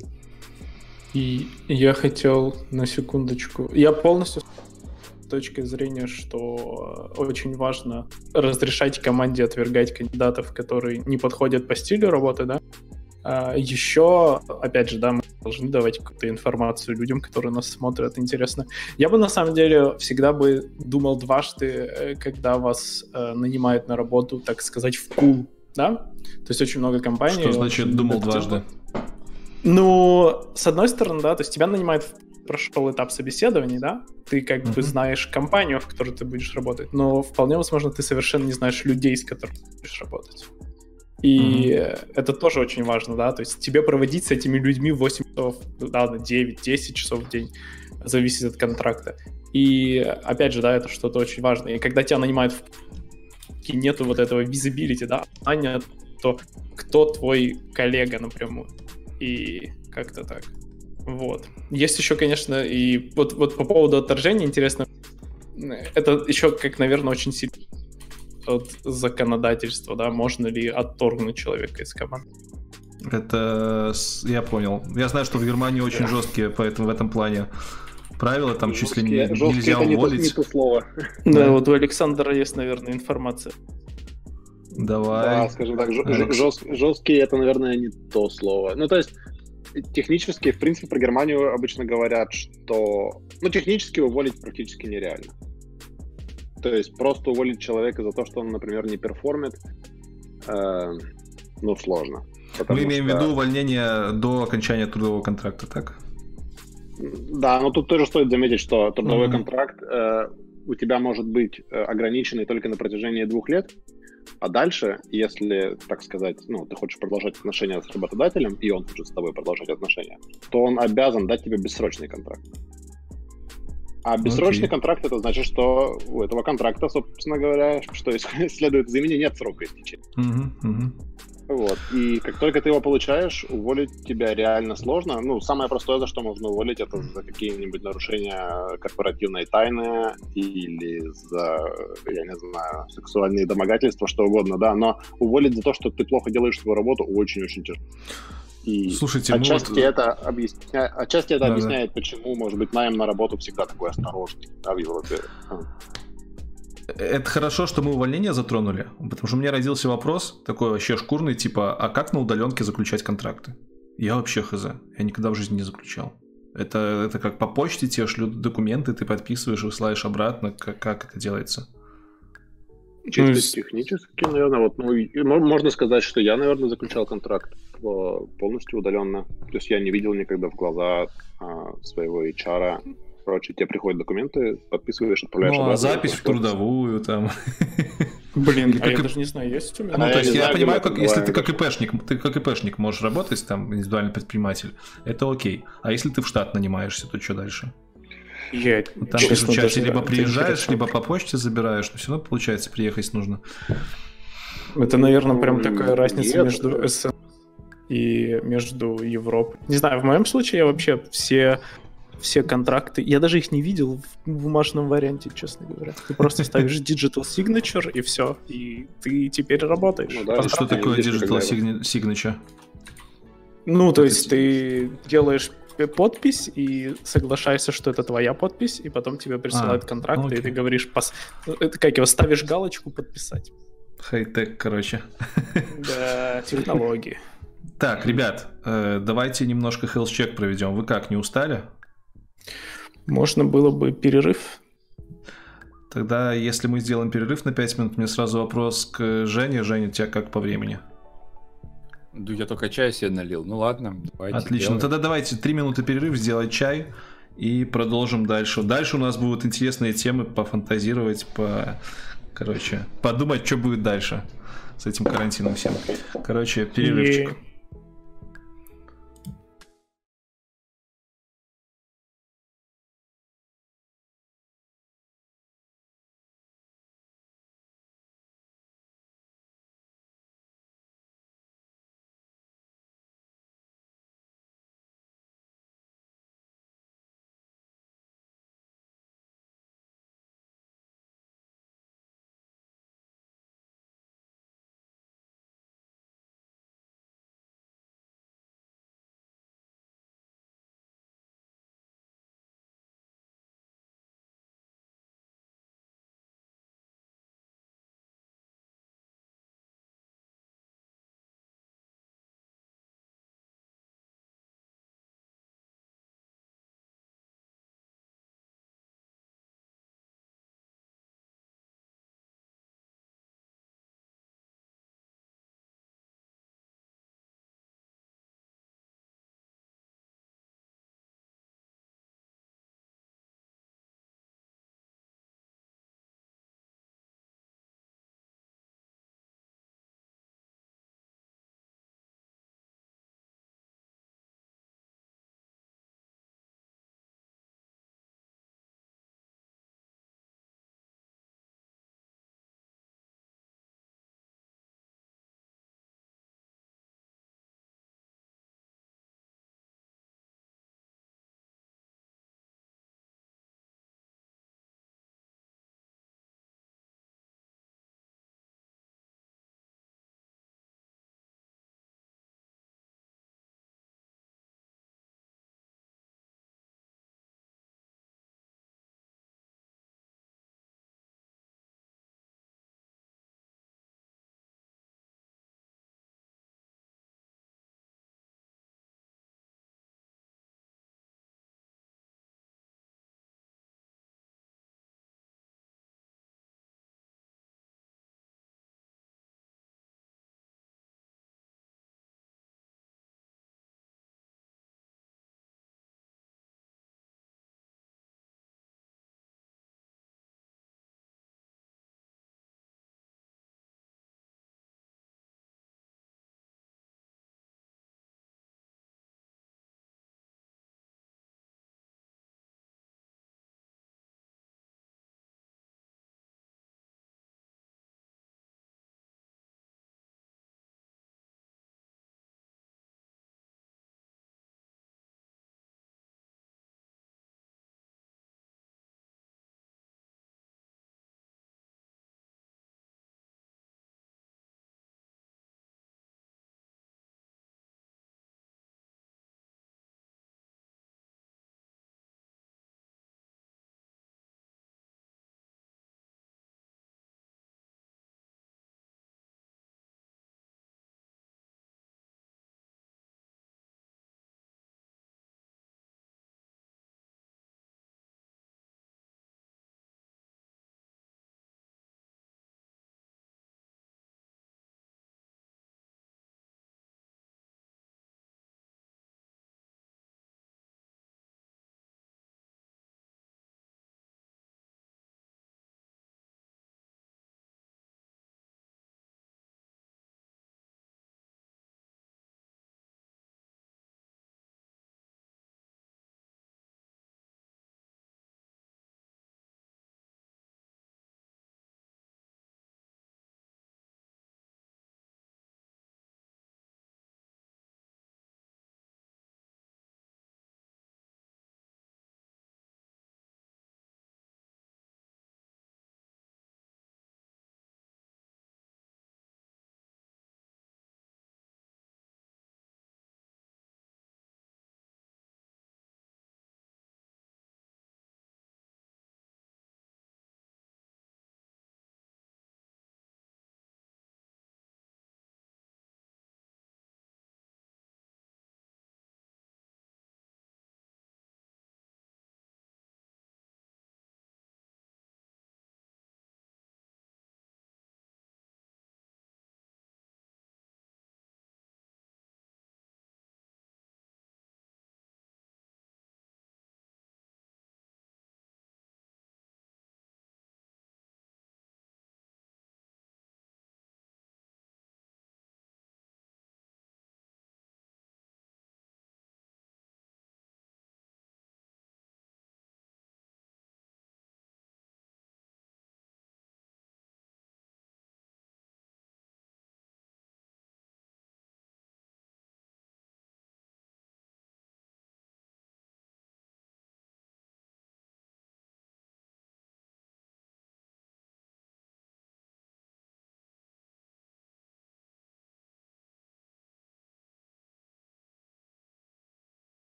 И я хотел на секундочку, я полностью с точки зрения, что очень важно разрешать команде отвергать кандидатов, которые не подходят по стилю работы, да. А еще, опять же, да, мы должны давать какую-то информацию людям, которые нас смотрят, интересно. Я бы, на самом деле, всегда бы думал дважды, когда вас э, нанимают на работу, так сказать, в пул, да? То есть очень много компаний... Что значит «думал дважды»? Ну, с одной стороны, да, то есть тебя нанимают в прошел этап собеседований, да, ты как mm-hmm. бы знаешь компанию, в которой ты будешь работать, но вполне возможно, ты совершенно не знаешь людей, с которыми ты будешь работать. И mm-hmm. это тоже очень важно, да, то есть тебе проводить с этими людьми восемь часов, да, на девять-десять часов в день, зависит от контракта. И опять же, да, это что-то очень важное. И когда тебя нанимают в и нету вот этого visibility, да, а нет, то кто твой коллега напрямую. И как-то так. Вот. Есть еще, конечно, и вот, вот по поводу отторжения интересно, это еще, как, наверное, очень сильно от законодательства, да, можно ли отторгнуть человека из команды. Это, я понял. Я знаю, что в Германии очень да. жесткие, поэтому в этом плане правила, там жесткие, чуть ли не нельзя уволить. Не то, не то слово. Да, да, вот у Александра есть, наверное, информация. Давай. Да, скажем так, жест, жесткие это, наверное, не то слово. Ну, то есть, технически, в принципе, про Германию обычно говорят, что... Ну, технически уволить практически нереально. То есть, просто уволить человека за то, что он, например, не перформит, э, ну, сложно. Мы имеем что... в виду увольнение до окончания трудового контракта, так? Да, но тут тоже стоит заметить, что трудовой mm-hmm. контракт э, у тебя может быть э, ограниченный только на протяжении двух лет, а дальше, если, так сказать, ну, ты хочешь продолжать отношения с работодателем, и он хочет с тобой продолжать отношения, то он обязан дать тебе бессрочный контракт. А бессрочный okay. контракт, это значит, что у этого контракта, собственно говоря, что следует из имени, нет срока истечения. Mm-hmm. Mm-hmm. Вот. И как только ты его получаешь, уволить тебя реально сложно. Ну, самое простое, за что можно уволить, это за какие-нибудь нарушения корпоративной тайны или за, я не знаю, сексуальные домогательства, что угодно, да. Но уволить за то, что ты плохо делаешь свою работу, очень-очень тяжело. И Слушайте, отчасти вот... это, объясня... отчасти это да, объясняет, да. почему, может быть, найм на работу всегда такой осторожный, да, в Европе. Это хорошо, что мы увольнение затронули, потому что у меня родился вопрос, такой вообще шкурный, типа, а как на удаленке заключать контракты? Я вообще хз. Я никогда в жизни не заключал. Это, это как по почте тебе шлют документы, ты подписываешь, высылаешь обратно. Как, как это делается? Чисто Ну, технически, наверное, вот, ну, и, ну, можно сказать, что я, наверное, заключал контракт э, полностью удаленно. То есть я не видел никогда в глаза а, своего эйч ар. Короче, тебе приходят документы, подписываешь, отправляешь Ну, а обратно. запись в трудовую там. Блин, Или а как я и- даже не знаю, есть у меня? Ну, А то я есть не я знаю, понимаю, где как мы если это ты как бывает. ИПшник, ты как ИПшник можешь работать, там, индивидуальный предприниматель, это окей. А если ты в штат нанимаешься, то что дальше? Я, Ну, Там честно, пишут в чате, даже либо это приезжаешь, интересно. либо по почте забираешь, но все равно, получается, приехать нужно. Это, наверное, прям Ну, такая разница нет, между э. СНГ и между Европой. Не знаю, в моем случае я вообще все, все контракты, я даже их не видел в бумажном варианте, честно говоря. Ты просто ставишь digital signature и все, и ты теперь работаешь. Ну да, А что ты не такое видишь Digital никогда его. signi- Signature? Ну, то Это есть ти- ты делаешь п- подпись и соглашаешься, что это твоя подпись, и потом тебе присылают А, контракт, ну и ты окей. говоришь, пос... ну, это как его, ставишь галочку подписать. Хай-тек, короче. Да, технологии. Так, ребят, э, давайте немножко health-check проведем. Вы как, не устали? Можно было бы перерыв. Тогда, если мы сделаем перерыв на пять минут, мне сразу вопрос к Жене. Женя, у тебя как по времени? Ну, я только чай себе налил. Ну ладно, давайте Отлично. делаем. Тогда давайте три минуты перерыв, сделать чай и продолжим дальше. Дальше у нас будут интересные темы, пофантазировать, по... Короче, подумать, что будет дальше с этим карантином всем. Короче, перерывчик. И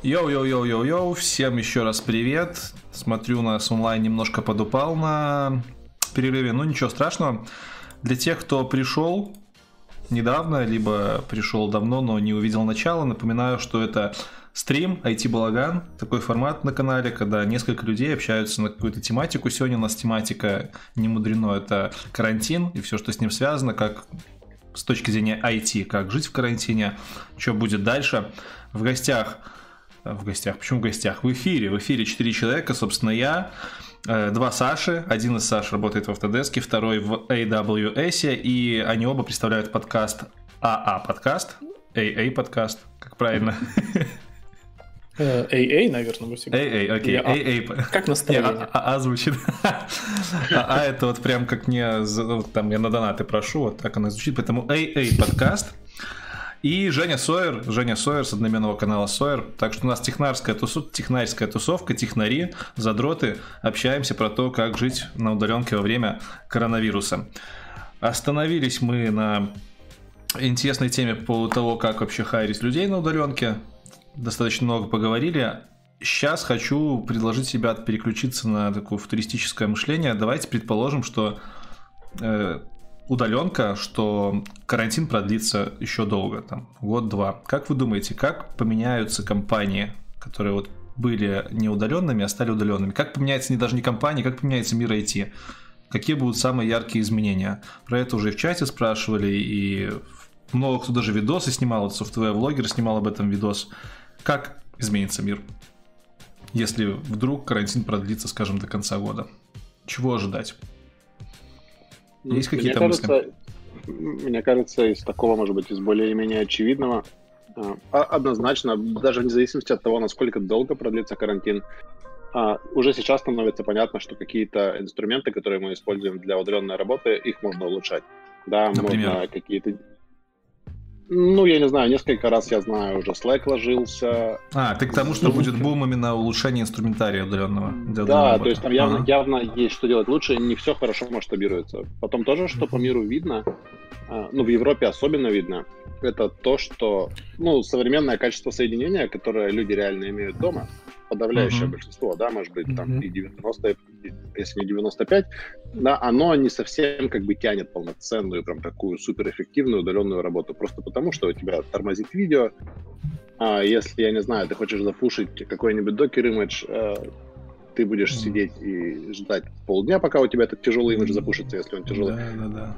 Йоу-йоу-йоу-йоу-йоу, всем еще раз привет. Смотрю, у нас онлайн немножко подупал на перерыве, но ничего страшного. Для тех, кто пришел недавно, либо пришел давно, но не увидел начала, напоминаю, что это стрим ай ти-балаган, такой формат на канале, когда несколько людей общаются на какую-то тематику. Сегодня у нас тематика, не мудрено, это карантин и все, что с ним связано, как с точки зрения ай ти, как жить в карантине, что будет дальше. В гостях, в гостях, почему в гостях? В эфире, в эфире четыре человека, собственно, я, два Саши, один из Саш работает в Autodesk, второй в эй дабл ю эс, и они оба представляют подкаст эй эй подкаст, эй эй подкаст, как правильно? эй эй, наверное, вы всегда. эй эй, окей, эй эй. Как настроение? А звучит. А это вот прям как мне, там я на донаты прошу, вот так оно звучит, поэтому эй эй подкаст. И Женя Сойер, Женя Сойер с одноименного канала Сойер. Так что у нас технарская, тусов... технарская тусовка, технари, задроты. Общаемся про то, как жить на удаленке во время коронавируса. Остановились мы на интересной теме по поводу того, как вообще хайрить людей на удаленке. Достаточно много поговорили. Сейчас хочу предложить ребят переключиться на такое футуристическое мышление. Давайте предположим, что... Э, удаленка, что карантин продлится еще долго, там, год-два. Как вы думаете, как поменяются компании, которые вот были не удаленными, а стали удаленными? Как поменяется не даже не компания, как поменяется мир ай ти? Какие будут самые яркие изменения? Про это уже и в чате спрашивали, и много кто даже видосы снимал, вот софтвер-влогер снимал об этом видос. Как изменится мир, если вдруг карантин продлится, скажем, до конца года? Чего ожидать? Есть какие-то мне мысли? Кажется, мне кажется, из такого, может быть, из более-менее очевидного, однозначно, даже вне зависимости от того, насколько долго продлится карантин, уже сейчас становится понятно, что какие-то инструменты, которые мы используем для удаленной работы, их можно улучшать. Да, например? Можно какие-то... Ну, я не знаю, несколько раз, я знаю, уже Slack ложился. А, ты к тому, что будет бум именно улучшения инструментария удаленного? Да, то есть там явно, ага. явно есть что делать лучше, не все хорошо масштабируется. Потом тоже, что по миру видно, ну, в Европе особенно видно, это то, что, ну, современное качество соединения, которое люди реально имеют дома, подавляющее uh-huh. большинство, да, может быть, там uh-huh. и девяносто, если не девяносто пять, да, оно не совсем как бы тянет полноценную, прям такую суперэффективную удаленную работу, просто потому, что у тебя тормозит видео, а если, я не знаю, ты хочешь запушить какой-нибудь докер-имидж, ты будешь uh-huh. сидеть и ждать полдня, пока у тебя этот тяжелый имидж запушится, если он тяжелый. Да, да, да.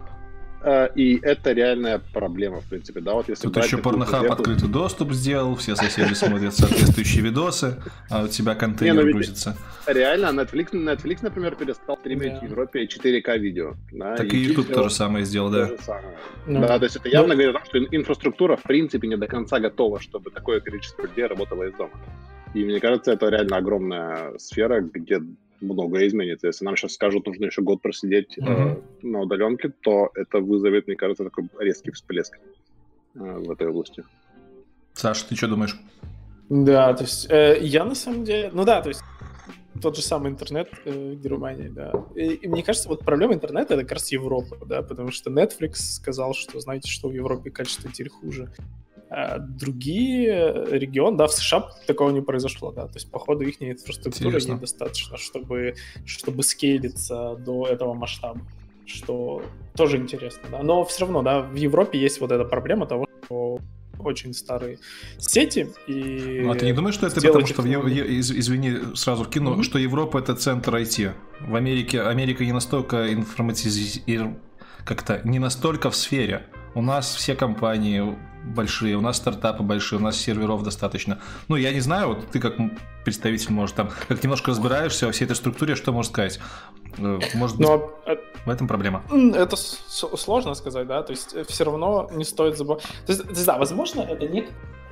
И это реальная проблема, в принципе, да, вот если... Тут еще Порнохаб эту... открытый доступ сделал, все соседи смотрят соответствующие видосы, а у тебя контейнер не, грузится. Реально, Netflix, Netflix, например, перестал стримить yeah. в Европе четыре ка видео. Да, так и YouTube, YouTube то же самое сделал, да. No. Да, то есть это явно no. говорит о том, что инфраструктура, в принципе, не до конца готова, чтобы такое количество людей работало из дома. И мне кажется, это реально огромная сфера, где... многое изменится. Если нам сейчас скажут, нужно еще год просидеть uh-huh. э, на удаленке, то это вызовет, мне кажется, такой резкий всплеск э, в этой области. Саша, ты что думаешь? Да, то есть э, я на самом деле... Ну да, то есть тот же самый интернет э, в Германии, да. И, и мне кажется, вот проблема интернета — это как раз Европа, да, потому что Netflix сказал, что, знаете, что в Европе качество теперь хуже. А другие регионы, да, в США такого не произошло, да, то есть, походу, их инфраструктуры Интересно. недостаточно, чтобы, чтобы скейлиться до этого масштаба, что тоже интересно, да, но все равно, да, в Европе есть вот эта проблема того, что очень старые сети, и... Ну, а ты не думаешь, что это потому, что, в, из, извини, сразу вкину, mm-hmm. что Европа — это центр ай ти? В Америке, Америка не настолько информатизирована, как-то не настолько в сфере. У нас все компании большие, у нас стартапы большие, у нас серверов достаточно. Ну, я не знаю, вот ты как представитель, может, там, как немножко разбираешься во всей этой структуре, что можешь сказать? Может быть, Но, в этом проблема? Это сложно сказать, да, то есть все равно не стоит забывать. То есть, да, возможно, это не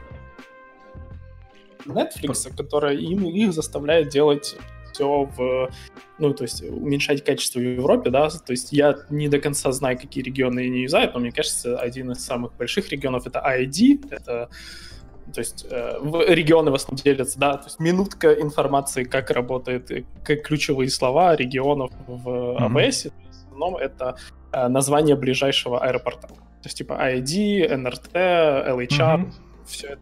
Netflix, которая им, их заставляет делать все в... Ну, то есть уменьшать качество в Европе, да, то есть я не до конца знаю, какие регионы не юзают, но мне кажется, один из самых больших регионов — это ай ди, это, то есть э, регионы в основном делятся, да, то есть минутка информации, как работает, как ключевые слова регионов в эй ви эс, mm-hmm. в основном это э, название ближайшего аэропорта, то есть типа ай ди, эн эр ти, эл эйч ар, mm-hmm. все это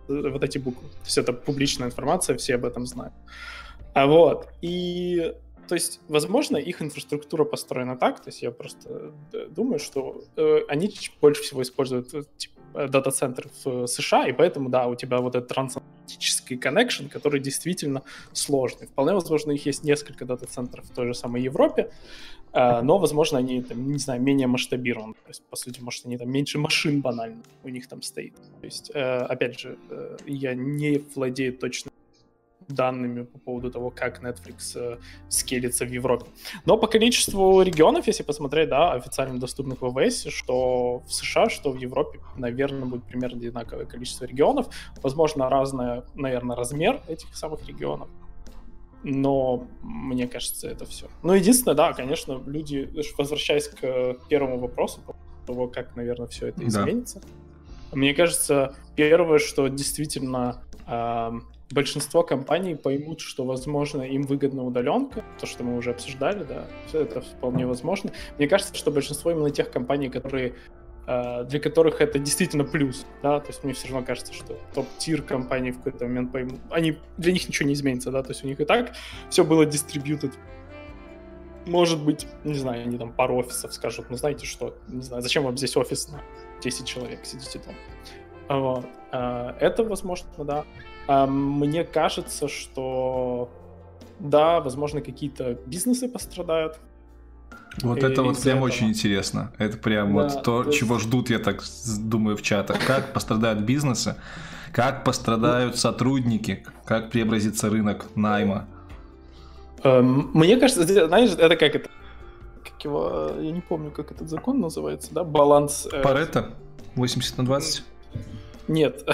вот эти буквы. То есть это публичная информация, все об этом знают. А вот, и, то есть, возможно, их инфраструктура построена так, то есть я просто думаю, что э, они больше всего используют типа, дата-центры в США, и поэтому, да, у тебя вот этот трансатлантический коннекшн, который действительно сложный. Вполне возможно, их есть несколько дата-центров в той же самой Европе, э, но, возможно, они, там, не знаю, менее масштабированы. То есть, по сути, может, они там меньше машин банально у них там стоит. То есть, э, опять же, э, я не владею точно данными по поводу того, как Netflix э, скелится в Европе. Но по количеству регионов, если посмотреть, да, официально доступных в эй ви эс, что в США, что в Европе, наверное, будет примерно одинаковое количество регионов. Возможно, разный, наверное, размер этих самых регионов. Но мне кажется, это все. Ну, единственное, да, конечно, люди, возвращаясь к первому вопросу, по того, как, наверное, все это изменится, да. Мне кажется, первое, что действительно э, большинство компаний поймут, что, возможно, им выгодна удаленка, то, что мы уже обсуждали, да, все это вполне возможно. Мне кажется, что большинство именно тех компаний, которые, э, для которых это действительно плюс, да, то есть мне все равно кажется, что топ-тир компаний в какой-то момент поймут, они, для них ничего не изменится, да, то есть у них и так все было distributed. Может быть, не знаю, они там пару офисов скажут, ну, знаете что, не знаю, зачем вам здесь офис на десять человек, сидите там. Вот. Это, возможно, да. Мне кажется, что, да, возможно, какие-то бизнесы пострадают. Вот это вот прям этого. Очень интересно. Это прям да, вот то, то есть... чего ждут, я так думаю, в чатах. Как пострадают бизнесы, как пострадают сотрудники, как преобразится рынок найма. Мне кажется, знаешь, это как это, как его, я не помню, как этот закон называется, да, баланс... Парето? восемьдесят на двадцать? Нет.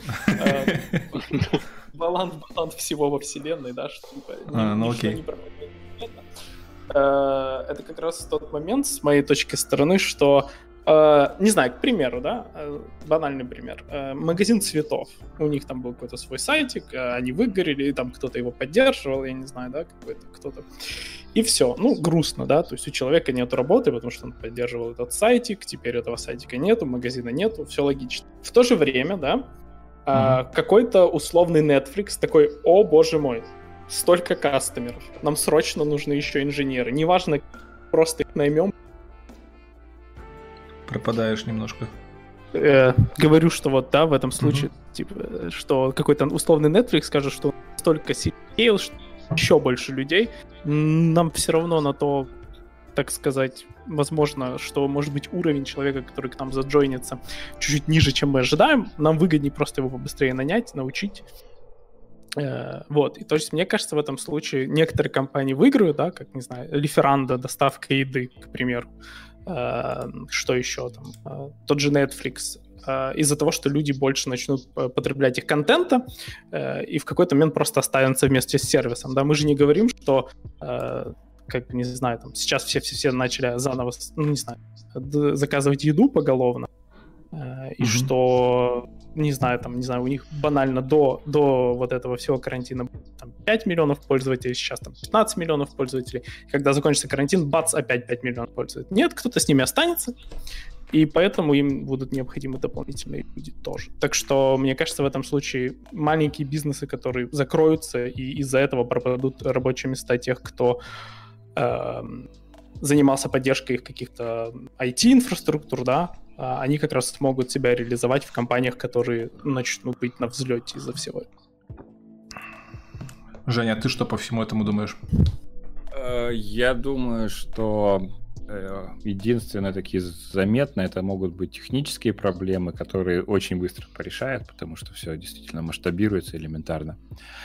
Баланс, баланс всего во вселенной, да, что ничего не проходит. Это как раз тот момент, с моей точки стороны, что, не знаю, к примеру, да, банальный пример. Магазин цветов. У них там был какой-то свой сайтик, они выгорели, и там кто-то его поддерживал, я не знаю, да, какой-то кто-то. И все. Ну, грустно, да, то есть у человека нет работы, потому что он поддерживал этот сайтик, теперь этого сайтика нету, магазина нету, все логично. В то же время, да, mm-hmm. какой-то условный Netflix такой: о, боже мой, столько кастомеров, нам срочно нужны еще инженеры, неважно, просто их наймем. Пропадаешь немножко. Э, говорю, что вот, да, в этом случае, mm-hmm. типа, что какой-то условный Netflix скажет, что столько сил, что еще больше людей, нам все равно на то, так сказать, возможно, что, может быть, уровень человека, который к нам заджойнится, чуть-чуть ниже, чем мы ожидаем, нам выгоднее просто его побыстрее нанять, научить. Э, вот, и то есть, мне кажется, в этом случае некоторые компании выиграют, да, как, не знаю, Лиферанда, доставка еды, к примеру. Uh, что еще там? Uh, тот же Netflix. Uh, из-за того, что люди больше начнут потреблять их контента uh, и в какой-то момент просто останутся вместе с сервисом. Да? Мы же не говорим, что, uh, как, не знаю, там, сейчас все-все-все начали заново, ну, не знаю, заказывать еду поголовно. Uh, и mm-hmm. что, не знаю, там, не знаю, у них банально до, до вот этого всего карантина там, пять миллионов пользователей, сейчас там пятнадцать миллионов пользователей. Когда закончится карантин, бац, опять пять миллионов пользователей. Нет, кто-то с ними останется, и поэтому им будут необходимы дополнительные люди тоже. Так что, мне кажется, в этом случае маленькие бизнесы, которые закроются, и из-за этого пропадут рабочие места тех, кто э, занимался поддержкой их каких-то ай ти-инфраструктур, да, они как раз смогут себя реализовать в компаниях, которые начнут быть на взлете из-за всего. Женя, а ты что по всему этому думаешь? Я думаю, что единственное такие заметные, это могут быть технические проблемы, которые очень быстро порешают, потому что все действительно масштабируется элементарно.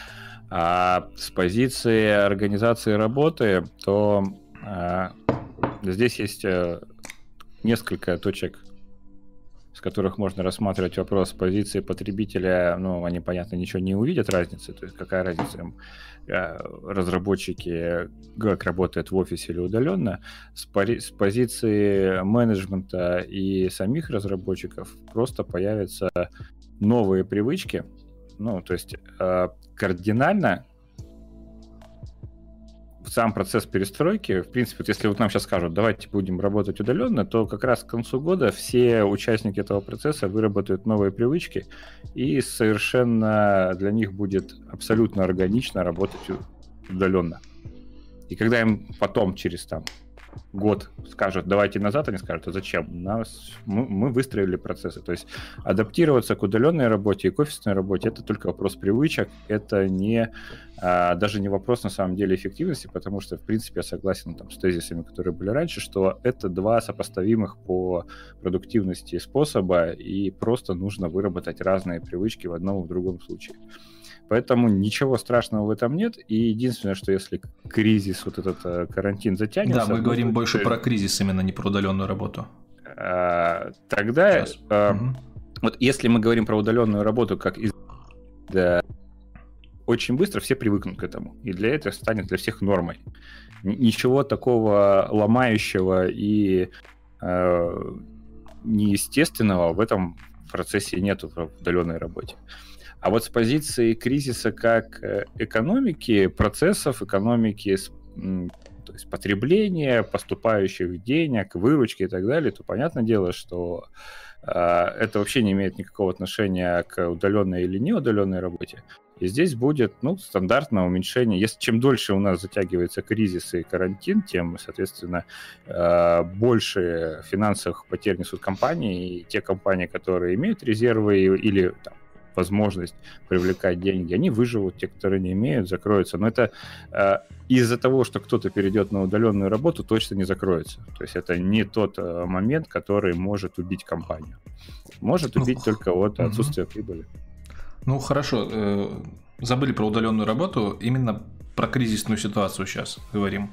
А с позиции организации работы, то а, здесь есть несколько точек, с которых можно рассматривать вопрос с позиции потребителя. Ну, они, понятно, ничего не увидят разницы. То есть какая разница им, разработчики, как работают в офисе или удаленно. С, пози- с позиции менеджмента и самих разработчиков просто появятся новые привычки. Ну, то есть кардинально сам процесс перестройки, в принципе, вот если вот нам сейчас скажут, давайте будем работать удаленно, то как раз к концу года все участники этого процесса выработают новые привычки, и совершенно для них будет абсолютно органично работать удаленно. И когда им потом, через там год скажут, давайте назад, они скажут, а зачем? Нас, мы, мы выстроили процессы. То есть адаптироваться к удаленной работе и к офисной работе — это только вопрос привычек, это не, а, даже не вопрос на самом деле эффективности, потому что, в принципе, я согласен там, с тезисами, которые были раньше, что это два сопоставимых по продуктивности способа, и просто нужно выработать разные привычки в одном и в другом случае. Поэтому ничего страшного в этом нет. И единственное, что если кризис, вот этот карантин затянется... Да, мы говорим больше про кризис, именно не про удаленную работу. А, тогда... А, угу. Вот если мы говорим про удаленную работу, как из... Да, очень быстро все привыкнут к этому. И для этого станет для всех нормой. Ничего такого ломающего и э, неестественного в этом процессе нету в удаленной работе. А вот с позиции кризиса как экономики, процессов, экономики, то есть потребления, поступающих денег, выручки и так далее, то понятное дело, что э, это вообще не имеет никакого отношения к удаленной или неудаленной работе. И здесь будет, ну, стандартное уменьшение. Если чем дольше у нас затягивается кризис и карантин, тем, соответственно, э, больше финансовых потерь несут компании. И те компании, которые имеют резервы или там, возможность привлекать деньги, они выживут, те, которые не имеют, закроются. Но это э, из-за того, что кто-то перейдет на удаленную работу, точно не закроется. То есть это не тот э, момент, который может убить компанию. Может убить ну, только вот отсутствие угу. прибыли. Ну, хорошо. Э, забыли про удаленную работу. Именно про кризисную ситуацию сейчас говорим.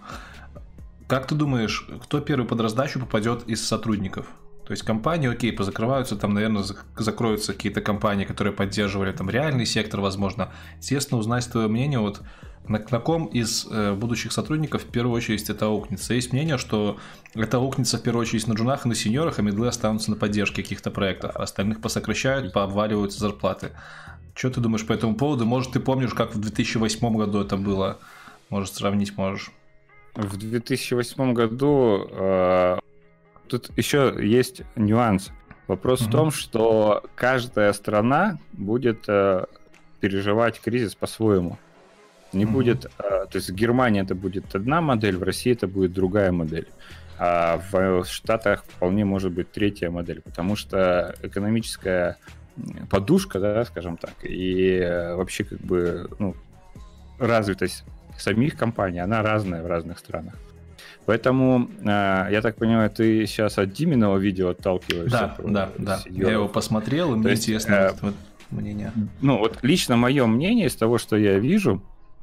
Как ты думаешь, кто первый под раздачу попадет из сотрудников? То есть компании, окей, позакрываются, там, наверное, закроются какие-то компании, которые поддерживали там реальный сектор, возможно. Естественно, узнать твое мнение, вот на, на ком из э, будущих сотрудников в первую очередь это аукнется. Есть мнение, что это аукнется в первую очередь на джунах и на сеньорах, а медлы останутся на поддержке каких-то проектов, а остальных посокращают, пообваливаются зарплаты. Что ты думаешь по этому поводу? Может, ты помнишь, как в две тысячи восьмом году это было? Может, сравнить можешь? В две тысячи восьмом году... Э... Тут еще есть нюанс. Вопрос uh-huh. в том, что каждая страна будет э, переживать кризис по-своему. Не uh-huh. будет, э, то есть в Германии это будет одна модель, в России это будет другая модель. А в Штатах вполне может быть третья модель, потому что экономическая подушка, да, скажем так, и вообще как бы ну, развитость самих компаний, она разная в разных странах. Поэтому, э, я так понимаю, ты сейчас от Диминого видео отталкиваешься? Да, да, да. Я его посмотрел, и мне есть, интересно э, вот, мнение. Ну, вот лично мое мнение из того, что я вижу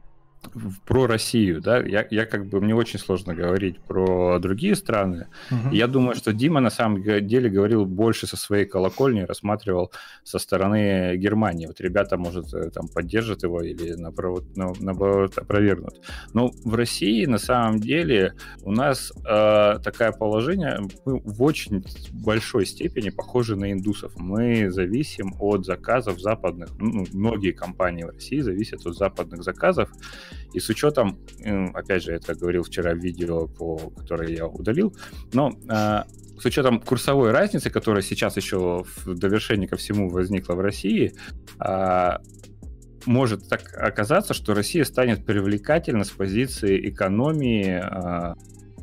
про Россию, да, я, я как бы, мне очень сложно говорить про другие страны. Угу. Я думаю, что Дима на самом деле говорил больше со своей колокольни, рассматривал со стороны Германии. Вот ребята, может, там поддержат его или наоборот, наоборот опровергнут. Но в России на самом деле у нас э, такое положение, мы в очень большой степени похожи на индусов. Мы зависим от заказов западных. Ну, многие компании в России зависят от западных заказов. И с учетом, опять же, это говорил вчера в видео, по, которое я удалил, но э, с учетом курсовой разницы, которая сейчас еще в довершении ко всему возникла в России, э, может так оказаться, что Россия станет привлекательна с позиции экономии э,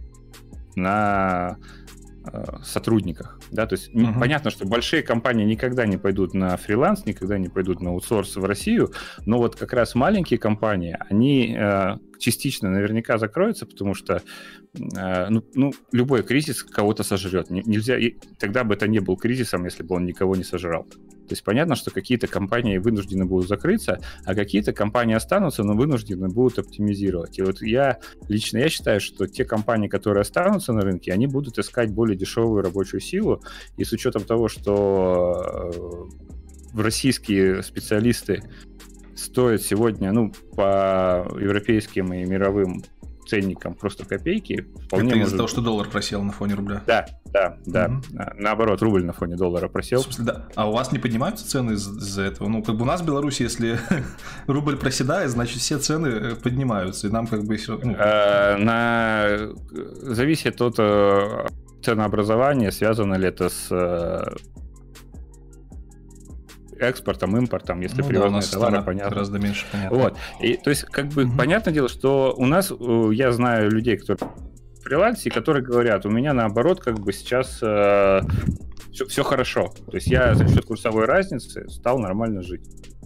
на э, сотрудниках. Да? То есть uh-huh. понятно, что большие компании никогда не пойдут на фриланс, никогда не пойдут на аутсорс в Россию, но вот как раз маленькие компании, они э, частично наверняка закроются, потому что э, ну, ну, любой кризис кого-то сожрет. Нельзя, и тогда бы это не был кризисом, если бы он никого не сожрал. То есть понятно, что какие-то компании вынуждены будут закрыться, а какие-то компании останутся, но вынуждены будут оптимизировать. И вот я лично я считаю, что те компании, которые останутся на рынке, они будут искать более дешевую рабочую силу. И с учетом того, что российские специалисты стоят сегодня, ну, по европейским и мировым ценникам просто копейки. Вполне это из-за того, что доллар просел на фоне рубля? Да, да, да. Mm-hmm. Наоборот, рубль на фоне доллара просел. В смысле, да. А у вас не поднимаются цены из-за этого? Ну, как бы у нас в Беларуси, если рубль проседает, значит, все цены поднимаются, и нам как бы... Ну... На... Зависит от ценообразования, связано ли это с экспортом, импортом, если ну, привозные да, товары, понятно. Гораздо меньше, понятно. Вот. И, то есть, как бы, mm-hmm. понятное дело, что у нас, я знаю людей, которые в фрилансе, которые говорят, у меня наоборот, как бы сейчас э, все, все хорошо. То есть я за счет курсовой разницы стал нормально жить.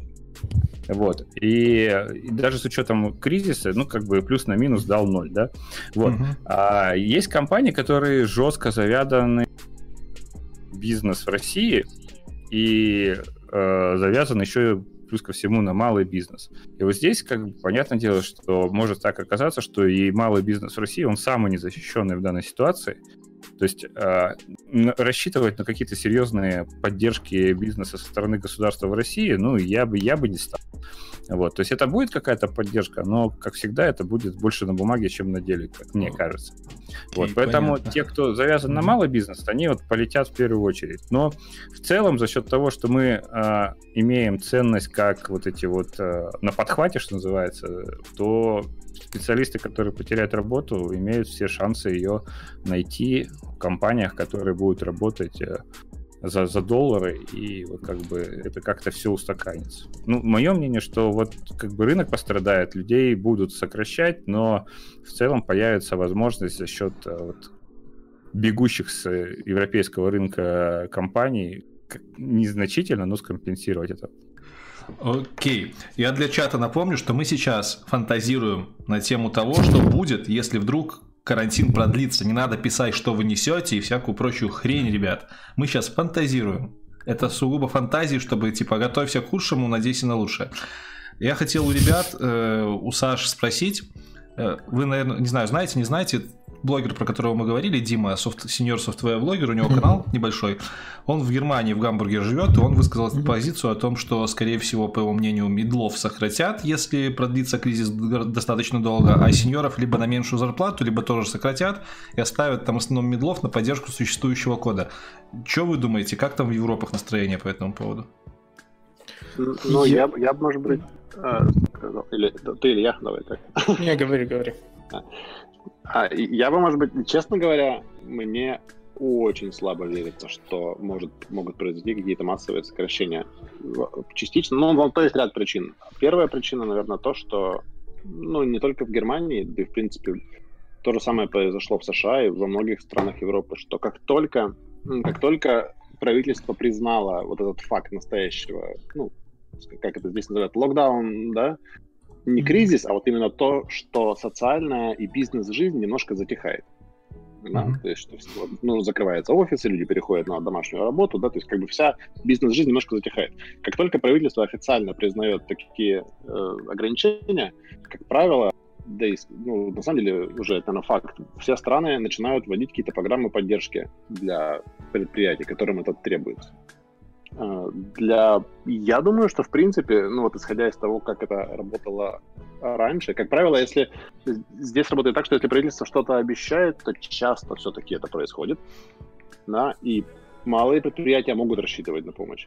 Вот. И, и даже с учетом кризиса, ну, как бы плюс на минус дал ноль, да? Вот. Mm-hmm. А есть компании, которые жестко завязаны в бизнес в России, и э, завязан еще плюс ко всему на малый бизнес. И вот здесь, как бы, понятное дело, что может так оказаться, что и малый бизнес в России, он самый незащищенный в данной ситуации. То есть э, рассчитывать на какие-то серьезные поддержки бизнеса со стороны государства в России, ну, я бы, я бы не стал. Вот. То есть это будет какая-то поддержка, но, как всегда, это будет больше на бумаге, чем на деле, как мне кажется. Вот. И поэтому понятно. Те, кто завязан на малый бизнес, они вот полетят в первую очередь. Но в целом за счет того, что мы э, имеем ценность как вот эти вот э, на подхвате, что называется, то специалисты, которые потеряют работу, имеют все шансы ее найти в компаниях, которые будут работать э, За, за доллары, и вот как бы это как-то все устаканится. Ну, мое мнение, что вот как бы рынок пострадает, людей будут сокращать, но в целом появится возможность за счет вот, бегущих с европейского рынка компаний незначительно, но скомпенсировать это. Окей. Я для чата напомню, что мы сейчас фантазируем на тему того, что будет, если вдруг карантин продлится. Не надо писать, что вы несете и всякую прочую хрень, ребят. Мы сейчас фантазируем. Это сугубо фантазии, чтобы, типа, готовься к худшему, надейся на лучшее. Я хотел у ребят, э, у Саши спросить. Э, вы, наверное, не знаю, знаете, не знаете, блогер, про которого мы говорили, Дима, софт, сеньор софтвер-блогер, у него mm-hmm. канал небольшой. Он в Германии, в Гамбурге живет, и он высказал mm-hmm. позицию о том, что, скорее всего, по его мнению, мидлов сократят, если продлится кризис достаточно долго, а сеньоров либо на меньшую зарплату, либо тоже сократят и оставят там в основном мидлов на поддержку существующего кода. Что вы думаете, как там в Европах настроение по этому поводу? Ну, я, я может быть, сказал, или ты или я, давай так. Не, говори, говори. А, я бы, может быть, честно говоря, мне очень слабо верится, что может, могут произойти какие-то массовые сокращения. Частично, ну, то есть ряд причин. Первая причина, наверное, то, что, ну, не только в Германии, да и, в принципе, то же самое произошло в США и во многих странах Европы, что как только, как только правительство признало вот этот факт настоящего, ну, как это здесь называют, локдаун, да, не кризис, а вот именно то, что социальная и бизнес-жизнь немножко затихает. Да? Mm-hmm. То есть, что, ну, закрываются офисы, люди переходят на домашнюю работу, да, то есть как бы вся бизнес-жизнь немножко затихает. Как только правительство официально признает такие э, ограничения, как правило, да и, ну, на самом деле уже это на факт, все страны начинают вводить какие-то программы поддержки для предприятий, которым это требуется. Для... Я думаю, что в принципе, ну вот исходя из того, как это работало раньше, как правило, если здесь работает так, что если правительство что-то обещает, то часто все-таки это происходит, да, и малые предприятия могут рассчитывать на помощь.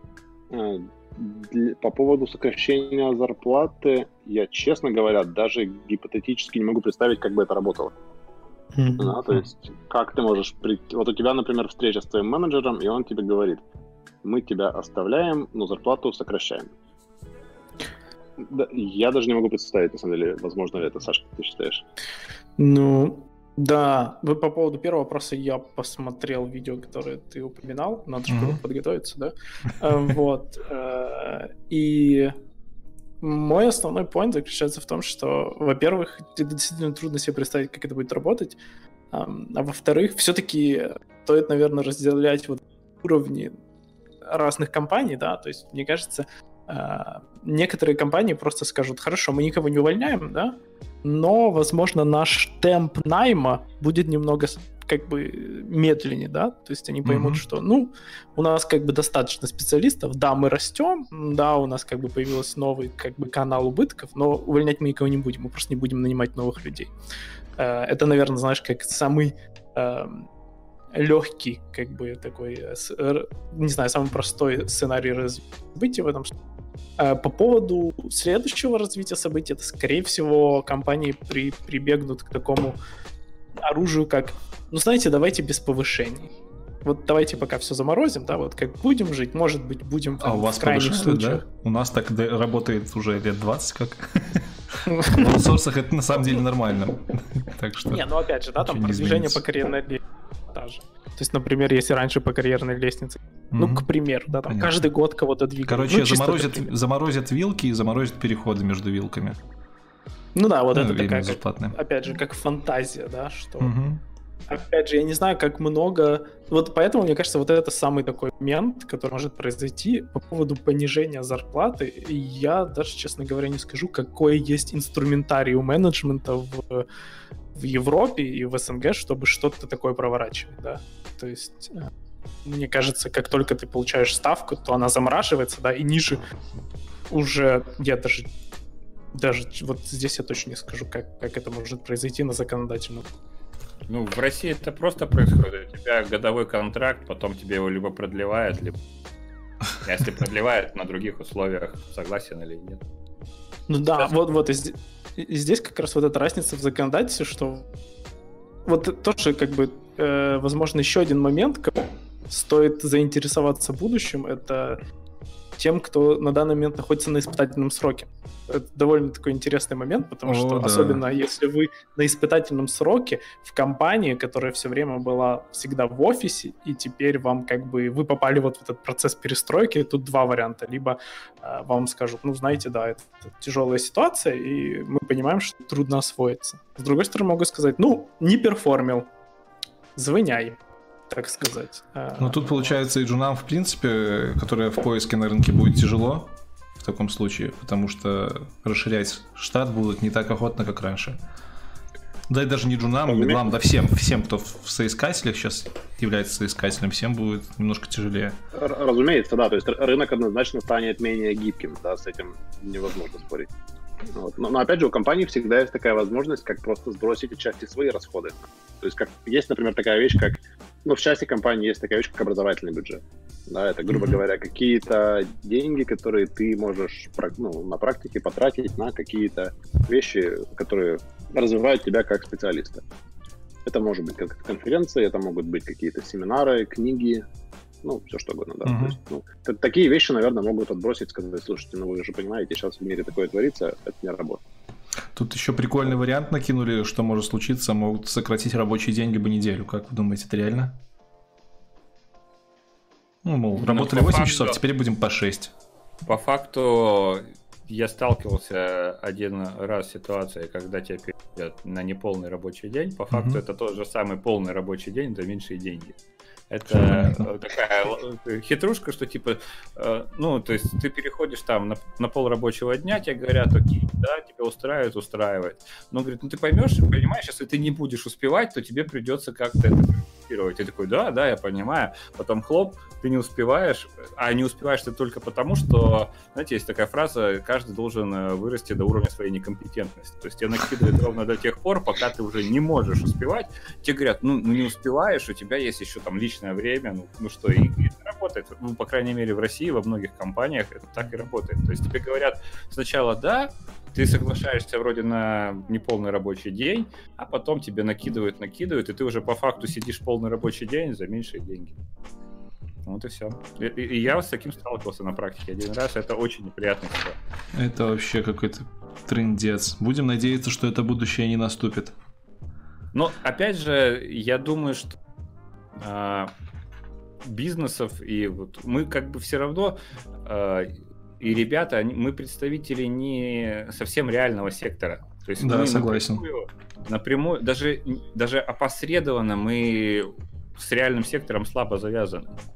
По поводу сокращения зарплаты, я, честно говоря, даже гипотетически не могу представить, как бы это работало. Mm-hmm. Да, то есть, как ты можешь прийти... Вот у тебя, например, встреча с твоим менеджером, и он тебе говорит: мы тебя оставляем, но зарплату сокращаем. Да, я даже не могу представить, на самом деле, возможно ли это, Саша, как ты считаешь? Ну, да. Вы по поводу первого вопроса, я посмотрел видео, которое ты упоминал. Надо же mm-hmm. подготовиться, да? Вот. И мой основной поинт заключается в том, что, во-первых, действительно трудно себе представить, как это будет работать. А во-вторых, все-таки стоит, наверное, разделять вот уровни разных компаний, да, то есть, мне кажется, некоторые компании просто скажут: хорошо, мы никого не увольняем, да, но, возможно, наш темп найма будет немного как бы медленнее, да, то есть они поймут, mm-hmm. что, ну, у нас как бы достаточно специалистов, да, мы растем, да, у нас как бы появился новый как бы канал убытков, но увольнять мы никого не будем, мы просто не будем нанимать новых людей. Это, наверное, знаешь, как самый э, легкий, как бы такой, не знаю, самый простой сценарий развития в этом. По поводу следующего развития событий, это, скорее всего, компании при, прибегнут к такому оружию, как, ну, знаете, давайте без повышений. Вот давайте пока все заморозим, да, вот как будем жить, может быть, будем а у вас в крайних случаях. Да? У нас так работает уже лет двадцать как. В аутсорсах это на самом деле нормально. Так что. Не, ну опять же, да, там продвижение по карьерной лестнице. То есть, например, если раньше по карьерной лестнице, ну, к примеру, да, там каждый год кого-то двигают. Короче, заморозят вилки и заморозят переходы между вилками. Ну да, вот это такая, опять же, как фантазия, да, что... Опять же, я не знаю, как много... Вот поэтому, мне кажется, вот это самый такой момент, который может произойти по поводу понижения зарплаты. И я даже, честно говоря, не скажу, какой есть инструментарий у менеджмента в, в Европе и в СНГ, чтобы что-то такое проворачивать, да. То есть, мне кажется, как только ты получаешь ставку, то она замораживается, да, и ниже уже я даже... Даже вот здесь я точно не скажу, как, как это может произойти на законодательном. Ну, в России это просто происходит. У тебя годовой контракт, потом тебе его либо продлевают, либо... Если продлевают, на других условиях, согласен или нет. Ну да, Сейчас... вот, вот и здесь, и здесь как раз вот эта разница в законодательстве, что вот тоже как бы, э, возможно, еще один момент, как стоит заинтересоваться будущим, это тем, кто на данный момент находится на испытательном сроке. Это довольно такой интересный момент, потому О, что да. особенно если вы на испытательном сроке в компании, которая все время была всегда в офисе, и теперь вам как бы вы попали вот в этот процесс перестройки, тут два варианта. Либо э, вам скажут, ну, знаете, да, это, это тяжелая ситуация, и мы понимаем, что трудно освоиться. С другой стороны, могу сказать, ну, не перформил, звоняй. Так сказать. Ну, тут, получается, и джунам, в принципе, которые в поиске на рынке будет тяжело в таком случае, потому что расширять штат будут не так охотно, как раньше. Да и даже не джунам, не медлам, да всем, всем, кто в соискателях сейчас является соискателем, всем будет немножко тяжелее. Разумеется, да, то есть рынок однозначно станет менее гибким, да, с этим невозможно спорить. Вот. Но, но опять же, у компании всегда есть такая возможность, как просто сбросить отчасти свои расходы. То есть как, есть, например, такая вещь, как, ну, в части компании есть такая вещь, как образовательный бюджет. Да, это, грубо mm-hmm. говоря, какие-то деньги, которые ты можешь, ну, на практике потратить на какие-то вещи, которые развивают тебя как специалиста. Это может быть как конференции, это могут быть какие-то семинары, книги, ну, все что угодно, да. Mm-hmm. То есть, ну, т- такие вещи, наверное, могут отбросить, сказать, слушайте, ну вы же понимаете, сейчас в мире такое творится, это не работает. Тут еще прикольный вариант накинули, что может случиться, могут сократить рабочий день либо неделю. Как вы думаете, это реально? Ну, мол, работали восемь факту, часов, теперь будем по шесть. По факту я сталкивался один раз с ситуацией, когда тебя переводят на неполный рабочий день. По факту mm-hmm. это тот же самый полный рабочий день, за меньшие деньги. Это такая хитрушка, что типа, э, ну, то есть ты переходишь там на, на пол рабочего дня, тебе говорят, окей, да, тебя устраивает, устраивает. Но, говорит, ну ты поймешь, понимаешь, если ты не будешь успевать, то тебе придется как-то это компенсировать. Ты такой, да, да, я понимаю. Потом хлоп, ты не успеваешь, а не успеваешь ты только потому, что, знаете, есть такая фраза, каждый должен вырасти до уровня своей некомпетентности. То есть тебя накидывают ровно до тех пор, пока ты уже не можешь успевать. Тебе говорят, ну, ну не успеваешь, у тебя есть еще там личное время, ну, ну что, и, и это работает. Ну, по крайней мере, в России, во многих компаниях это так и работает. То есть тебе говорят сначала да, ты соглашаешься вроде на неполный рабочий день, а потом тебе накидывают, накидывают, и ты уже по факту сидишь полный рабочий день за меньшие деньги. Вот и все. И, и я с таким сталкивался на практике один раз, это очень неприятно. Это вообще какой-то трындец. Будем надеяться, что это будущее не наступит. Но, опять же, я думаю, что а, бизнесов, и вот мы как бы все равно, а, и ребята, они, мы представители не совсем реального сектора. То есть да, мы согласен. Напрямую, напрямую даже, даже опосредованно мы с реальным сектором слабо завязаны.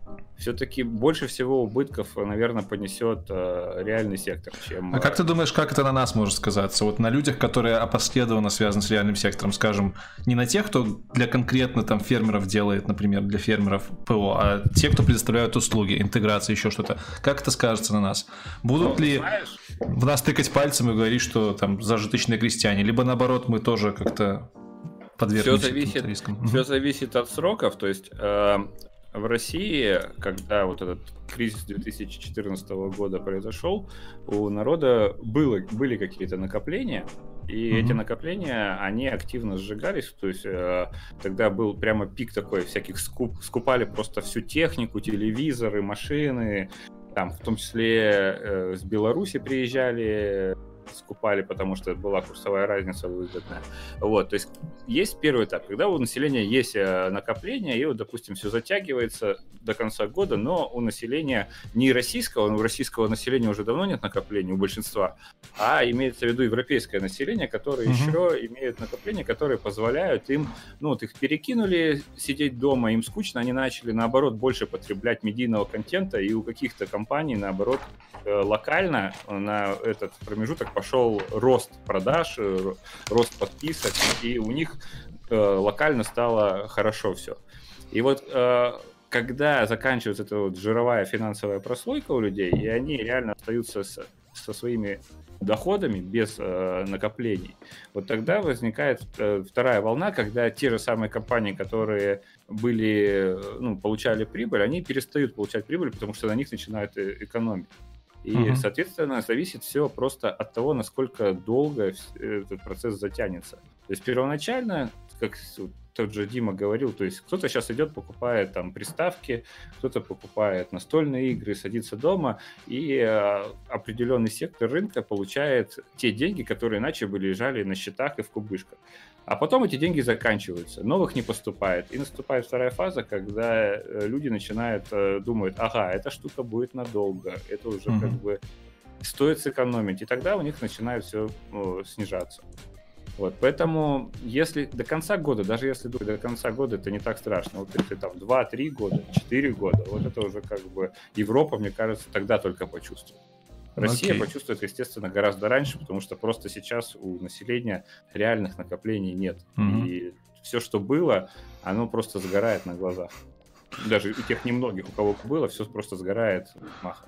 все-таки больше всего убытков, наверное, понесет э, реальный сектор, чем... А как ты думаешь, как это на нас может сказаться? Вот на людях, которые опосредованно связаны с реальным сектором, скажем, не на тех, кто для конкретно там фермеров делает, например, для фермеров ПО, а те, кто предоставляют услуги, интеграция, еще что-то. Как это скажется на нас? Будут ну, ли знаешь... в нас тыкать пальцем и говорить, что там зажиточные крестьяне, либо наоборот мы тоже как-то подвергнемся все рискам? Все зависит от сроков, то есть... Э... В России, когда вот этот кризис две тысячи четырнадцатого года произошел, у народа было, были какие-то накопления, и mm-hmm. эти накопления, они активно сжигались, то есть э, тогда был прямо пик такой, всяких скуп, скупали просто всю технику, телевизоры, машины, там в том числе э, с Беларуси приезжали, скупали, потому что была курсовая разница выгодная. Вот, то есть есть первый этап, когда у населения есть накопление, и вот, допустим, все затягивается до конца года, но у населения не российского, у российского населения уже давно нет накопления, у большинства, а имеется в виду европейское население, которое mm-hmm. еще имеют накопления, которые позволяют им, ну вот их перекинули сидеть дома, им скучно, они начали, наоборот, больше потреблять медийного контента, и у каких-то компаний, наоборот, локально на этот промежуток пошел рост продаж, рост подписок, и у них э, локально стало хорошо все. И вот э, когда заканчивается эта вот жировая финансовая прослойка у людей, и они реально остаются с, со своими доходами без э, накоплений, вот тогда возникает э, вторая волна, когда те же самые компании, которые были, ну, получали прибыль, они перестают получать прибыль, потому что на них начинают экономить. И, uh-huh. соответственно, зависит все просто от того, насколько долго этот процесс затянется. То есть первоначально, как тот же Дима говорил, то есть кто-то сейчас идет, покупает там приставки, кто-то покупает настольные игры, садится дома, и э, определенный сектор рынка получает те деньги, которые иначе бы лежали на счетах и в кубышках. А потом эти деньги заканчиваются, новых не поступает. И наступает вторая фаза, когда люди начинают думать, ага, эта штука будет надолго, это уже mm-hmm. как бы стоит сэкономить. И тогда у них начинает все ну, снижаться. Вот, поэтому если до конца года, даже если до конца года, это не так страшно. Вот если там два-три года, четыре года, вот это уже как бы Европа, мне кажется, тогда только почувствует. Россия okay. почувствует, естественно, гораздо раньше, потому что просто сейчас у населения реальных накоплений нет. Mm-hmm. И все, что было, оно просто сгорает на глазах. Даже у тех немногих, у кого было, все просто сгорает махом.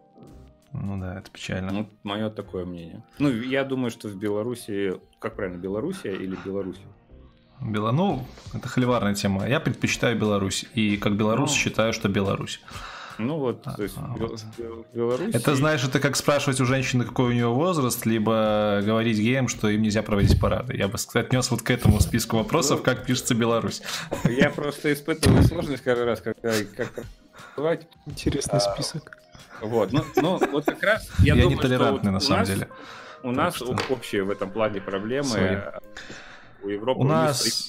Ну да, это печально. Ну, мое такое мнение. Ну, я думаю, что в Беларуси, как правильно, Белоруссия или Беларусь? Бела... Ну, это холиварная тема. Я предпочитаю Беларусь. И как белорус ну... считаю, что Беларусь. Ну вот, то есть а, вот. Беларусь... Это, знаешь, это как спрашивать у женщины, какой у нее возраст, либо говорить геям, что им нельзя проводить парады. Я бы отнес вот к этому списку вопросов, ну, как пишется Беларусь. Я просто испытываю сложность каждый раз, когда... Как... Интересный а, список. Вот, ну, ну вот как раз... Я, я думаю, нетолерантный, на самом нас, деле. У нас что... общие в этом плане проблемы. Sorry. У Европы... У нас...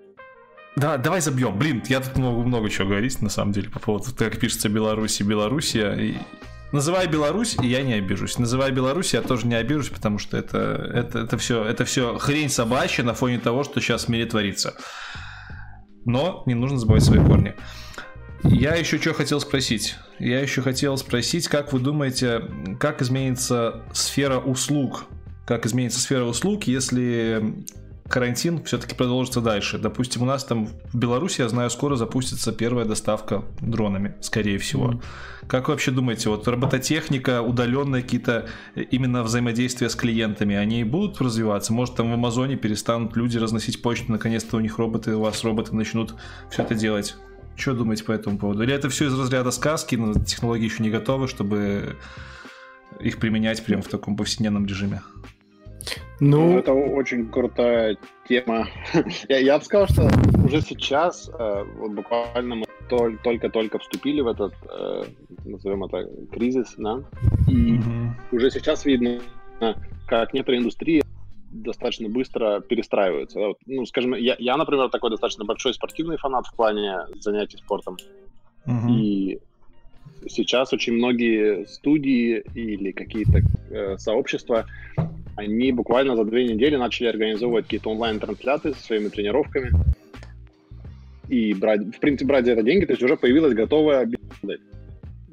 Да, давай забьем. Блин, я тут могу много чего говорить, на самом деле, по поводу того, как пишется Беларусь и Белоруссия. И... Называй Беларусь, и я не обижусь. Называй Беларусь, я тоже не обижусь, потому что это, это, это, все, это все хрень собачья на фоне того, что сейчас в мире творится. Но не нужно забывать свои корни. Я еще что хотел спросить. Я еще хотел спросить, как вы думаете, как изменится сфера услуг? Как изменится сфера услуг, если... карантин все-таки продолжится дальше. Допустим, у нас там в Беларуси, я знаю, скоро запустится первая доставка дронами, скорее всего. Mm. Как вы вообще думаете, вот робототехника, удаленные какие-то именно взаимодействия с клиентами, они будут развиваться? Может, там в Амазоне перестанут люди разносить почту, наконец-то у них роботы, у вас роботы начнут все это делать? Что думаете по этому поводу? Или это все из разряда сказки, но технологии еще не готовы, чтобы их применять прямо в таком повседневном режиме? Ну, это очень крутая тема. я, я бы сказал, что уже сейчас, э, вот буквально мы тол- только-только вступили в этот, э, назовем это, кризис, да, и mm-hmm. уже сейчас видно, как некоторые индустрии достаточно быстро перестраиваются. Да? Вот, ну, скажем, я, я, например, такой достаточно большой спортивный фанат в плане занятий спортом, mm-hmm. и сейчас очень многие студии или какие-то э, сообщества, они буквально за две недели начали организовывать какие-то онлайн-трансляции со своими тренировками и брать, в принципе, брать за это деньги, то есть уже появилась готовая бизнес-модель.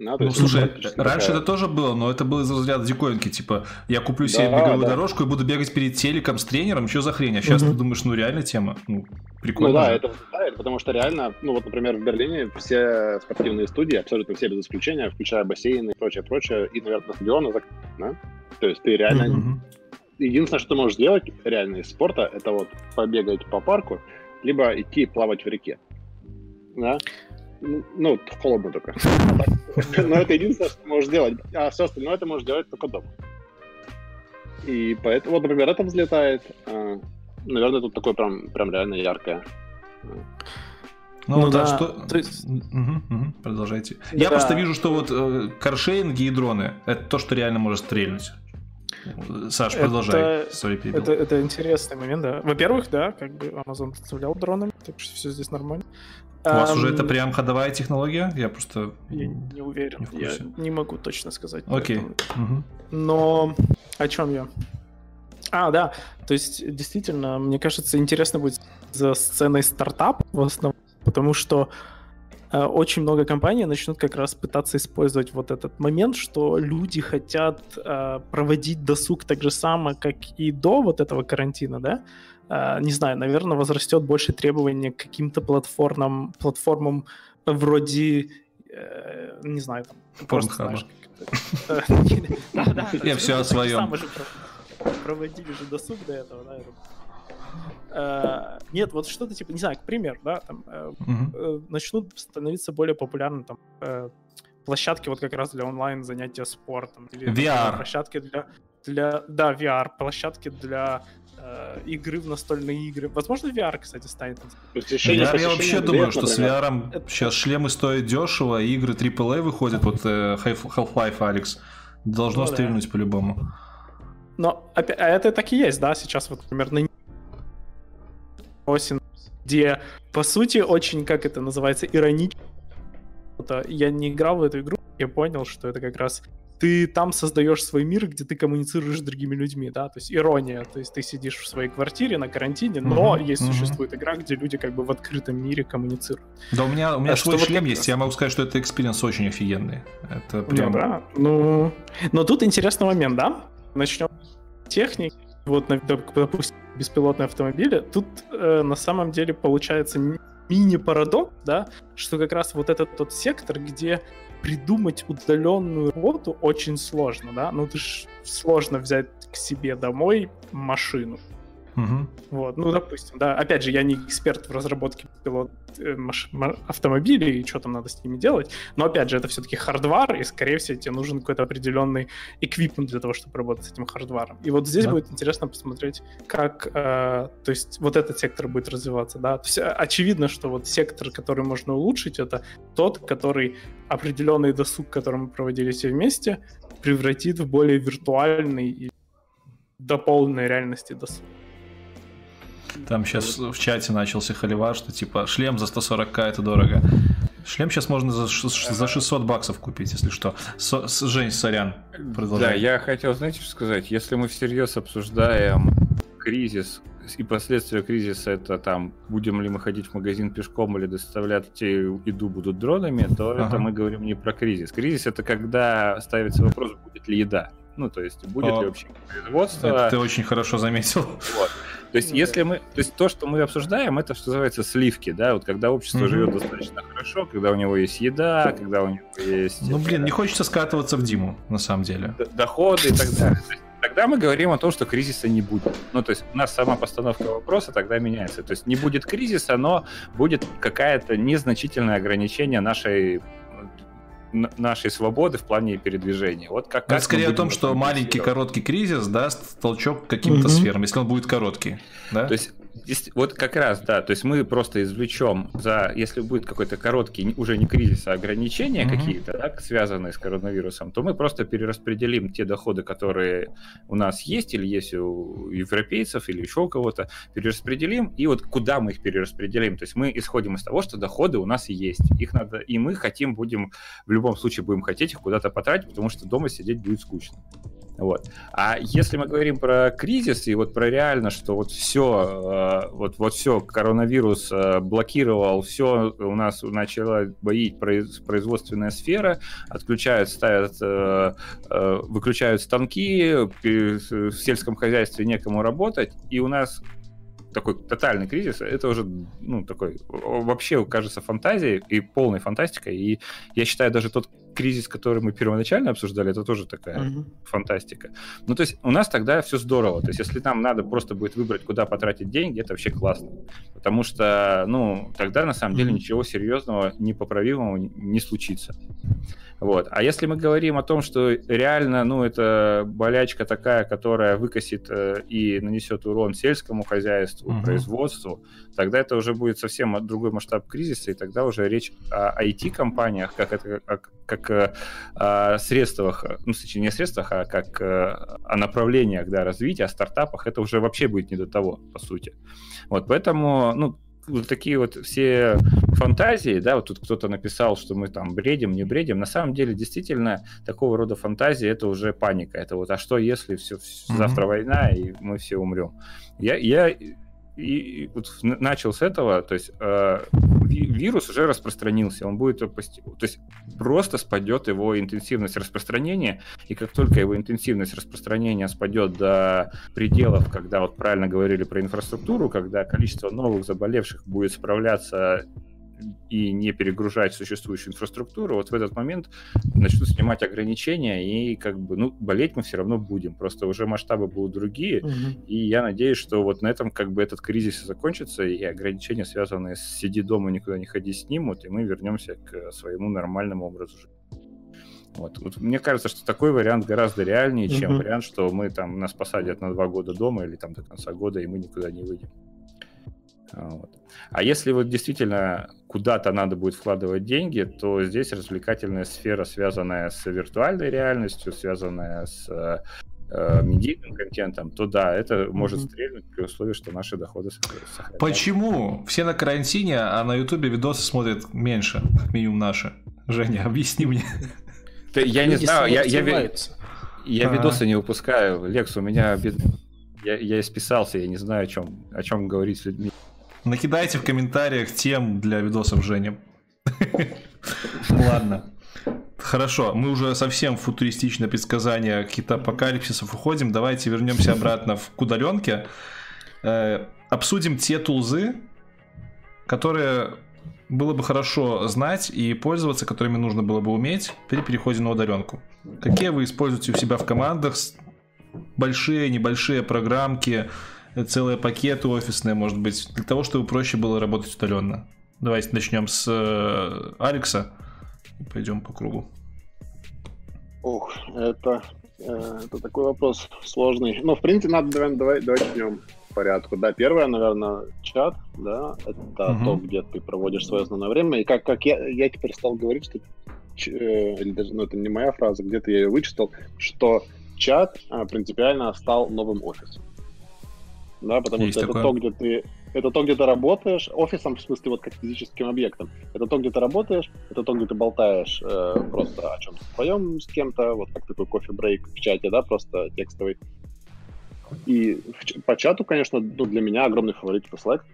Да, ну, слушай, раньше такая... это тоже было, но это было из разряда диковинки, типа, я куплю себе да, беговую да. дорожку и буду бегать перед телеком с тренером, что за хрень? А сейчас угу. ты думаешь, ну, реально тема, ну, прикольно. Ну да, же. это возникает, потому что реально, ну, вот, например, в Берлине все спортивные студии, абсолютно все без исключения, включая бассейны и прочее, прочее, и, наверное, стадионы, да? То есть ты реально... Угу. Единственное, что ты можешь сделать реально из спорта, это вот побегать по парку, либо идти плавать в реке, да? Ну, холодно только. Но это единственное, что ты можешь делать. А все остальное ты можешь делать только дома. И поэтому, вот, например, это взлетает. Наверное, тут такое прям, прям реально яркое. Ну, ну да, что... То есть... угу, угу, продолжайте. Да. Я просто вижу, что вот э, каршеринги и дроны — это то, что реально может стрельнуть. Саш, продолжай. Это, Sorry, это, это интересный момент, да. Во-первых, да, как бы Amazon представлял дронами, так что все здесь нормально. У вас um, уже это прям ходовая технология? Я просто... Я не уверен, не я не могу точно сказать. Окей. Okay. Угу. Но о чем я? А, да, то есть действительно, мне кажется, интересно будет за сценой стартап в основном, потому что э, очень много компаний начнут как раз пытаться использовать вот этот момент, что люди хотят э, проводить досуг так же само, как и до вот этого карантина, да? Uh, не знаю, наверное, возрастет больше требований к каким-то платформам, платформам вроде, э, не знаю, там, просто, знаешь, я все о своем. Мы же проводили же досуг до этого, да? Нет, вот что-то типа, не знаю, к примеру, да, там начнут становиться более популярны там площадки вот как раз для онлайн занятия спортом. ви ар. Площадки для, для, да, ви ар, площадки для игры в настольные игры. Возможно, ви ар, кстати, станет. ви ар, я вообще думаю, что с ви ар это... сейчас шлемы стоят дешево, игры трипл эй выходят, вот Half-Life Alyx. Должно ну, стрельнуть да. по-любому. Но а это так и есть, да, сейчас вот, например, на осень, где, по сути, очень, как это называется, иронично. Я не играл в эту игру, я понял, что это как раз ты там создаешь свой мир, где ты коммуницируешь с другими людьми, да, то есть ирония, то есть ты сидишь в своей квартире на карантине, но uh-huh, есть, uh-huh. существует игра, где люди как бы в открытом мире коммуницируют. Да, у меня, у меня а свой шлем вот есть, раз... я могу сказать, что это экспириенс очень офигенный. Это прям... Ну, да, ну, но тут интересный момент, да, начнем с техники, вот, допустим, беспилотные автомобили, тут э, на самом деле получается мини-парадокс, да, что как раз вот этот тот сектор, где придумать удаленную работу очень сложно, да, ну, ты ж сложно взять к себе домой машину. Угу. Вот, ну, допустим, да, опять же, я не эксперт в разработке пилот, э, маш, автомобилей и что там надо с ними делать, но, опять же, это все-таки хардвар, и, скорее всего, тебе нужен какой-то определенный эквипмент для того, чтобы работать с этим хардваром. И вот здесь да. будет интересно посмотреть, как, э, то есть, вот этот сектор будет развиваться, да, то есть, очевидно, что вот сектор, который можно улучшить, это тот, который определенный досуг, который мы проводили все вместе, превратит в более виртуальный и до полной реальности досуг. Там сейчас в чате начался холивар, что типа шлем за сто сорок тысяч это дорого. Шлем сейчас можно за, за шестьсот баксов купить, если что. Со, Жень, сорян, продолжай. Да, я хотел, знаете, что сказать. Если мы всерьез обсуждаем кризис и последствия кризиса, это там, будем ли мы ходить в магазин пешком или доставлять еду будут дронами, то ага. это мы говорим не про кризис. Кризис — это когда ставится вопрос, будет ли еда. Ну, то есть, будет О, ли вообще производство. Это ты очень хорошо заметил. Вот. То есть, если мы, то есть, то, что мы обсуждаем, это, что называется, сливки, да, вот когда общество mm-hmm. живет достаточно хорошо, когда у него есть еда, когда у него есть... Ну, блин, не хочется скатываться в Диму, на самом деле. Доходы и так далее. Тогда мы говорим о том, что кризиса не будет. Ну, то есть, у нас сама постановка вопроса тогда меняется. То есть, не будет кризиса, но будет какое-то незначительное ограничение нашей... нашей свободы в плане передвижения. Вот как, как скорее о том, что маленький себя. Короткий кризис даст толчок каким-то mm-hmm. сферам, если он будет короткий. Да? То есть, вот как раз, да, то есть мы просто извлечем, за, если будет какой-то короткий, уже не кризис, а ограничения mm-hmm. какие-то, да, связанные с коронавирусом, то мы просто перераспределим те доходы, которые у нас есть, или есть у европейцев, или еще у кого-то, перераспределим, и вот куда мы их перераспределим. То есть мы исходим из того, что доходы у нас есть. Их надо, и мы хотим, будем, в любом случае будем хотеть их куда-то потратить, потому что дома сидеть будет скучно. Вот. А если мы говорим про кризис и вот про реально, что вот все, вот, вот все, коронавирус блокировал, все у нас начала боить производственная сфера, отключают, ставят, выключают станки, в сельском хозяйстве некому работать, и у нас такой тотальный кризис, это уже, ну, такой, вообще, кажется, фантазией и полной фантастикой, и я считаю, даже тот кризис, который мы первоначально обсуждали, это тоже такая mm-hmm. фантастика. Ну, то есть у нас тогда все здорово, то есть если нам надо просто будет выбрать, куда потратить деньги, это вообще классно, потому что, ну, тогда на самом mm-hmm. деле ничего серьезного, непоправимого не случится. Вот. А если мы говорим о том, что реально, ну, это болячка такая, которая выкосит э, и нанесет урон сельскому хозяйству, uh-huh. производству, тогда это уже будет совсем другой масштаб кризиса, и тогда уже речь о ай ти-компаниях, как, это, как, как о, о средствах, ну, точнее, не о средствах, а как о направлениях, да, развития, о стартапах, это уже вообще будет не до того, по сути. Вот, поэтому, ну, вот такие вот все фантазии, да, вот тут кто-то написал, что мы там бредим, не бредим. На самом деле, действительно, такого рода фантазии — это уже паника. Это вот, а что если все, mm-hmm. завтра война, и мы все умрем? Я, я и, и вот начал с этого, то есть э, вирус уже распространился, он будет, то есть просто спадет его интенсивность распространения, и как только его интенсивность распространения спадет до пределов, когда вот правильно говорили про инфраструктуру, когда количество новых заболевших будет справляться и не перегружать существующую инфраструктуру, вот в этот момент начнут снимать ограничения, и как бы, ну, болеть мы все равно будем, просто уже масштабы будут другие, угу. и я надеюсь, что вот на этом как бы этот кризис и закончится, и ограничения, связанные с «сиди дома, никуда не ходи», снимут, и мы вернемся к своему нормальному образу жизни. Вот. Вот мне кажется, что такой вариант гораздо реальнее, угу. чем вариант, что мы там, нас посадят на два года дома или там до конца года, и мы никуда не выйдем. Вот. А если вот действительно куда-то надо будет вкладывать деньги, то здесь развлекательная сфера, связанная с виртуальной реальностью, связанная с э, медийным контентом, то да, это может mm-hmm. стрельнуть при условии, что наши доходы сохраняются. Почему? Все на карантине, а на Ютубе видосы смотрят меньше, как минимум наши. Женя, объясни мне. Я не знаю, я видосы не выпускаю. Лекс, у меня я исписался, я не знаю, о чем говорить с людьми. Накидайте в комментариях тем для видосов Жени. Ладно. Хорошо, мы уже совсем в футуристичное предсказание каких-то апокалипсисов уходим. Давайте вернемся обратно в, к удаленке. Э, обсудим те тулзы, которые было бы хорошо знать и пользоваться, которыми нужно было бы уметь при переходе на удаленку. Какие вы используете у себя в командах? Большие, небольшие программки, целые пакеты офисные, может быть, для того, чтобы проще было работать удаленно. Давайте начнем с э, Алекса и пойдем по кругу. Ох, это, э, это такой вопрос сложный. Ну, в принципе, надо, давай, давай, давай начнем по порядку. Да, первое, наверное, чат, да, это uh-huh. то, где ты проводишь свое основное время. И как, как я, я теперь стал говорить, что, э, или даже, ну, это не моя фраза, где-то я ее вычитал, что чат э, принципиально стал новым офисом. Да, потому Есть что такое. это то, где ты, это то, где ты работаешь, офисом, в смысле, вот как физическим объектом. Это то, где ты работаешь, это то, где ты болтаешь э, просто о чем-то своем с кем-то, вот как такой кофе-брейк в чате, да, просто текстовый. И в, по чату, конечно, ну, для меня огромный фаворит это Slack.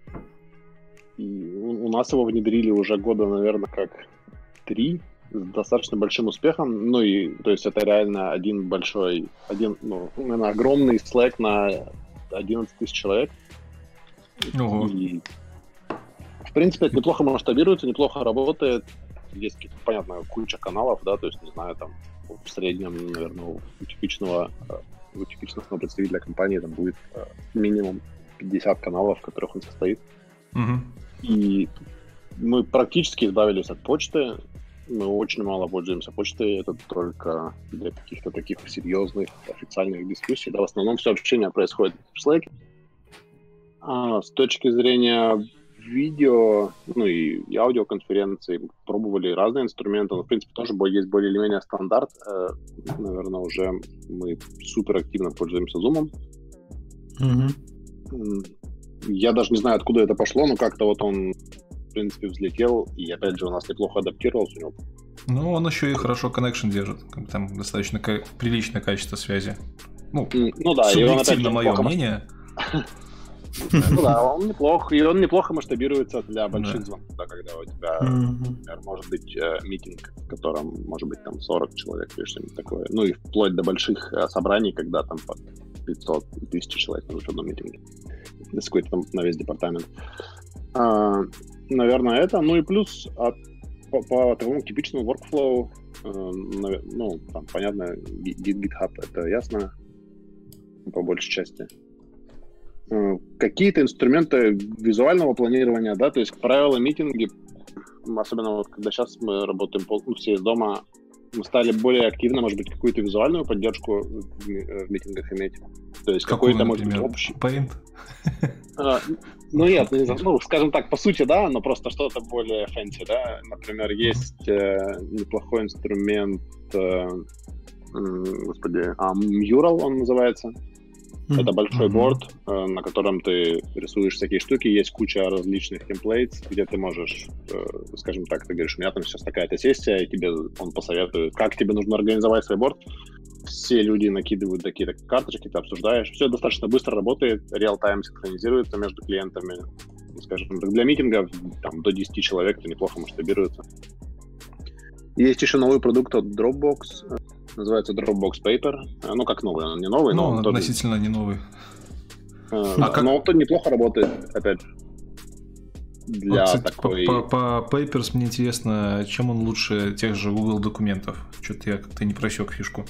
И у, у нас его внедрили уже года, наверное, как три, с достаточно большим успехом. Ну и, то есть, это реально один большой, один, ну, наверное, огромный Slack на одиннадцать тысяч человек. Ого. И, в принципе, это неплохо масштабируется, неплохо работает. Есть, понятно, куча каналов, да, то есть, не знаю, там, в среднем, наверное, у типичного, у типичного представителя компании там будет минимум пятьдесят каналов, в которых он состоит. Угу. И мы практически избавились от почты. Мы очень мало пользуемся почтой, это только для каких-то таких серьезных официальных дискуссий. Да, в основном все общение происходит в Slack. А с точки зрения видео, ну и, и аудиоконференций, пробовали разные инструменты, но в принципе тоже есть более или менее стандарт. Наверное, уже мы супер активно пользуемся Zoom. Mm-hmm. Я даже не знаю, откуда это пошло, но как-то вот он в принципе взлетел, и опять же у нас неплохо адаптировался, у него Ну, он еще и хорошо коннекшн держит. Там достаточно ка- приличное качество связи. Ну, ну да, и он, опять же, мое плохо... мнение. Ну да, он неплохо, и он неплохо масштабируется для больших звонков, да, когда у тебя, например, может быть митинг, в котором может быть там сорок человек или что-нибудь такое. Ну и вплоть до больших собраний, когда там по пятьсот тысяч человек в одном митинге. С какой-то там на весь департамент. А, наверное, это. Ну и плюс от, по, по такому типичному workflow, э, ну, там, понятно, GitHub, это ясно, по большей части. Э, какие-то инструменты визуального планирования, да, то есть, как правило, митинги, особенно вот когда сейчас мы работаем ну, все из дома, мы стали более активно, может быть, какую-то визуальную поддержку в, в митингах иметь. То есть какую, какой-то, например, может быть, общий... Paint? А, ну нет, ну, скажем так, по сути, да, но просто что-то более фэнси, да. Например, есть э, неплохой инструмент, э, господи, а, Mural он называется. Mm-hmm. Это большой борд, э, на котором ты рисуешь всякие штуки, есть куча различных темплейтс, где ты можешь, э, скажем так, ты говоришь, у меня там сейчас такая-то сессия, и тебе он посоветует, как тебе нужно организовать свой борд. Все люди накидывают такие карточки, ты обсуждаешь. Все достаточно быстро работает, реал-тайм синхронизируется между клиентами. Скажем, для митингов там, до десяти человек это неплохо масштабируется. Есть еще новый продукт от Dropbox, называется Dropbox Paper. Ну, как новый, он не новый, но... Ну, он относительно тоже... не новый. А, а как... Но он тоже неплохо работает, опять же. Для вот, кстати, такой... по, по, по Papers мне интересно, чем он лучше тех же Google документов? Что-то я как-то не просек фишку.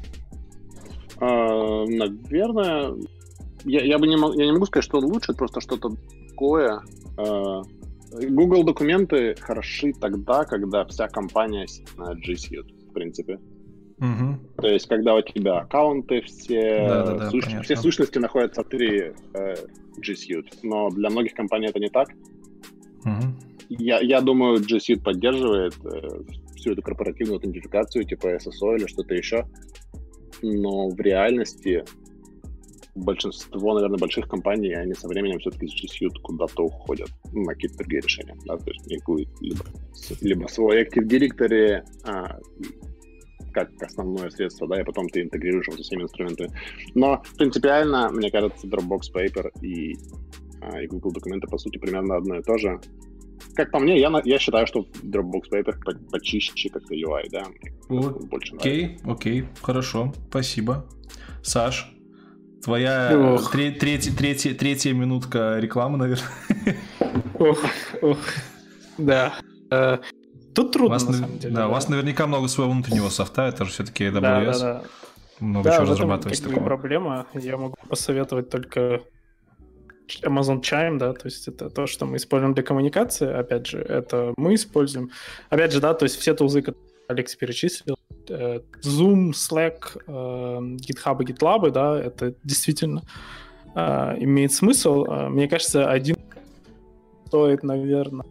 Uh, наверное, я, я бы не мог, я не могу сказать, что он лучше, просто что-то такое. Uh, Google документы хороши тогда, когда вся компания на G Suite, в принципе. Uh-huh. То есть, когда у тебя аккаунты, все, да, да, да, суш... все сущности находятся внутри uh, G Suite, но для многих компаний это не так. Uh-huh. Я, я думаю, G Suite поддерживает uh, всю эту корпоративную аутентификацию, типа эс эс о или что-то еще. Но в реальности большинство, наверное, больших компаний, они со временем все-таки с G Suite куда-то уходят на какие-то другие решения. Да? То есть они будут либо, либо свой Active Directory а, как основное средство, да, и потом ты интегрируешь его со всеми инструментами. Но принципиально, мне кажется, Dropbox Paper и, а, и Google документы, по сути, примерно одно и то же. Как по мне, я, я считаю, что Dropbox Paper почище как-то ю ай, да. Больше окей, окей, хорошо, спасибо. Саш, твоя тре- третья, третья, третья минутка рекламы, наверное. Ох, ох, да. Тут трудно, вас, на самом деле. Да, да, у вас наверняка много своего внутреннего софта, это же все-таки дабл ю эс. Да, да, да. Много да, чего разрабатывается такого. Да, проблема. Я могу посоветовать только Amazon Chime, да, то есть это то, что мы используем для коммуникации, опять же, это мы используем. Опять же, да, то есть все тулзы, которые Алекс перечислил, Zoom, Slack, GitHub и GitLab, да, это действительно имеет смысл. Мне кажется, один стоит, наверное,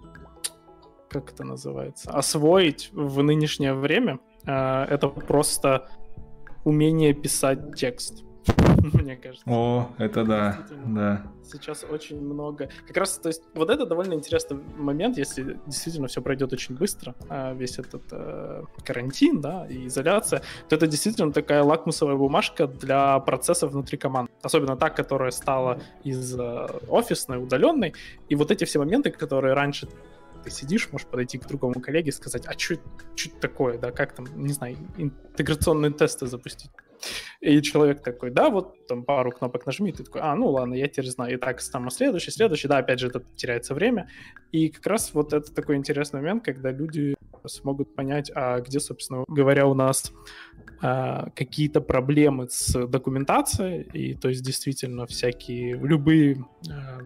как это называется, освоить в нынешнее время, это просто умение писать текст. Мне кажется. О, это да, да. Сейчас очень много. Как раз, то есть, вот это довольно интересный момент, если действительно все пройдет очень быстро, весь этот э, карантин, да, и изоляция, то это действительно такая лакмусовая бумажка для процессов внутри команд. Особенно та, которая стала из э, офисной, удаленной. И вот эти все моменты, которые раньше ты сидишь, можешь подойти к другому коллеге и сказать, а что это такое, да, как там, не знаю, интеграционные тесты запустить. И человек такой, да, вот там пару кнопок нажми, и ты такой, а, ну ладно, я теперь знаю. И так там следующий, следующий, да, опять же, это теряется время. И как раз вот это такой интересный момент, когда люди смогут понять, а где, собственно говоря, у нас а, какие-то проблемы с документацией, и то есть действительно всякие, любые... А,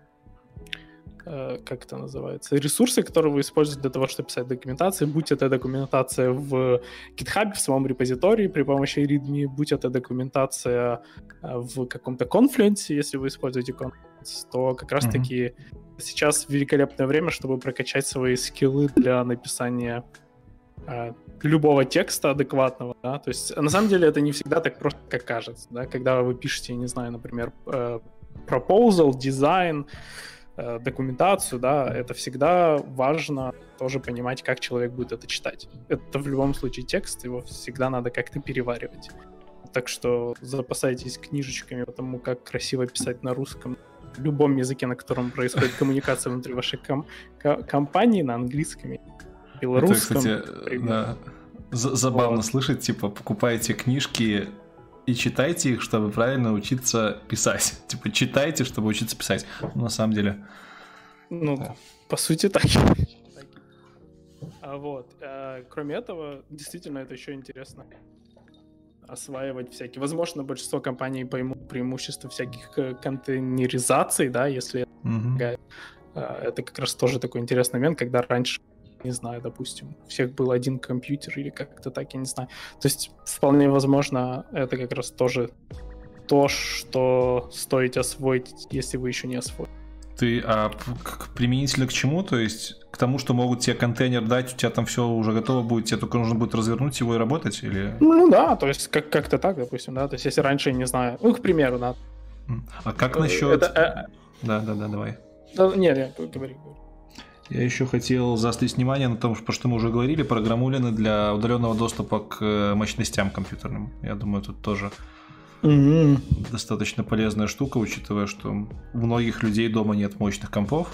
как это называется, ресурсы, которые вы используете для того, чтобы писать документацию, будь это документация в GitHub, в самом репозитории при помощи README, будь это документация в каком-то Confluence, если вы используете Confluence, то как раз-таки mm-hmm. сейчас великолепное время, чтобы прокачать свои скиллы для написания э, любого текста адекватного, да, то есть на самом деле это не всегда так просто, как кажется, да, когда вы пишете, не знаю, например, э, proposal, design, э, документацию, да, это всегда важно тоже понимать, как человек будет это читать. Это в любом случае текст, его всегда надо как-то переваривать. Так что запасайтесь книжечками по тому, как красиво писать на русском, в любом языке, на котором происходит коммуникация внутри вашей ком- ко- компании, на английском, белорусском. Это, кстати, да, забавно вот. Слышать, типа, покупаете книжки и читайте их, чтобы правильно учиться писать. Типа, читайте, чтобы учиться писать. Ну, на самом деле... Ну, да. По сути, так. А вот. А, кроме этого, действительно, это еще интересно. Осваивать всякие... Возможно, большинство компаний поймут преимущества всяких контейнеризаций, да, если mm-hmm. это как раз тоже такой интересный момент, когда раньше, не знаю, допустим, у всех был один компьютер или как-то так, я не знаю. То есть вполне возможно, это как раз тоже то, что стоит освоить, если вы еще не освоили. Ты а, применительно к чему? То есть к тому, что могут тебе контейнер дать, у тебя там все уже готово будет, тебе только нужно будет развернуть его и работать? Или... Ну да, то есть как- как-то так, допустим, да. То есть если раньше, не знаю, ну, к примеру, да. А как насчет... Это... Да-да-да, давай. Да, нет, нет, говори, говори. Я еще хотел заострить внимание на том, про что мы уже говорили, программулины для удаленного доступа к мощностям компьютерным. Я думаю, тут тоже... Mm-hmm. достаточно полезная штука, учитывая, что у многих людей дома нет мощных компов.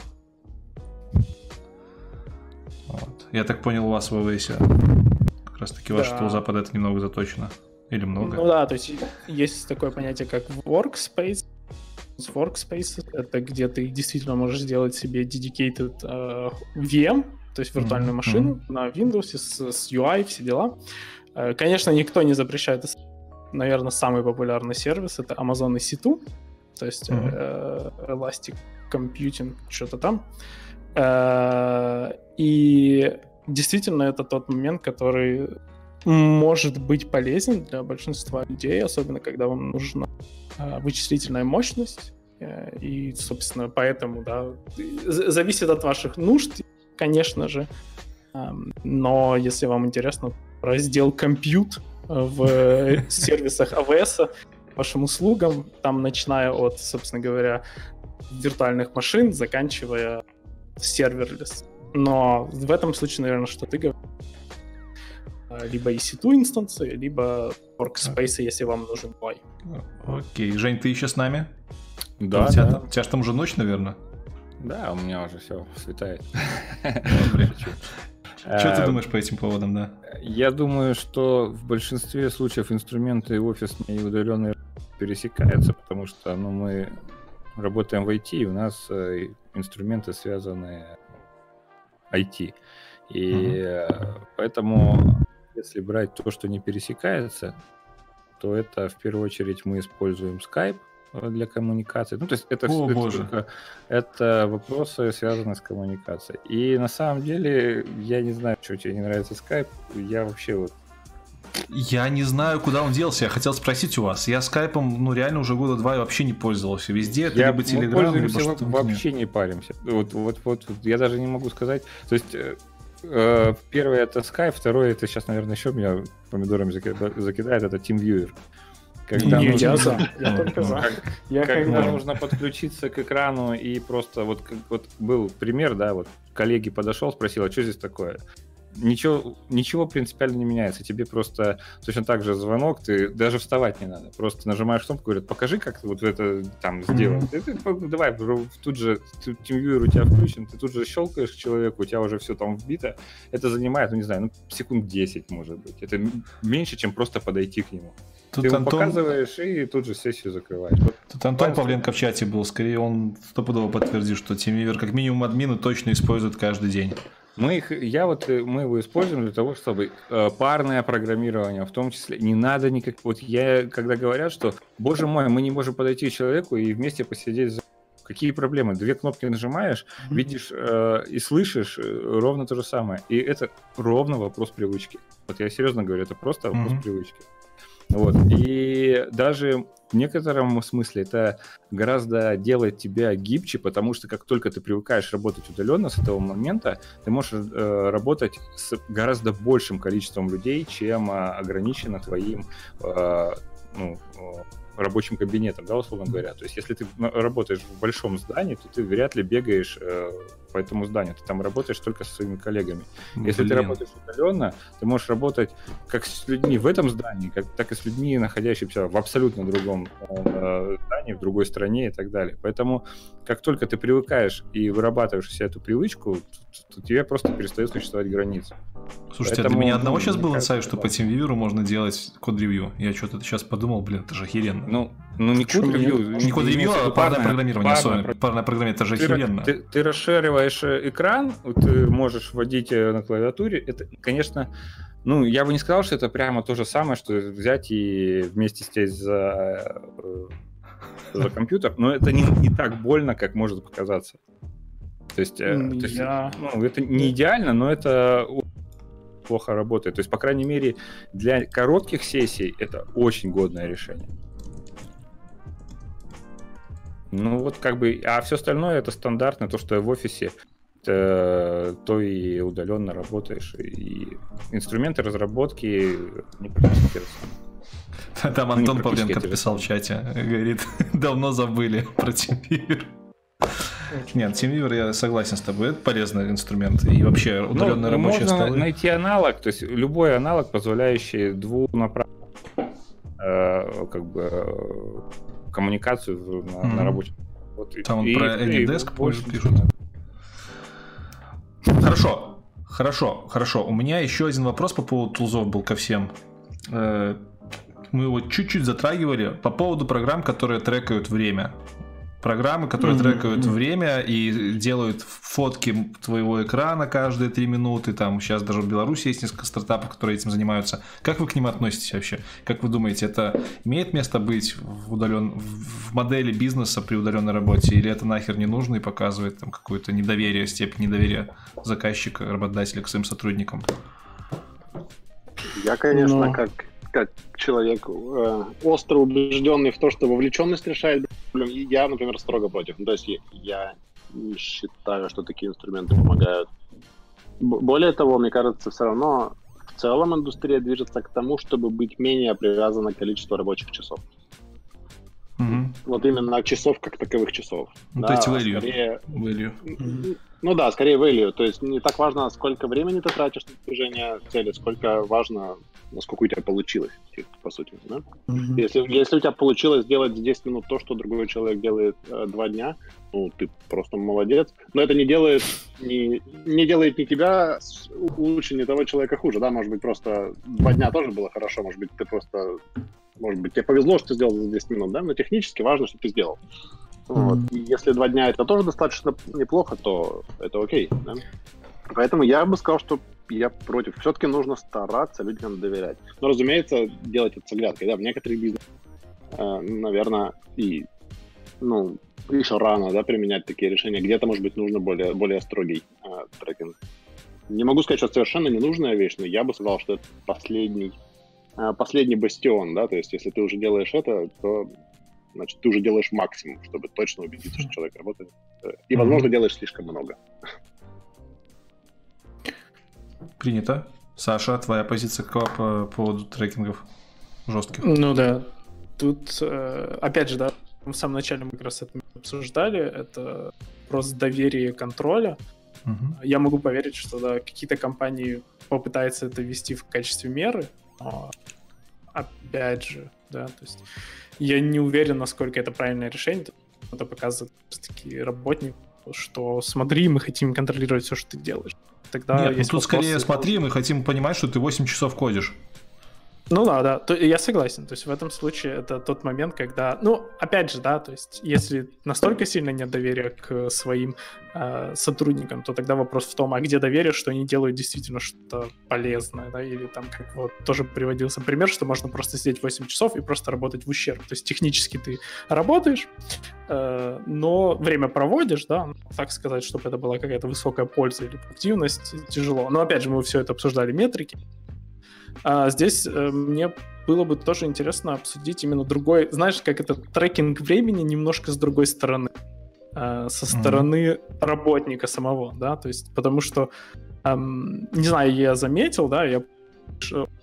Вот. Я так понял, у вас в эй ви эс как раз таки ваше да. Запада это немного заточено. Или много? Ну да, то есть есть такое понятие, как workspace. Workspace — это где ты действительно можешь сделать себе dedicated uh, ви эм, то есть виртуальную mm-hmm. машину mm-hmm. на Windows с, с ю ай, все дела. Uh, конечно, никто не запрещает. Наверное, самый популярный сервис — это Amazon и си ту, то есть mm-hmm. Elastic Computing, что-то там. И действительно, это тот момент, который может быть полезен для большинства людей, особенно когда вам нужна вычислительная мощность. И, собственно, поэтому, да, зависит от ваших нужд, конечно же. Но если вам интересно, раздел «Compute» в сервисах эй ви эс вашим услугам, там начиная от, собственно говоря, виртуальных машин, заканчивая серверлесс. Но в этом случае, наверное, что ты говоришь, либо и си ту инстанции, либо workspace, если вам нужен ю ай. Окей. Жень, ты еще с нами? Да, у тебя, да. У тебя же там уже ночь, наверное? Да, у меня уже все светает. Что ты думаешь по этим поводам, да? Я думаю, что в большинстве случаев инструменты офисные и удаленные пересекаются, потому что ну, мы работаем в ай ти, и у нас инструменты связаны ай ти. И uh-huh. поэтому, если брать то, что не пересекается, то это в первую очередь мы используем Skype для коммуникации. Ну, то есть это, О, это, это вопросы, связанные с коммуникацией. И на самом деле, я не знаю, что тебе не нравится Skype. Я вообще вот... Я не знаю, куда он делся. Я хотел спросить у вас. Я скайпом, ну, реально уже года два вообще не пользовался. Везде это я, либо Telegram, либо что-то. Вообще не паримся. Вот, вот, вот, вот, я даже не могу сказать. То есть... Э, первое это Skype, второе это сейчас, наверное, еще меня помидорами закидает, это TeamViewer. Когда не, нужно, я за. Я только за. Как, я когда как нужно подключиться к экрану и просто вот, как, вот был пример, да, вот коллеге подошел, спросил, а что здесь такое? Ничего, ничего принципиально не меняется. Тебе просто точно так же звонок, ты даже вставать не надо. Просто нажимаешь кнопку, говорят, покажи, как ты вот это там сделал. Mm-hmm. Ты, ты, давай, тут же TeamViewer у тебя включен, ты тут же щелкаешь к человеку, у тебя уже все там вбито. Это занимает, ну не знаю, ну секунд десять, может быть. Это меньше, чем просто подойти к нему. Тут ты ему Антон... показываешь и тут же сессию закрываешь. Вот. Тут Антон Павленко в чате был. Скорее он стопудово подтвердит, что TeamViewer как минимум админы точно используют каждый день. Мы их, я вот, мы его используем для того, чтобы э, парное программирование, в том числе, не надо никак... Вот я, когда говорят, что, боже мой, мы не можем подойти к человеку и вместе посидеть за... Какие проблемы? Две кнопки нажимаешь, mm-hmm. видишь э, и слышишь э, ровно то же самое. И это ровно вопрос привычки. Вот я серьезно говорю, это просто вопрос mm-hmm. привычки. Вот. И даже в некотором смысле это гораздо делает тебя гибче, потому что как только ты привыкаешь работать удаленно с этого момента, ты можешь э, работать с гораздо большим количеством людей, чем э, ограничено твоим э, ну, рабочим кабинетом, да, условно говоря. То есть, если ты работаешь в большом здании, то ты вряд ли бегаешь э, по этому зданию. Ты там работаешь только со своими коллегами. Блин. Если ты работаешь удаленно, ты можешь работать как с людьми в этом здании, как, так и с людьми, находящимися в абсолютно другом э, здании, в другой стране и так далее. Поэтому, как только ты привыкаешь и вырабатываешь себе эту привычку, то, то тебе просто перестает существовать границы. Слушайте, Поэтому, а для меня одного ну, сейчас был инсайт, что да. по TeamViewer можно делать код-ревью. Я что-то сейчас подумал, блин, это же охеренно. Ну, ну не код-ревью. Не код-ревью, а парное программирование. Парное, парное программирование, это же ты, охеренно. Ты, ты расшириваешь экран, ты можешь вводить на клавиатуре. Это, конечно, ну, я бы не сказал, что это прямо то же самое, что взять и вместе сесть за, за компьютер, но это не, не так больно, как может показаться. То есть, я... то есть ну, это не идеально, но это плохо работает. То есть, по крайней мере, для коротких сессий это очень годное решение. Ну, вот как бы... А все остальное это стандартно, то, что в офисе, то, то и удаленно работаешь. И инструменты разработки не практически те же самые. Там Антон Павленко писал в чате, говорит, давно забыли про TeamViewer. Нет, TeamViewer, я согласен с тобой, это полезный инструмент. И вообще удаленные ну, рабочие можно столы. Можно найти аналог, то есть любой аналог, позволяющий двунаправленную э, как бы, э, коммуникацию на, mm-hmm. на рабочем. Вот, Там и, про AnyDesk больше пишут. Хорошо, хорошо, хорошо. У меня еще один вопрос по поводу тулзов был ко всем. Мы его чуть-чуть затрагивали по поводу программ, которые трекают время. Программы, которые mm-hmm. трекают mm-hmm. время и делают фотки твоего экрана каждые три минуты. Там сейчас даже в Беларуси есть несколько стартапов, которые этим занимаются. Как вы к ним относитесь вообще? Как вы думаете, это имеет место быть в, удален... в модели бизнеса при удаленной работе? Или это нахер не нужно и показывает там какое-то недоверие, степень недоверия заказчика, работодателя к своим сотрудникам? Я, конечно, Но... как... как человек э, остро убежденный в то, что вовлеченность решает проблем, я, например, строго против. Ну, то есть я, я не считаю, что такие инструменты помогают. Б- более того, мне кажется, все равно в целом индустрия движется к тому, чтобы быть менее привязана к количеству рабочих часов. Mm-hmm. Вот именно часов как таковых часов. Ну, да, то есть value. Скорее... value. Mm-hmm. Ну да, скорее value. То есть не так важно, сколько времени ты тратишь на достижение цели, сколько важно, насколько у тебя получилось, по сути. Да? Mm-hmm. Если, если у тебя получилось сделать за десять минут то, что другой человек делает э, два дня, ну, ты просто молодец. Но это не делает, не, не делает ни тебя лучше, ни того человека хуже. Да, может быть, просто два дня тоже было хорошо, может быть, ты просто... Может быть, тебе повезло, что ты сделал за десять минут, да? Но технически важно, что ты сделал. Mm-hmm. Вот. И если два дня это тоже достаточно неплохо, то это окей, да? Поэтому я бы сказал, что я против. Все-таки нужно стараться людям доверять. Но, разумеется, делать это с оглядкой. Да? В некоторых бизнесах, э, наверное, и ну, еще рано, да, применять такие решения. Где-то, может быть, нужно более, более строгий э, трекинг. Не могу сказать, что это совершенно ненужная вещь, но я бы сказал, что это последний последний бастион, да, то есть если ты уже делаешь это, то, значит, ты уже делаешь максимум, чтобы точно убедиться, что человек работает. И, возможно, делаешь слишком много. Принято. Саша, твоя позиция какова по поводу трекингов жестких? Ну да, тут, опять же, да, в самом начале мы как раз это обсуждали, это просто доверие контроля. Угу. Я могу поверить, что да, какие-то компании попытаются это ввести в качестве меры, но опять же, да, то есть я не уверен, насколько это правильное решение. Это показывает все-таки работнику, что смотри, мы хотим контролировать все, что ты делаешь. Тогда Нет, ну тут скорее смотри, мы хотим понимать, что ты восемь часов кодишь. Ну да, да, то, я согласен. То есть в этом случае это тот момент, когда, ну, опять же, да, то есть если настолько сильно нет доверия к своим э, сотрудникам, то тогда вопрос в том, а где доверие, что они делают действительно что-то полезное, да, или там, как вот тоже приводился пример, что можно просто сидеть восемь часов и просто работать в ущерб. То есть технически ты работаешь, э, но время проводишь, да, так сказать, чтобы это была какая-то высокая польза или активность, тяжело. Но опять же, мы все это обсуждали метрики. А здесь э, мне было бы тоже интересно обсудить именно другой, знаешь, как это трекинг времени немножко с другой стороны, э, со стороны mm-hmm. работника самого, да, то есть потому что, эм, не знаю, я заметил, да, я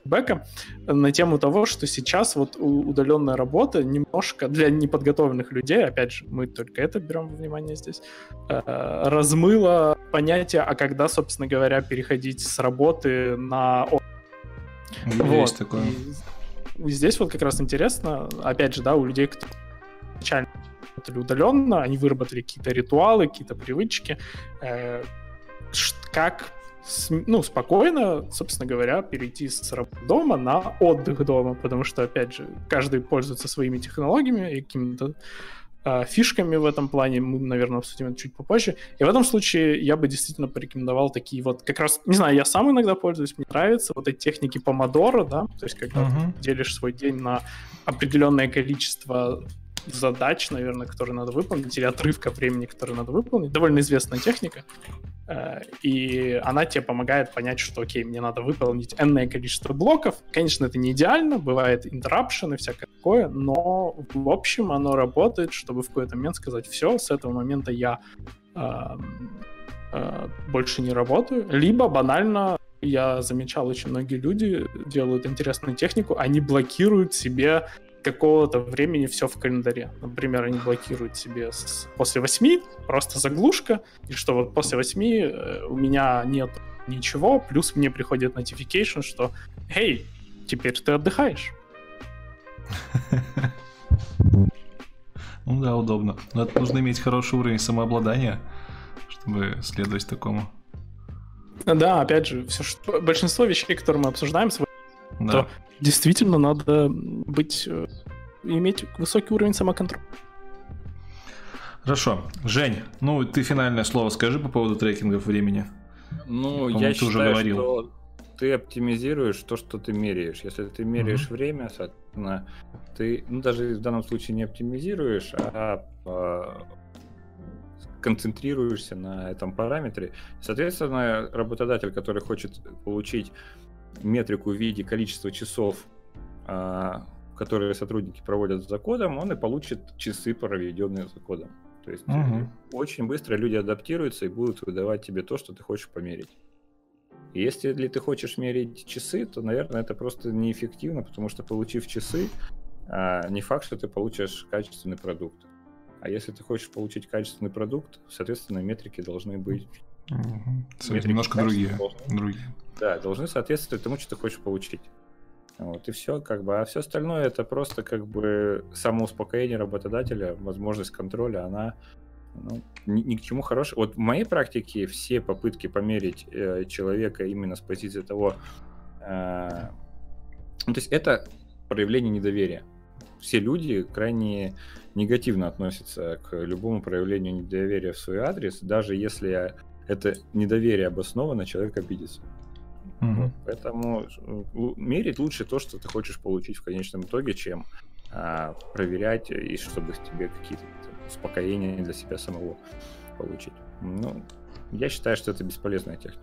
фидбэка на тему того, что сейчас вот удаленная работа немножко для неподготовленных людей, опять же, мы только это берем во внимание здесь, размыла понятие, а когда, собственно говоря, переходить с работы на... Есть вот. такое. И здесь вот как раз интересно, опять же, да, у людей, которые изначально работали удаленно, они выработали какие-то ритуалы, какие-то привычки, э, как ну, спокойно, собственно говоря, перейти с работы дома на отдых дома, потому что, опять же, каждый пользуется своими технологиями и какими-то э, фишками в этом плане, мы, наверное, обсудим это чуть попозже, и в этом случае я бы действительно порекомендовал такие вот, как раз, не знаю, я сам иногда пользуюсь, мне нравится вот эти техники помодоро, да, то есть когда uh-huh. ты делишь свой день на определенное количество задач, наверное, которые надо выполнить, или отрывка времени, который надо выполнить. Довольно известная техника. И она тебе помогает понять, что, окей, мне надо выполнить энное количество блоков. Конечно, это не идеально, бывает интеррапшн и всякое такое, но в общем оно работает, чтобы в какой-то момент сказать, все, с этого момента я э, э, больше не работаю. Либо банально, я замечал, очень многие люди делают интересную технику, они блокируют себе какого-то времени все в календаре. Например, они блокируют себе с... после восьми, просто заглушка, и что вот после восьми э, у меня нет ничего, плюс мне приходит notification, что «Эй, теперь ты отдыхаешь». Ну да, удобно. Но это нужно иметь хороший уровень самообладания, чтобы следовать такому. Да, опять же, все, что... большинство вещей, которые мы обсуждаем, да. то действительно надо быть, иметь высокий уровень самоконтроля. Хорошо. Жень, ну ты финальное слово скажи по поводу трекингов времени. Ну, я считаю, уже говорил. Что ты оптимизируешь то, что ты меряешь. Если ты меряешь mm-hmm. время, соответственно, ты, ну, даже в данном случае не оптимизируешь, а, а концентрируешься на этом параметре. Соответственно, работодатель, который хочет получить метрику в виде количества часов, а, которые сотрудники проводят за кодом, он и получит часы, проведенные за кодом. То есть угу. очень быстро люди адаптируются и будут выдавать тебе то, что ты хочешь померить. И если ты хочешь мерить часы, то, наверное, это просто неэффективно, потому что, получив часы, а, не факт, что ты получишь качественный продукт. А если ты хочешь получить качественный продукт, соответственно, метрики должны быть... Угу. Метрики немножко другие. Должны... другие. Да, должны соответствовать тому, что ты хочешь получить. Вот, и все, как бы. А все остальное это просто как бы самоуспокоение работодателя, возможность контроля, она ну, ни, ни к чему хорошему. Вот в моей практике все попытки померить э, человека именно с позиции того... Э, ну, то есть это проявление недоверия. Все люди крайне негативно относятся к любому проявлению недоверия в свой адрес, даже если это недоверие обосновано, человек обидится. Mm-hmm. Вот, поэтому мерить лучше то, что ты хочешь получить в конечном итоге, чем а, проверять, и чтобы тебе какие-то успокоения для себя самого получить. Ну, я считаю, что это бесполезная техника.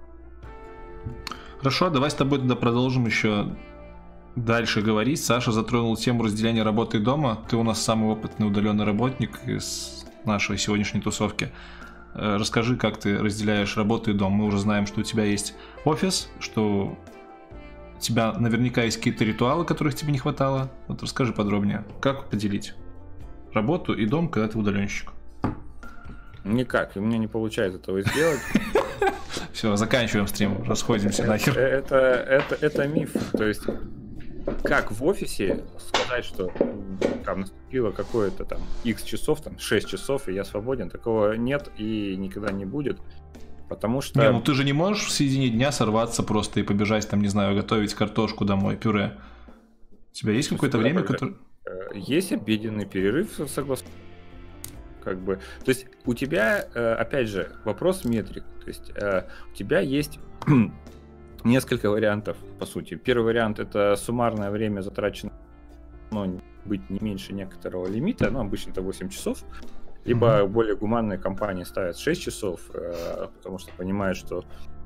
Хорошо, давай с тобой тогда продолжим еще дальше говорить. Саша затронул тему разделения работы и дома. Ты у нас самый опытный удаленный работник из нашей сегодняшней тусовки. Расскажи, как ты разделяешь работу и дом. Мы уже знаем, что у тебя есть офис, что у тебя наверняка есть какие-то ритуалы, которых тебе не хватало. Вот расскажи подробнее, как поделить работу и дом, когда ты удаленщик. Никак, и у меня не получается этого сделать. Все, заканчиваем стрим, расходимся нахер. Это, это, это миф. То есть, как в офисе сказать, что там наступило какое-то там X часов, там шесть часов, и я свободен, такого нет и никогда не будет. Потому что... Не, ну ты же не можешь в середине дня сорваться просто и побежать, там, не знаю, готовить картошку домой, пюре. У тебя есть какое-то время, которое... Есть обеденный перерыв, согласно. Как бы, то есть у тебя, опять же, вопрос метрик. То есть у тебя есть несколько вариантов, по сути. Первый вариант — это суммарное время затрачено, ну, быть не меньше некоторого лимита, ну, обычно это восемь часов. Либо mm-hmm. более гуманные компании ставят шесть часов, потому что понимают, что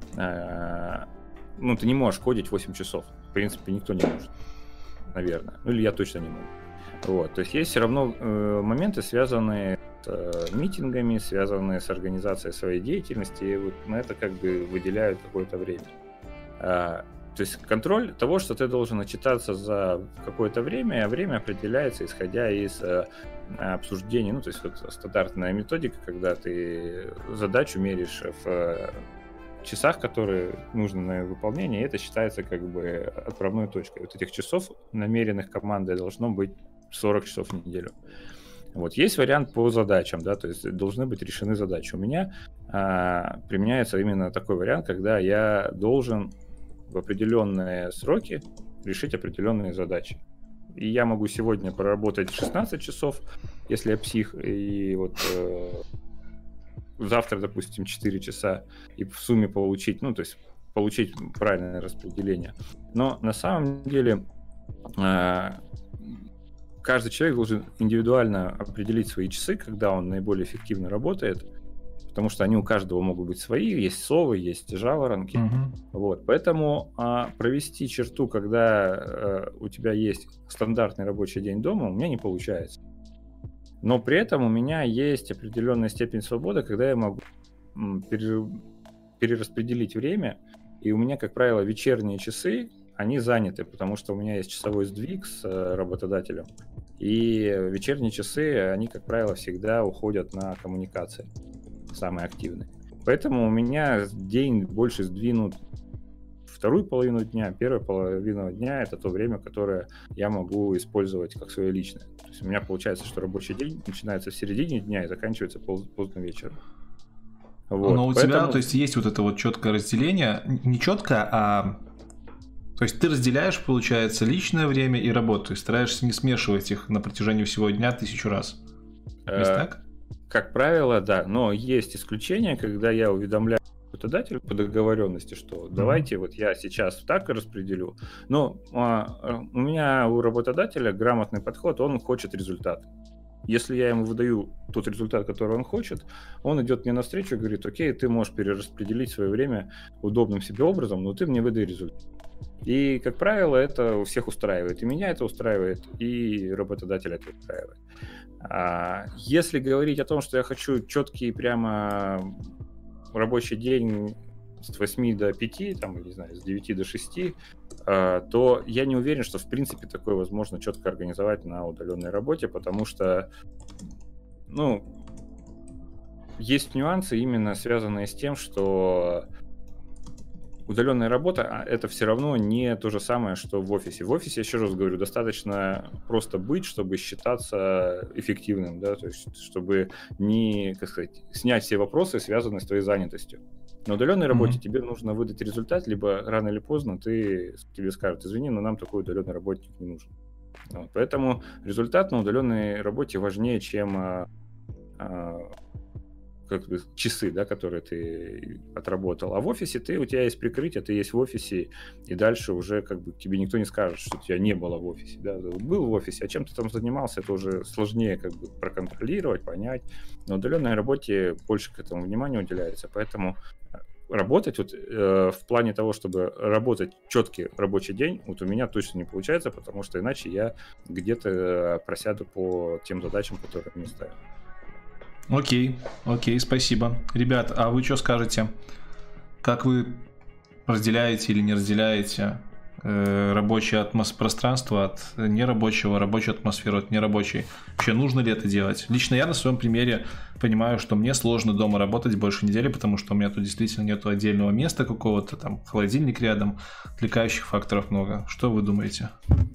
ну, ты не можешь кодить восемь часов. В принципе, никто не может, наверное. Ну, или я точно не могу. Вот, то есть есть все равно э, моменты, связанные с э, митингами, связанные с организацией своей деятельности, и вот на это как бы выделяют какое-то время. А, То есть контроль того, что ты должен отчитаться за какое-то время, а время определяется исходя из э, обсуждений. Ну, то есть вот стандартная методика, когда ты задачу меряешь в э, часах, которые нужны на выполнение, и это считается как бы отправной точкой. Вот этих часов, намеренных командой, должно быть сорок часов в неделю. Вот. Есть вариант по задачам, да, то есть должны быть решены задачи. У меня а, применяется именно такой вариант, когда я должен в определенные сроки решить определенные задачи. И я могу сегодня проработать шестнадцать часов, если я псих, и вот э, завтра, допустим, четыре часа, и в сумме получить, ну, то есть получить правильное распределение. Но на самом деле э, каждый человек должен индивидуально определить свои часы, когда он наиболее эффективно работает, потому что они у каждого могут быть свои, есть совы, есть жаворонки. Uh-huh. Вот. Поэтому а, провести черту, когда а, у тебя есть стандартный рабочий день дома, у меня не получается. Но при этом у меня есть определенная степень свободы, когда я могу м, пере, перераспределить время, и у меня, как правило, вечерние часы, они заняты, потому что у меня есть часовой сдвиг с а, работодателем, и вечерние часы, они, как правило, всегда уходят на коммуникации. Самый активный. Поэтому у меня день больше сдвинут вторую половину дня, первая половина дня — это то время, которое я могу использовать как свое личное. То есть у меня получается, что рабочий день начинается в середине дня и заканчивается поздно вечером. Вот. Но у Поэтому... тебя, то есть, есть вот это вот четкое разделение, не четко, а... То есть ты разделяешь, получается, личное время и работу, и стараешься не смешивать их на протяжении всего дня тысячу раз. Есть так? Как правило, да, но есть исключения, когда я уведомляю работодателя по договоренности, что давайте mm-hmm. вот я сейчас так распределю. Но а, у меня у работодателя грамотный подход, он хочет результат. Если я ему выдаю тот результат, который он хочет, он идет мне навстречу и говорит: окей, ты можешь перераспределить свое время удобным себе образом, но ты мне выдай результат. И, как правило, это у всех устраивает. И меня это устраивает, и работодателя это устраивает. А если говорить о том, что я хочу четкий прямо рабочий день с восьми до пяти, там, не знаю, с девяти до шести, то я не уверен, что в принципе такое возможно четко организовать на удаленной работе, потому что, ну, есть нюансы, именно связанные с тем, что удаленная работа — это все равно не то же самое, что в офисе. В офисе, еще раз говорю, достаточно просто быть, чтобы считаться эффективным, да, то есть чтобы не, как сказать, снять все вопросы, связанные с твоей занятостью. На удаленной работе mm-hmm. тебе нужно выдать результат, либо рано или поздно ты, тебе скажут: извини, но нам такой удаленный работник не нужен. Вот, поэтому результат на удаленной работе важнее, чем а, а, как бы часы, да, которые ты отработал. А в офисе ты, у тебя есть прикрытие, ты есть в офисе, и дальше уже как бы тебе никто не скажет, что тебя не было в офисе. Да? Был в офисе, а чем ты там занимался, это уже сложнее как бы проконтролировать, понять. На удаленной работе больше к этому внимания уделяется, поэтому работать вот, э, в плане того, чтобы работать четкий рабочий день, вот у меня точно не получается, потому что иначе я где-то просяду по тем задачам, которые мне ставят. Окей, окей, спасибо. Ребят, а вы что скажете? Как вы разделяете или не разделяете э, рабочее атмос- пространство от нерабочего, рабочую атмосферу от нерабочей? Вообще, нужно ли это делать? Лично я на своем примере понимаю, что мне сложно дома работать больше недели, потому что у меня тут действительно нету отдельного места какого-то, там холодильник рядом, отвлекающих факторов много. Что вы думаете?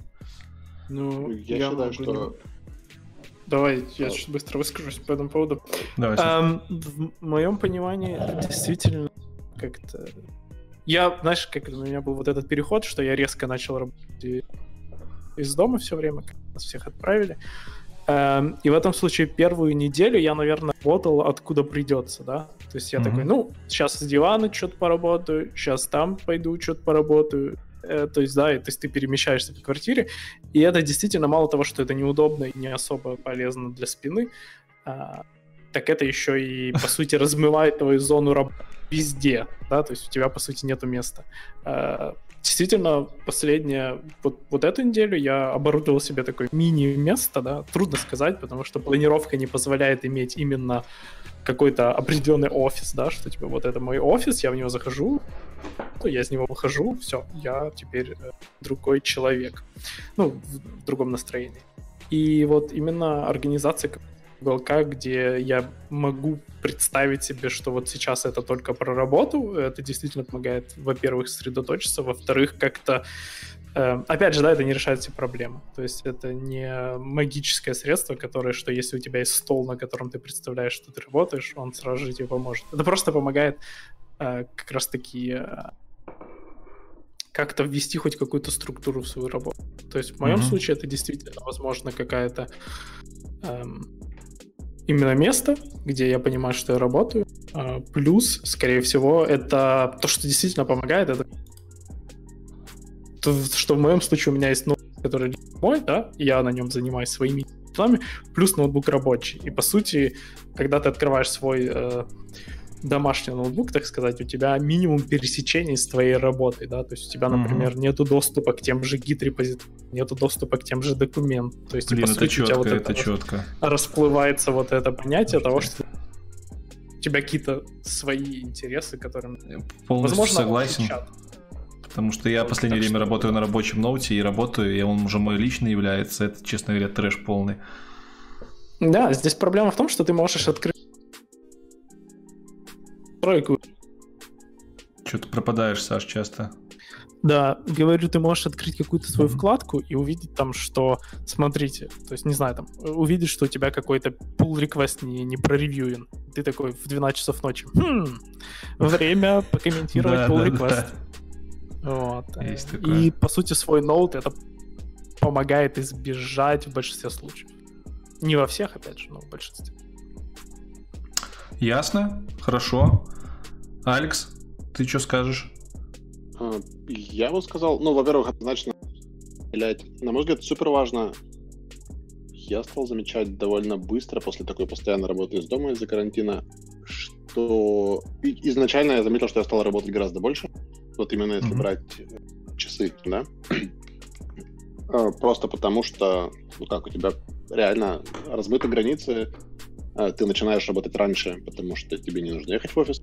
Ну, я, я считаю, могу... что... Давай, я чуть быстро выскажусь по этому поводу. Давай, um, в моем понимании, это действительно как-то... Я, знаешь, как у меня был вот этот переход, что я резко начал работать из дома все время, как нас всех отправили. Um, и в этом случае первую неделю я, наверное, работал откуда придется, да? То есть я mm-hmm. такой, ну, сейчас с дивана что-то поработаю, сейчас там пойду что-то поработаю. То есть, да, и, то есть ты перемещаешься по квартире, и это действительно мало того, что это неудобно и не особо полезно для спины, а, так это еще и, по сути, размывает твою зону работы везде, да, то есть у тебя, по сути, нету места. А, действительно, последнее, вот, вот эту неделю я оборудовал себе такое мини-место, да, трудно сказать, потому что планировка не позволяет иметь именно какой-то определенный офис, да, что типа вот это мой офис, я в него захожу, я из него выхожу, все, я теперь другой человек, ну, в, в другом настроении. И вот именно организация уголка, где я могу представить себе, что вот сейчас это только про работу, это действительно помогает, во-первых, сосредоточиться, во-вторых, как-то, э, опять же, да, это не решает все проблемы, то есть это не магическое средство, которое, что если у тебя есть стол, на котором ты представляешь, что ты работаешь, он сразу же тебе поможет. Это просто помогает э, как раз-таки э, как-то ввести хоть какую-то структуру в свою работу. То есть в моем mm-hmm. случае это действительно, возможно, какая-то эм, именно место, где я понимаю, что я работаю. Э, плюс, скорее всего, это то, что действительно помогает, это то, что в моем случае у меня есть ноутбук, который мой, да, и я на нем занимаюсь своими делами, плюс ноутбук рабочий. И по сути, когда ты открываешь свой э, домашний ноутбук, так сказать, у тебя минимум пересечений с твоей работой, да, то есть у тебя, например, mm-hmm. нету доступа к тем же гид-репозиториям, нету доступа к тем же документам, то есть, Блин, по это сути, четко, у тебя вот это это четко. расплывается вот это понятие того, что у тебя какие-то свои интересы, которым, полностью возможно, согласен. отличат. Потому что я в последнее время работаю на рабочем ноуте и работаю, и он уже мой личный является. Это, честно говоря, трэш полный. Да, здесь проблема в том, что ты можешь открыть тройку. Что-то пропадаешь, Саш, часто. Да, говорю, ты можешь открыть какую-то свою mm-hmm. вкладку и увидеть там, что, смотрите, то есть, не знаю, там, увидеть, что у тебя какой-то pull-request не, не проревьюен. Ты такой в двенадцать часов ночи. Хм, время покомментировать pull-request. Вот. И, по сути, свой ноут это помогает избежать в большинстве случаев. Не во всех, опять же, но в большинстве. Ясно, хорошо. Алекс, ты что скажешь? Я бы сказал, ну, во-первых, однозначно, на мой взгляд, супер важно. Я стал замечать довольно быстро после такой постоянной работы из дома из-за карантина, что изначально я заметил, что я стал работать гораздо больше. Вот именно если mm-hmm. брать часы, да. Просто потому что, ну как, у тебя реально размыты границы, ты начинаешь работать раньше, потому что тебе не нужно ехать в офис.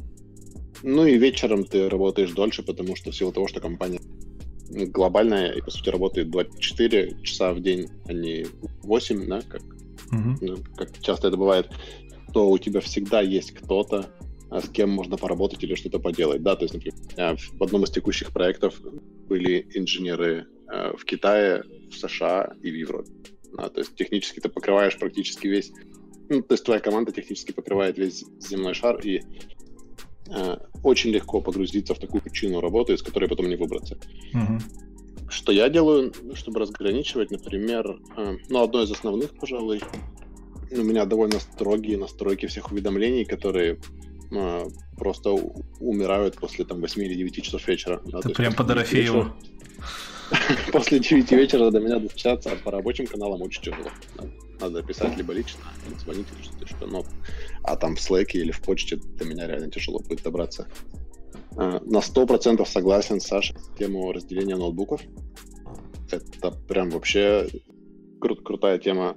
Ну и вечером ты работаешь дольше, потому что в силу того, что компания глобальная и, по сути, работает двадцать четыре часа в день, а не восемь, да, как, mm-hmm. ну, как часто это бывает, то у тебя всегда есть кто-то, с кем можно поработать или что-то поделать. Да, то есть, например, в одном из текущих проектов были инженеры в Китае, в США и в Европе. Да, то есть технически ты покрываешь практически весь... Ну, то есть твоя команда технически покрывает весь земной шар, и э, очень легко погрузиться в такую причину работы, из которой потом не выбраться. Mm-hmm. Что я делаю, чтобы разграничивать, например, э, ну, одно из основных, пожалуй, у меня довольно строгие настройки всех уведомлений, которые э, просто умирают после там восьми или девяти часов вечера. Да, ты прям по Дорофееву. После девяти вечера до меня достучаться, а по рабочим каналам очень тяжело. Надо писать либо лично, или звонить, или что-то еще. Но, а там в Slack или в почте до меня реально тяжело будет добраться. На сто процентов согласен с Сашей с тему разделения ноутбуков. Это прям вообще кру- крутая тема.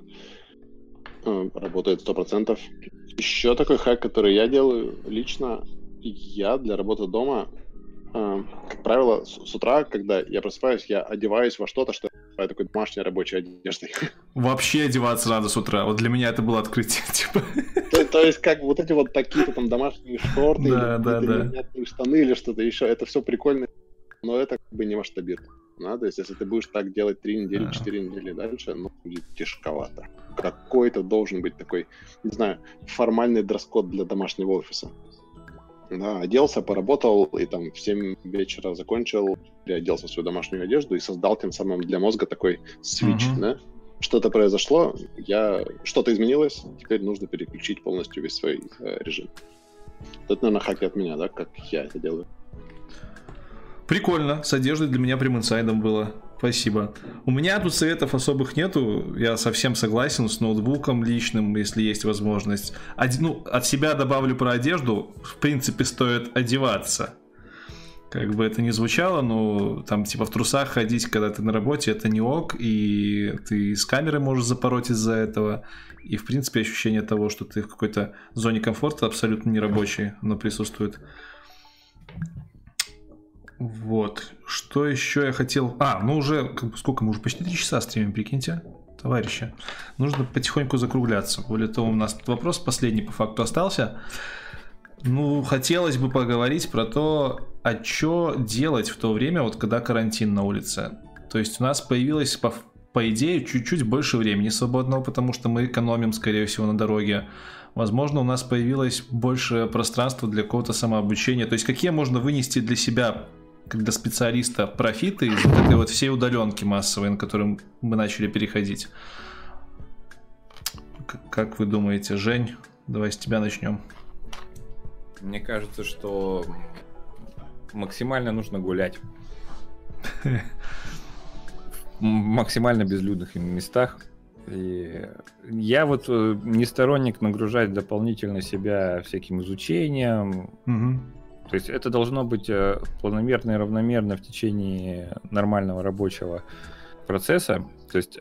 Работает сто процентов. Еще такой хак, который я делаю лично. Я для работы дома, как правило, с утра, когда я просыпаюсь, я одеваюсь во что-то, что я такой домашней рабочей одеждой. Вообще одеваться надо с утра. Вот для меня это было открытие. Типа. То, то есть, как вот эти вот такие-то там домашние шорты, да, или да, да. штаны или что-то еще, это все прикольно, но это как бы не масштабирует. Да? То есть, если ты будешь так делать три недели, да. четыре недели дальше, ну, будет тяжковато. Какой-то должен быть такой, не знаю, формальный дресс-код для домашнего офиса. Да, оделся, поработал, и там в семь вечера закончил, переоделся в свою домашнюю одежду и создал тем самым для мозга такой свитч, uh-huh. да? Что-то произошло, я... что-то изменилось, теперь нужно переключить полностью весь свой э, режим. Это, наверное, хаки от меня, да, как я это делаю. Прикольно, с одеждой для меня прям инсайдом было. Спасибо. У меня тут советов особых нету. Я совсем согласен с ноутбуком личным, если есть возможность. Од... Ну, от себя добавлю про одежду. В принципе, стоит одеваться. Как бы это ни звучало, но там типа в трусах ходить, когда ты на работе, это не ок, и ты с камеры можешь запороть из-за этого, и в принципе ощущение того, что ты в какой-то зоне комфорта абсолютно не рабочей, оно присутствует. Вот. Что еще я хотел... А, ну уже, как бы, сколько мы уже почти три часа стримим, прикиньте, товарищи. Нужно потихоньку закругляться. Более того, у нас тут вопрос последний по факту остался. Ну, хотелось бы поговорить про то, а что делать в то время, вот когда карантин на улице. То есть у нас появилось, по, по идее, чуть-чуть больше времени свободного, потому что мы экономим, скорее всего, на дороге. Возможно, у нас появилось больше пространства для какого-то самообучения. То есть какие можно вынести для себя, как для специалиста, профиты из вот этой вот всей удаленки массовой, на которую мы начали переходить. Как вы думаете, Жень? Давай с тебя начнем. Мне кажется, что максимально нужно гулять. В максимально безлюдных местах. И я вот не сторонник нагружать дополнительно себя всяким изучением. Угу. То есть это должно быть планомерно и равномерно в течение нормального рабочего процесса. То есть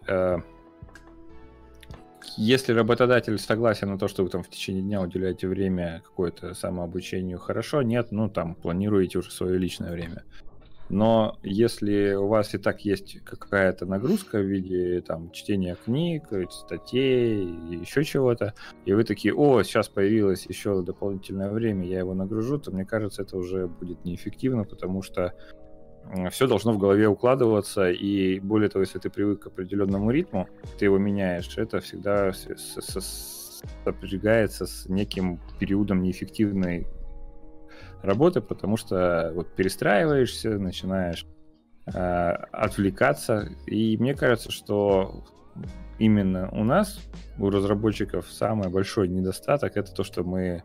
если работодатель согласен на то, что вы там в течение дня уделяете время какое-то самообучению, хорошо, нет, ну там планируете уже свое личное время. Но если у вас и так есть какая-то нагрузка в виде там чтения книг, статей, еще чего-то, и вы такие, о, сейчас появилось еще дополнительное время, я его нагружу, то мне кажется, это уже будет неэффективно, потому что все должно в голове укладываться, и более того, если ты привык к определенному ритму, ты его меняешь, это всегда сопрягается с неким периодом неэффективной работы, потому что вот перестраиваешься, начинаешь э, отвлекаться, и мне кажется, что именно у нас, у разработчиков, самый большой недостаток — это то, что мы...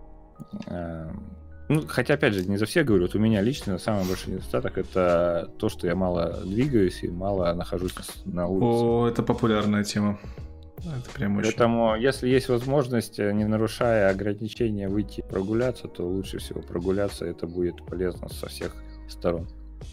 Э, Ну, хотя, опять же, не за всех говорю, вот у меня лично самый большой недостаток — это то, что я мало двигаюсь и мало нахожусь на улице. О, это популярная тема. Это прям очень... Поэтому, если есть возможность, не нарушая ограничения, выйти прогуляться, то лучше всего прогуляться, это будет полезно со всех сторон.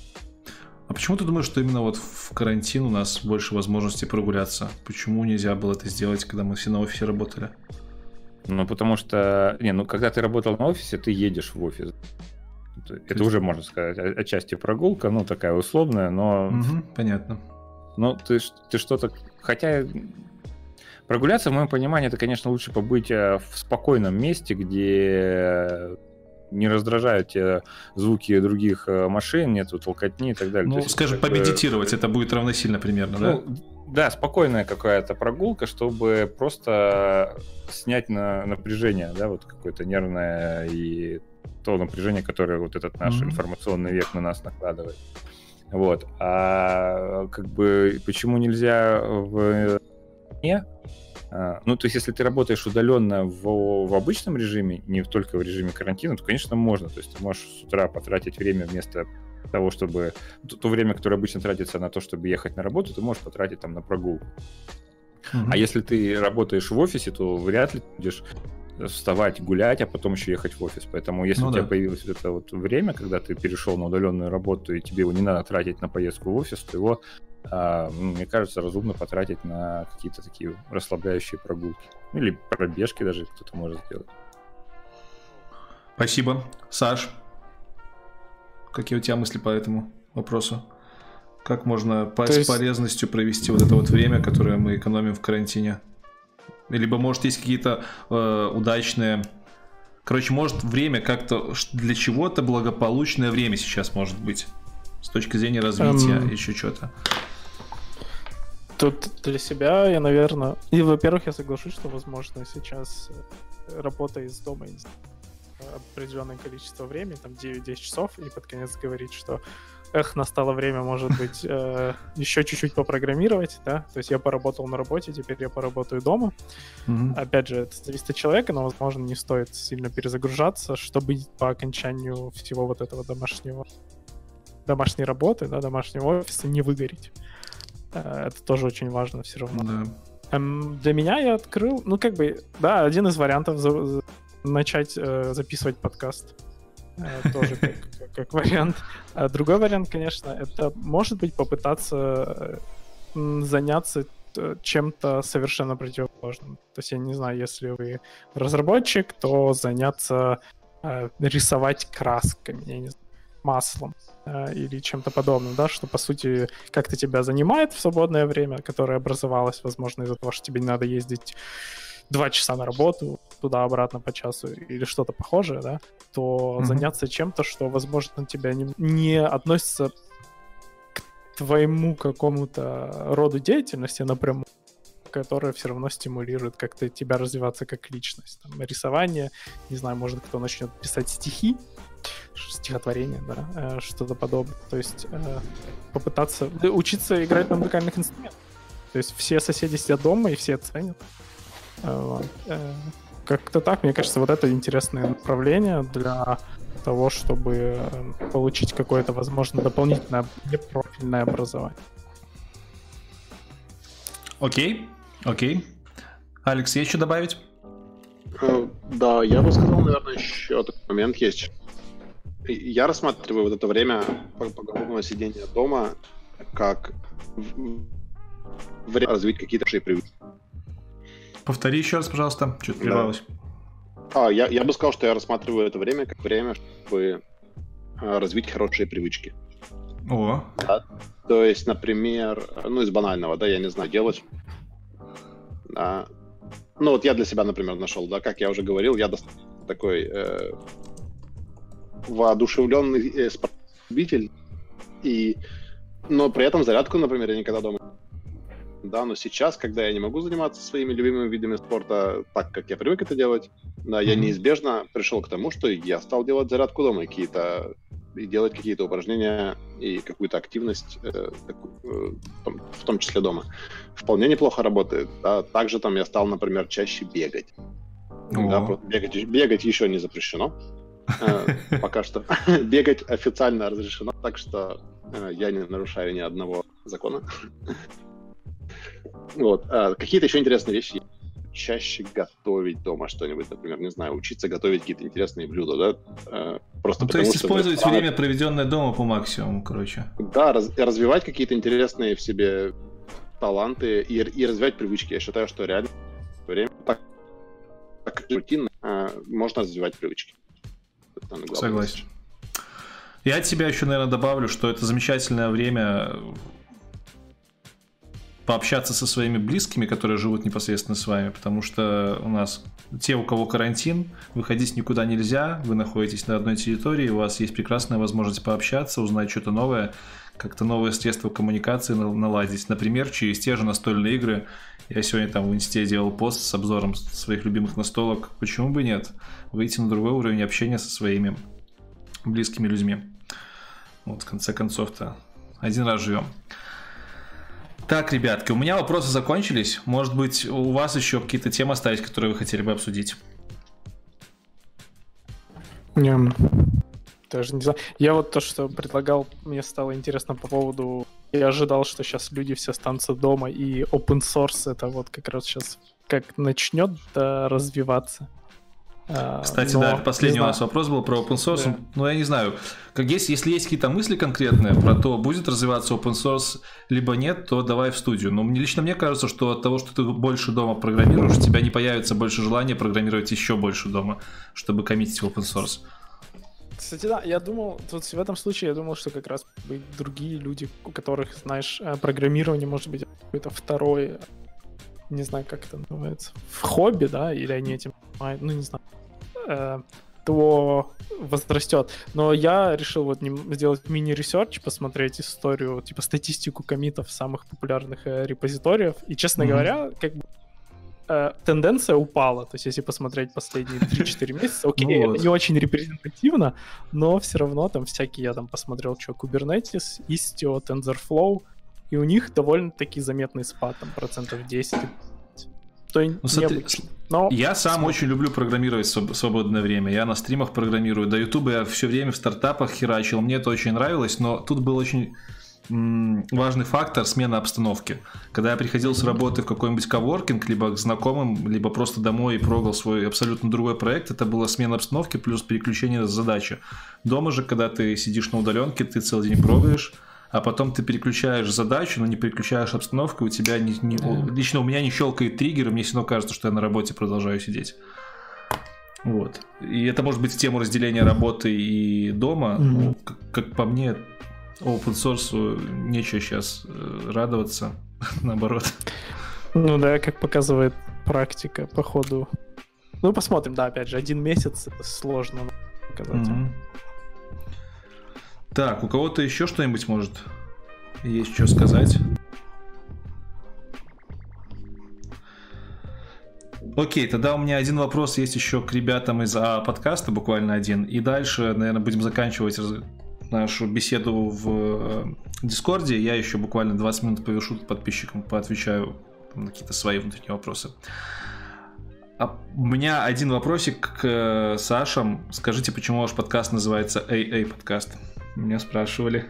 А почему ты думаешь, что именно вот в карантин у нас больше возможностей прогуляться? Почему нельзя было это сделать, когда мы все на офисе работали? Ну, потому что, не, ну, когда ты работал на офисе, ты едешь в офис. Это есть... уже, можно сказать, отчасти прогулка, ну, такая условная, но... Угу, понятно. Ну, ты, ты что-то... Хотя прогуляться, в моем понимании, это, конечно, лучше побыть в спокойном месте, где не раздражают тебя звуки других машин, нету толкотни и так далее. Ну, есть, скажем, как... помедитировать, это будет равносильно примерно, ну, да? Да, спокойная какая-то прогулка, чтобы просто снять на напряжение, да, вот какое-то нервное и то напряжение, которое вот этот наш mm-hmm. информационный век на нас накладывает. Вот. А как бы почему нельзя в не? А, ну, то есть, если ты работаешь удаленно в, в обычном режиме, не только в режиме карантина, то, конечно, можно. То есть ты можешь с утра потратить время вместо того, чтобы... То, то время, которое обычно тратится на то, чтобы ехать на работу, ты можешь потратить там на прогулку. Mm-hmm. А если ты работаешь в офисе, то вряд ли ты будешь вставать, гулять, а потом еще ехать в офис. Поэтому если ну, у тебя да. появилось вот это вот время, когда ты перешел на удаленную работу, и тебе его не надо тратить на поездку в офис, то его, а, мне кажется, разумно потратить на какие-то такие расслабляющие прогулки. Или пробежки даже кто-то может сделать. Спасибо. Саш, какие у тебя мысли по этому вопросу? Как можно по- есть... с полезностью провести вот это вот время, которое мы экономим в карантине? Либо, может, есть какие-то э, удачные... Короче, может, время как-то для чего-то благополучное время сейчас может быть. С точки зрения развития, um... еще что-то. Тут для себя я, наверное... И, во-первых, я соглашусь, что, возможно, сейчас работа из дома определенное количество времени, там девять-десять часов, и под конец говорить, что эх, настало время, может быть, э, еще чуть-чуть попрограммировать, да, то есть я поработал на работе, теперь я поработаю дома. Mm-hmm. Опять же, это зависит от человека, но, возможно, не стоит сильно перезагружаться, чтобы по окончанию всего вот этого домашнего, домашней работы, да, домашнего офиса не выгореть. Э, это тоже очень важно все равно. Mm-hmm. Эм, для меня я открыл, ну, как бы, да, один из вариантов за- начать э, записывать подкаст. Тоже как, как вариант. А другой вариант, конечно, это, может быть, попытаться заняться чем-то совершенно противоположным. То есть, я не знаю, если вы разработчик, то заняться э, рисовать красками, я не знаю, маслом э, или чем-то подобным, да, что, по сути, как-то тебя занимает в свободное время, которое образовалось, возможно, из-за того, что тебе не надо ездить два часа на работу, туда-обратно по часу или что-то похожее, да, то mm-hmm. заняться чем-то, что, возможно, тебя не, не относится к твоему какому-то роду деятельности напрямую, которая все равно стимулирует как-то тебя развиваться как личность. Там, рисование, не знаю, может, кто начнет писать стихи, стихотворение, да, что-то подобное. То есть попытаться учиться играть на музыкальных инструментах. То есть все соседи сидят дома и все ценят. Вот. Как-то так, мне кажется, вот это интересное направление для того, чтобы получить какое-то, возможно, дополнительное непрофильное образование. Окей, окей. Алекс, есть что добавить? Да, я бы сказал, наверное, еще такой момент есть. Я рассматриваю вот это время поголовного сидения дома как время развить какие-то шеи привычки. Повтори еще раз, пожалуйста, что-то да. прервалось. А, я, я бы сказал, что я рассматриваю это время как время, чтобы а, развить хорошие привычки. О. Да? То есть, например, ну, из банального, да, я не знаю, делать. Да. Ну, вот я для себя, например, нашел, да, как я уже говорил, я такой э, воодушевленный э, спортсмен, и, но при этом зарядку, например, я никогда дома. Да, но сейчас, когда я не могу заниматься своими любимыми видами спорта так, как я привык это делать, да, mm-hmm. я неизбежно пришел к тому, что я стал делать зарядку дома, какие-то, и делать какие-то упражнения и какую-то активность, э, такую, э, в том числе дома. Вполне неплохо работает. Да. Также там я стал, например, чаще бегать. Oh. Да, просто бегать, бегать еще не запрещено. Э, пока что. Бегать официально разрешено, так что э, я не нарушаю ни одного закона. Вот. А, какие-то еще интересные вещи. Чаще готовить дома что-нибудь, например, не знаю, учиться готовить какие-то интересные блюда, да? А, просто ну, потому, то есть что использовать страна... время, проведенное дома, по максимуму, короче. Да, раз... развивать какие-то интересные в себе таланты и, и развивать привычки. Я считаю, что реально время так, так рутинно а, можно развивать привычки. Согласен. Я от себя еще, наверное, добавлю, что это замечательное время пообщаться со своими близкими, которые живут непосредственно с вами, потому что у нас те, у кого карантин, выходить никуда нельзя, вы находитесь на одной территории, у вас есть прекрасная возможность пообщаться, узнать что-то новое, как-то новое средство коммуникации наладить. Например, через те же настольные игры. Я сегодня там в инсте делал пост с обзором своих любимых настолок. Почему бы нет? Выйти на другой уровень общения со своими близкими людьми. Вот, в конце концов-то, один раз живем. Так, ребятки, у меня вопросы закончились. Может быть, у вас еще какие-то темы остались, которые вы хотели бы обсудить? Не, даже не знаю. Я вот то, что предлагал, мне стало интересно по поводу... Я ожидал, что сейчас люди все останутся дома, и open source это вот как раз сейчас как начнет да, развиваться. Кстати, но, да, последний у нас вопрос был про open source. Да. Ну, я не знаю, как есть, если есть какие-то мысли конкретные про то, будет развиваться open source, либо нет, то давай в студию. Но лично мне кажется, что от того, что ты больше дома программируешь, у тебя не появится больше желания программировать еще больше дома, чтобы коммитить в open source. Кстати, да, я думал, вот в этом случае я думал, что как раз другие люди, у которых, знаешь, программирование может быть какое-то второе, не знаю, как это называется, в хобби, да, или они этим занимают, ну, не знаю, э, то возрастет. Но я решил вот сделать мини-ресерч, посмотреть историю, типа статистику коммитов самых популярных э, репозиториев, и, честно mm-hmm. говоря, как бы э, тенденция упала, то есть если посмотреть последние три-четыре месяца, окей, это не очень репрезентативно, но все равно там всякие, я там посмотрел, что, Kubernetes, Istio, TensorFlow, и у них довольно-таки заметный спад, там, процентов десять. Что ну, необычно. Но... Я сам Смотри. очень люблю программировать в свободное время. Я на стримах программирую. До Ютуба я все время в стартапах херачил. Мне это очень нравилось, но тут был очень м- важный фактор смена обстановки. Когда я приходил с работы в какой-нибудь коворкинг, либо к знакомым, либо просто домой и прогал свой абсолютно другой проект, это была смена обстановки плюс переключение задачи. Дома же, когда ты сидишь на удаленке, ты целый день прогаешь, а потом ты переключаешь задачу, но не переключаешь обстановку, у тебя не, не, yeah. лично у меня не щелкает триггер, и мне все равно кажется, что я на работе продолжаю сидеть. Вот. И это может быть в тему разделения работы и дома. Mm-hmm. Ну, как, как по мне, open source нечего сейчас радоваться, наоборот. Ну да, как показывает практика, походу. Ну посмотрим, да, опять же, один месяц сложно показать. Mm-hmm. Так, у кого-то еще что-нибудь может есть что сказать? Окей, тогда у меня один вопрос есть еще к ребятам из а, подкаста, буквально один. И дальше, наверное, будем заканчивать раз... нашу беседу в Дискорде. Я еще буквально двадцать минут повешу подписчикам, поотвечаю на какие-то свои внутренние вопросы. А у меня один вопросик к Сашам. Скажите, почему ваш подкаст называется эй эй подкаст? Меня спрашивали.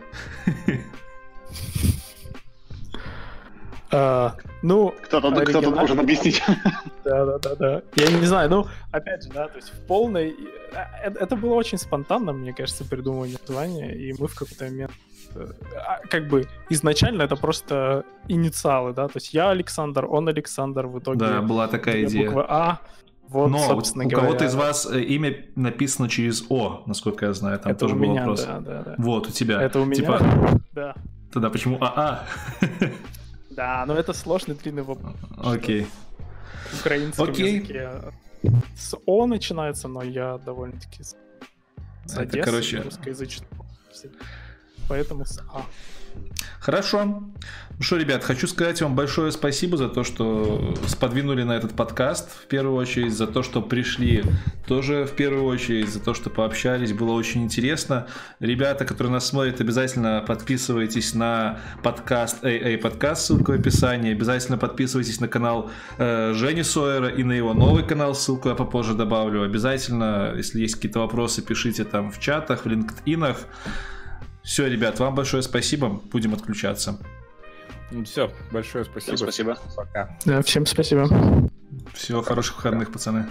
А, ну, кто-то, кто-то должен объяснить. Да, да, да, да. Я не знаю, ну, опять же, да, то есть в полной... Это было очень спонтанно, мне кажется, придумывание названия, и мы в какой-то момент... Как бы изначально это просто инициалы, да, то есть я Александр, он Александр, в итоге... Да, была такая идея. Буква А. Вот, но собственно у говоря, кого-то из вас имя написано через О, насколько я знаю, там это тоже у был меня, вопрос. Да, да, да. Вот, у тебя. Это у меня, типа... да. Тогда почему АА? Да, но это сложный длинный вопрос. Окей. В украинском Окей. языке с О начинается, но я довольно-таки с, с это, Одессы, короче... русскоязычный. Поэтому с А. Хорошо. Ну что, ребят, хочу сказать вам большое спасибо за то, что сподвинули на этот подкаст, в первую очередь, за то, что пришли тоже в первую очередь, за то, что пообщались, было очень интересно. Ребята, которые нас смотрят, обязательно подписывайтесь на подкаст эй эй Подкаст, ссылка в описании, обязательно подписывайтесь на канал э, Жени Сойера и на его новый канал, ссылку я попозже добавлю. Обязательно, если есть какие-то вопросы, пишите там в чатах, в LinkedIn-ах. Все, ребят, вам большое спасибо. Будем отключаться. Ну, все, большое спасибо. Всем спасибо. Пока. Да, всем спасибо. Всего хороших выходных, пацаны.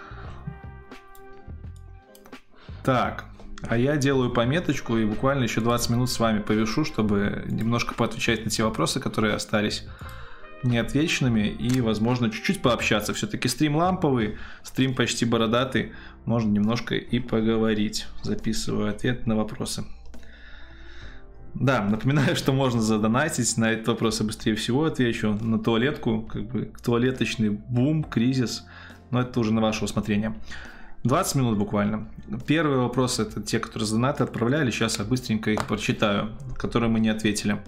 Так, а я делаю пометочку и буквально еще двадцать минут с вами повешу, чтобы немножко поотвечать на те вопросы, которые остались неотвеченными, и, возможно, чуть-чуть пообщаться. Все-таки стрим ламповый, стрим почти бородатый. Можно немножко и поговорить. Записываю ответ на вопросы. Да, напоминаю, что можно задонатить. На этот вопрос я быстрее всего отвечу. На туалетку, как бы туалеточный бум, кризис. Но это уже на ваше усмотрение. двадцать минут буквально. Первый вопрос — это те, которые с донаты отправляли. Сейчас я быстренько их прочитаю, которые мы не ответили.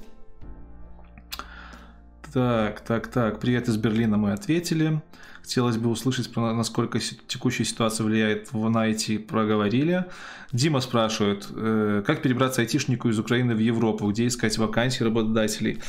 Так, так, так. Привет из Берлина, мы ответили. Хотелось бы услышать, насколько текущая ситуация влияет на ай ти, проговорили. Дима спрашивает, как перебраться айтишнику из Украины в Европу, где искать вакансии работодателей.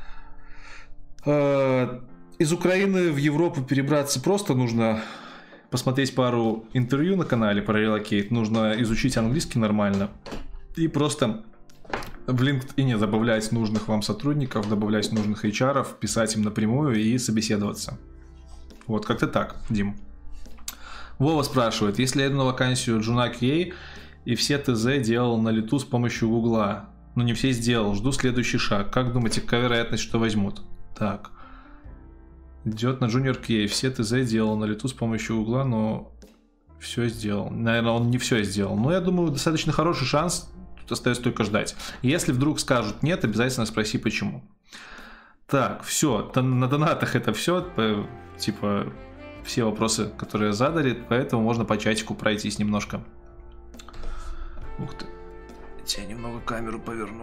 Из Украины в Европу перебраться просто нужно посмотреть пару интервью на канале про Relocate, нужно изучить английский нормально и просто в LinkedIn добавлять нужных вам сотрудников, добавлять нужных эйч ар-ов, писать им напрямую и собеседоваться. Вот как-то так, Дим. Вова спрашивает, если я иду на вакансию Джуна кью эй и все ТЗ делал на лету с помощью Гугла, но не все сделал, жду следующий шаг. Как думаете, какая вероятность, что возьмут? Так. Идет на Junior кью эй, все ТЗ делал на лету с помощью Гугла, но все сделал. Наверное, он не все сделал. Но я думаю, достаточно хороший шанс, тут остается только ждать. Если вдруг скажут нет, обязательно спроси почему. Так, все, на донатах это все. Типа, все вопросы, которые задали, поэтому можно по чатику пройтись немножко. Ух ты. Я немного камеру поверну.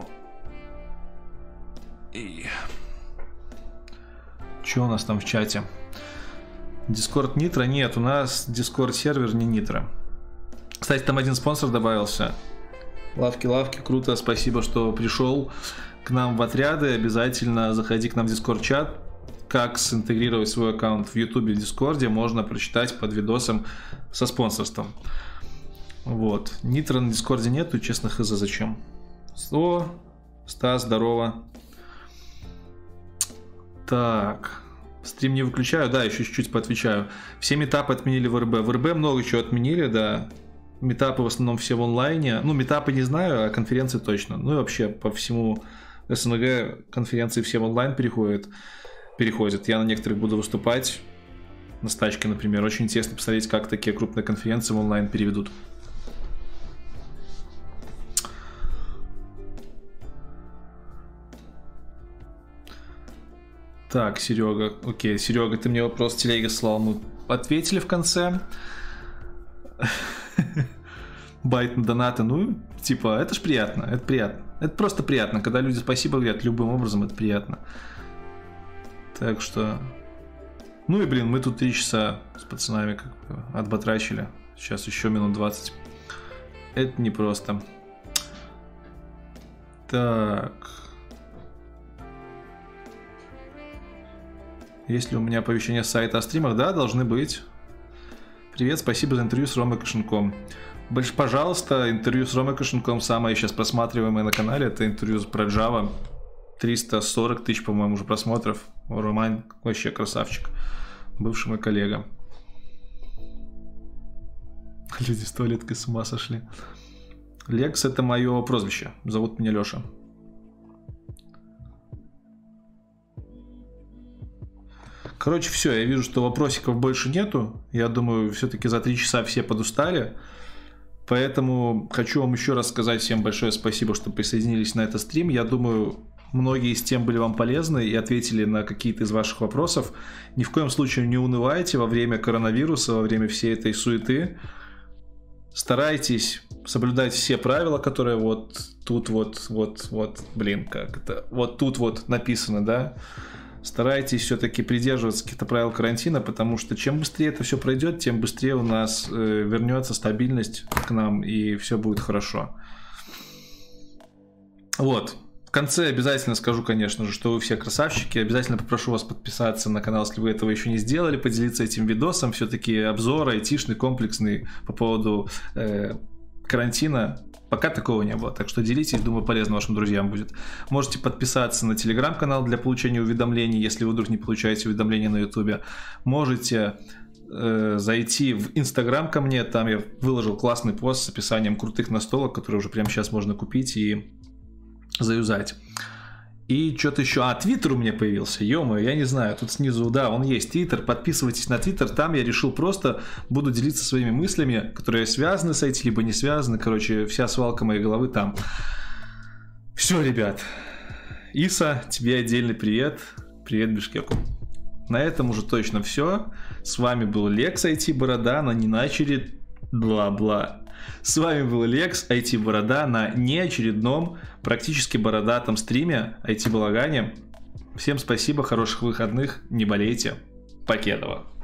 И... Что у нас там в чате? Discord Nitro? Нет, у нас Discord сервер не Nitro. Кстати, там один спонсор добавился. Лавки-лавки, круто, спасибо, что пришел к нам в отряды. Обязательно заходи к нам в Discord чат. Как синтегрировать свой аккаунт в YouTube и в Дискорде, можно прочитать под видосом со спонсорством. Вот. Нитро на Дискорде нету, честно, хз зачем. О, Стас, здорово. Так, стрим не выключаю, да, еще чуть-чуть поотвечаю. Все метапы отменили в эр бэ. В эр бэ много чего отменили, да. Метапы в основном все в онлайне. Ну, метапы не знаю, а конференции точно. Ну и вообще по всему эс эн гэ конференции все в онлайн переходят. переходят. Я на некоторых буду выступать. На стачке, например. Очень интересно посмотреть, как такие крупные конференции в онлайн переведут. Так, Серега. Окей, Серега, ты мне вопрос в телеге слал. Мы ответили в конце. Байт на донаты. Ну, типа, это ж приятно. Это приятно. Это просто приятно. Когда люди спасибо говорят любым образом, это приятно. Так что... Ну и, блин, мы тут три часа с пацанами как бы отбатрачили. Сейчас еще минут двадцать. Это непросто. Так... Есть ли у меня оповещения с сайта о стримах? Да, должны быть. Привет, спасибо за интервью с Ромой Кошенком. Больше, пожалуйста, интервью с Ромой Кошенком самое сейчас просматриваемое на канале. Это интервью про Java. триста сорок тысяч, по-моему, уже просмотров. Роман вообще красавчик. Бывший мой коллега. Люди с туалеткой с ума сошли. Лекс — это мое прозвище. Зовут меня Леша. Короче, все, я вижу, что вопросиков больше нету. Я думаю, все-таки за три часа все подустали. Поэтому хочу вам еще раз сказать всем большое спасибо, что присоединились на этот стрим. Я думаю, многие из тем были вам полезны и ответили на какие-то из ваших вопросов. Ни в коем случае не унывайте во время коронавируса, во время всей этой суеты. Старайтесь соблюдать все правила, которые вот тут вот, вот, вот, блин, как это, вот тут вот написано, да. Старайтесь все-таки придерживаться каких-то правил карантина, потому что чем быстрее это все пройдет, тем быстрее у нас э, вернется стабильность к нам, и все будет хорошо. Вот. В конце обязательно скажу, конечно же, что вы все красавчики. Обязательно попрошу вас подписаться на канал, если вы этого еще не сделали, поделиться этим видосом. Все-таки обзор айтишный, комплексный по поводу э, карантина. Пока такого не было, так что делитесь, думаю, полезно вашим друзьям будет. Можете подписаться на телеграм-канал для получения уведомлений, если вы вдруг не получаете уведомления на ютубе. Можете э, зайти в инстаграм ко мне, там я выложил классный пост с описанием крутых настолок, которые уже прямо сейчас можно купить и заюзать. И что-то еще... А, Твиттер у меня появился, ё-моё, я не знаю, тут снизу, да, он есть, Твиттер, подписывайтесь на Твиттер, там я решил просто, буду делиться своими мыслями, которые связаны с этим, либо не связаны, короче, вся свалка моей головы там. Все, ребят, Иса, тебе отдельный привет, привет Бишкеку. На этом уже точно все, с вами был Лекс ай ти Борода, на неначередном, бла-бла. С вами был Лекс, ай ти Борода, на неочередном, практически бородатом стриме ай ти Балагане. Всем спасибо, хороших выходных, не болейте. Покедова.